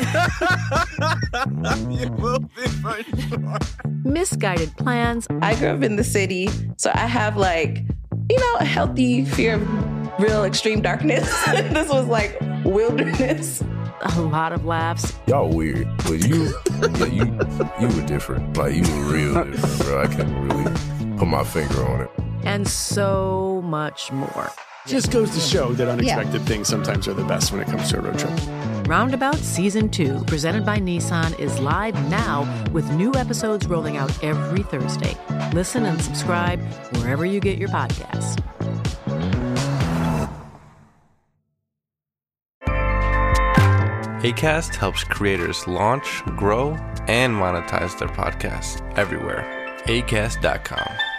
You will be for sure. Misguided plans. I grew up in the city, so I have like, you know, a healthy fear of real extreme darkness. This was like wilderness. A lot of laughs. Y'all weird, but you, yeah, you, you were different. Like, you were real different, bro. I can't really put my finger on it. And so much more. Just goes to show that unexpected yeah. things sometimes are the best when it comes to a road trip. Roundabout Season two, presented by Nissan, is live now with new episodes rolling out every Thursday. Listen and subscribe wherever you get your podcasts. Acast helps creators launch, grow, and monetize their podcasts everywhere. Acast dot com.